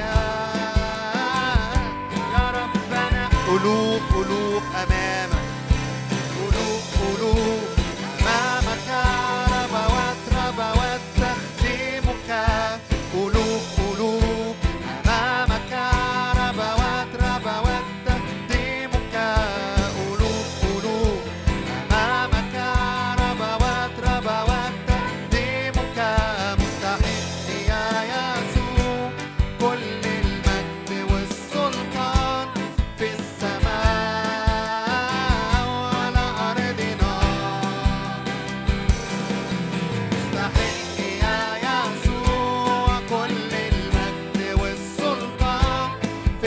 يا ربنا. ألوف ألوف أمامك، ألوف ألوف أمامك، ربوات ربوات تخدمك، ألوف ألوف أمامك، ربوات ربوات تخدمك، ألوف ألوف أمامك، ربوات ربوات تخدمك. مستحق يا يسوع كل المجد والسلطان في السماء وعلى أرضنا. مستحق يا يسوع كل المجد والسلطان في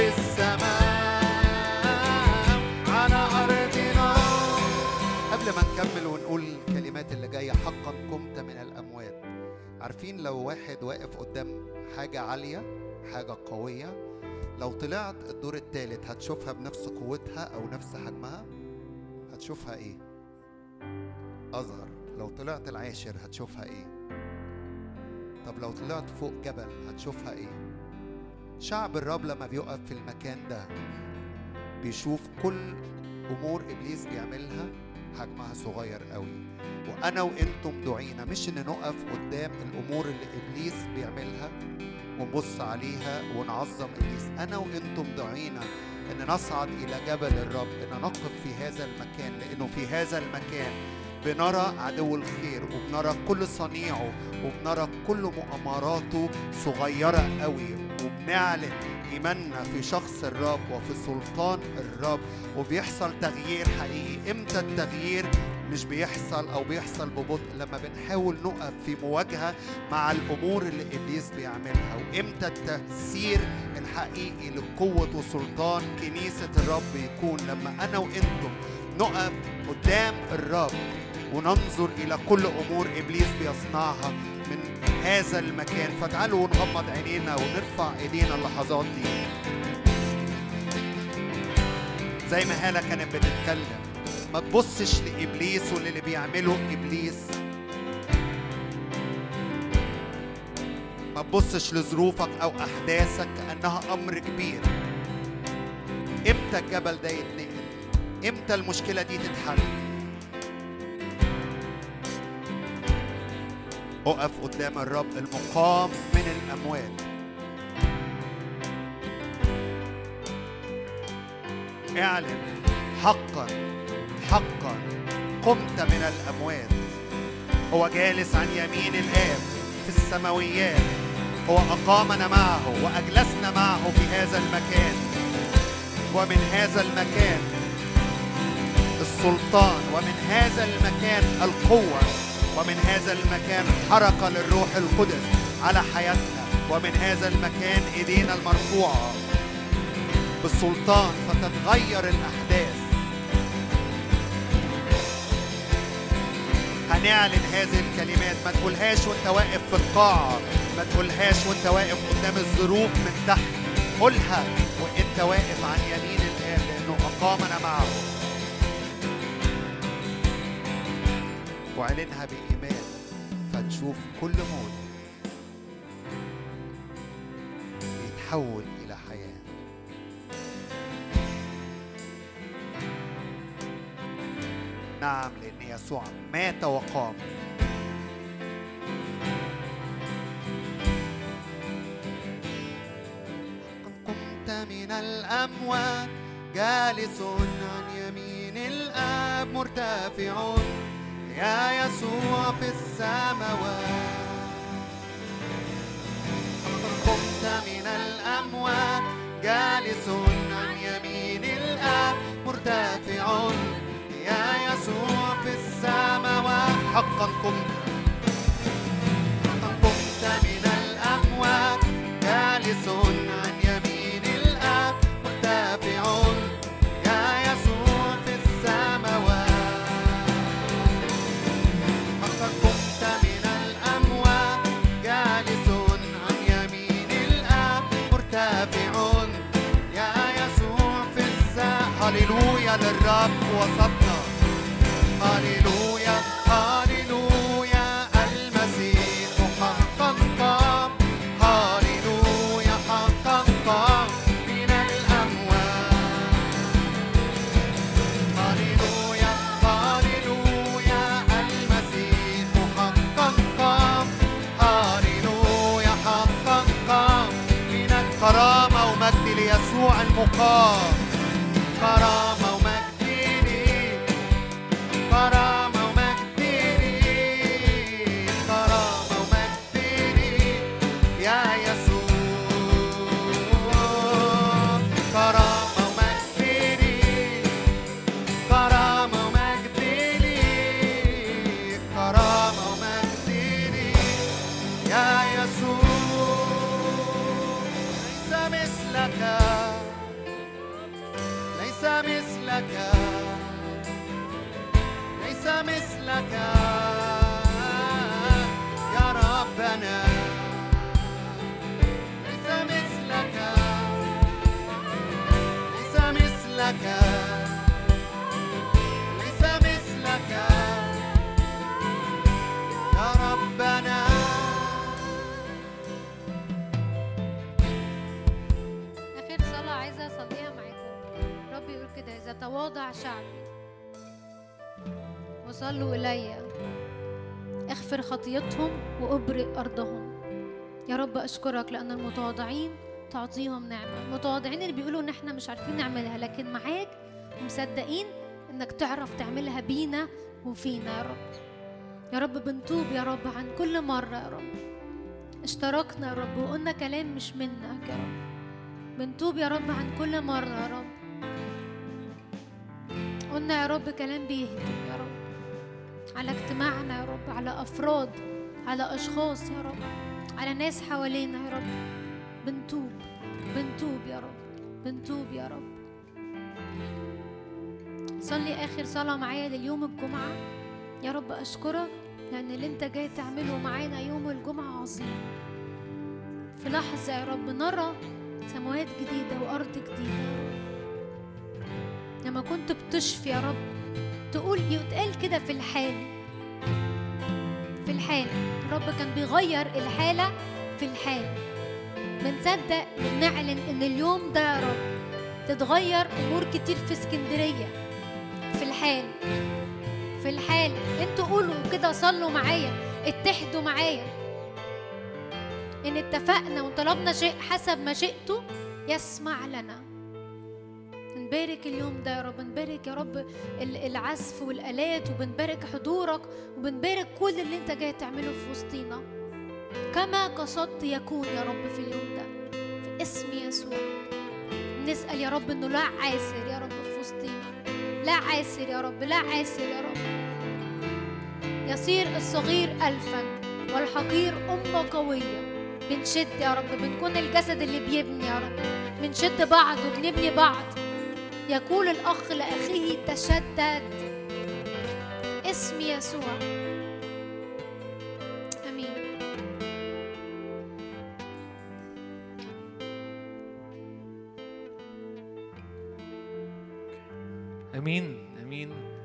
السماء على أرضنا. قبل ما نكمل ونقول الكلمات اللي جاية، حقا قمت من الأموات. عارفين لو واحد واقف قدام حاجة عالية، حاجة قوية، لو طلعت الدور الثالث هتشوفها بنفس قوتها أو نفس حجمها؟ هتشوفها إيه؟ أصغر. لو طلعت العاشر هتشوفها إيه؟ طب لو طلعت فوق جبل هتشوفها إيه؟ شعب الرب لما بيقف في المكان ده بيشوف كل أمور إبليس بيعملها حجمها صغير قوي. وأنا وإنتم دعينا مش إن نقف قدام الأمور اللي إبليس بيعملها ونبص عليها ونعظم إبليس. أنا وإنتم دعينا إن نصعد إلى جبل الرب، إن نقف في هذا المكان، لأنه في هذا المكان بنرى عدو الخير، وبنرى كل صنيعه، وبنرى كل مؤامراته صغيرة قوي، وبنعلن إيماننا في شخص الرب وفي سلطان الرب، وبيحصل تغيير حقيقي. إمتى التغيير مش بيحصل أو بيحصل ببطء؟ لما بنحاول نقف في مواجهة مع الأمور اللي إبليس بيعملها. وإمتى التأثير الحقيقي لقوة وسلطان كنيسة الرب يكون؟ لما أنا وإنتم نقف قدام الرب وننظر إلى كل أمور إبليس بيصنعها من هذا المكان. فتعالوا نغمض عينينا ونرفع إيدينا اللحظات دي زي ما هالة كانت بتتكلم. ما تبصش لإبليس واللي بيعمله إبليس، ما تبصش لظروفك أو أحداثك كأنها أمر كبير. إمتى الجبل ده يتنقل؟ إمتى المشكلة دي تتحل؟ أقف قدام الرب المقام من الأموات. اعلن حقا حقا قمت من الأموات. هو جالس عن يمين الآب في السماويات، هو أقامنا معه وأجلسنا معه في هذا المكان، ومن هذا المكان السلطان، ومن هذا المكان القوة، ومن هذا المكان حركة للروح القدس على حياتنا، ومن هذا المكان إيدينا المرفوعة بالسلطان فتتغير الأحداث. هنعلن هذه الكلمات، ما تقولهاش وانت واقف في القاعة، ما تقولهاش وانت واقف قدام الظروف من تحت، قولها وانت واقف عن يمين الآب، لأنه أقامنا معه. واعلنها بإيمان فتشوف كل موت يتحول إلى حياة. نعم، لأن يسوع مات وقام. قمت من الأموات جالس عن يمين الآب مرتفع يا يسوع في السماوات. قمت من الأموات جالس عن يمين الآب مرتفع يا يسوع في السماوات. حقا قمت قمت من الأموات جالس عن يمين الآب مرتفع يا يسوع في السماوات. حقا قمت من الأموات جالس عن يمين الآب مرتفع يا يسوع مقام كرامة ومجد ليك كرامة ومجد ليك كرامة ومجد ليك يا يسوع كرامة ومجد ليك كرامة ومجد ليك كرامة ومجد ليك يا يسوع ليس مثلك ليس مثلك يا ربنا ليس مثلك ليس مثلك ليس مثلك يا ربنا. إذا تواضع شعبي وصلوا إلي اغفر خطيتهم وأبرئ أرضهم. يا رب أشكرك لأن المتواضعين تعطيهم نعمة. المتواضعين اللي بيقولوا إن إحنا مش عارفين نعملها لكن معاك ومصدقين إنك تعرف تعملها بينا وفينا. يا رب يا رب بنتوب يا رب عن كل مرة يا رب اشتركنا يا رب وقلنا كلام مش منك. يا رب بنتوب يا رب عن كل مرة يا رب قلنا يا رب كلام بيهدم يا رب على اجتماعنا يا رب، على أفراد، على أشخاص يا رب، على ناس حوالينا يا رب. بنتوب بنتوب يا رب بنتوب يا رب. صلي آخر صلاة معايا لليوم الجمعة. يا رب أشكرك لأن اللي أنت جاي تعمله معانا يوم الجمعة عظيم. في لحظة يا رب نرى سماوات جديدة وأرض جديدة. لما كنت بتشفي يا رب تقول يتقال كده في الحال في الحال الرب كان بيغير الحالة في الحال. بنصدق وبنعلن ان اليوم ده يا رب تتغير امور كتير في اسكندرية في الحال في الحال. انتوا قولوا كده، صلوا معايا، اتحدوا معايا ان اتفقنا وطلبنا شيء حسب ما شئته يسمع لنا. نبارك اليوم ده يا رب، نبارك يا رب العزف والآلات، وبنبارك حضورك، وبنبارك كل اللي انت جاي تعمله في وسطينا كما قصدت يكون يا رب في اليوم ده في اسم يسوع. نسأل يا رب انه لا عاسر يا رب في وسطينا، لا عاسر يا رب، لا عاسر يا رب. يصير الصغير ألفا والحقير أمة قوية. بنشد يا رب، بنكون الجسد اللي بيبني يا رب، بنشد بعض وبنبني بعض. يقول الأخ لأخيه تشدد اسم يسوع. أمين. أمين أمين.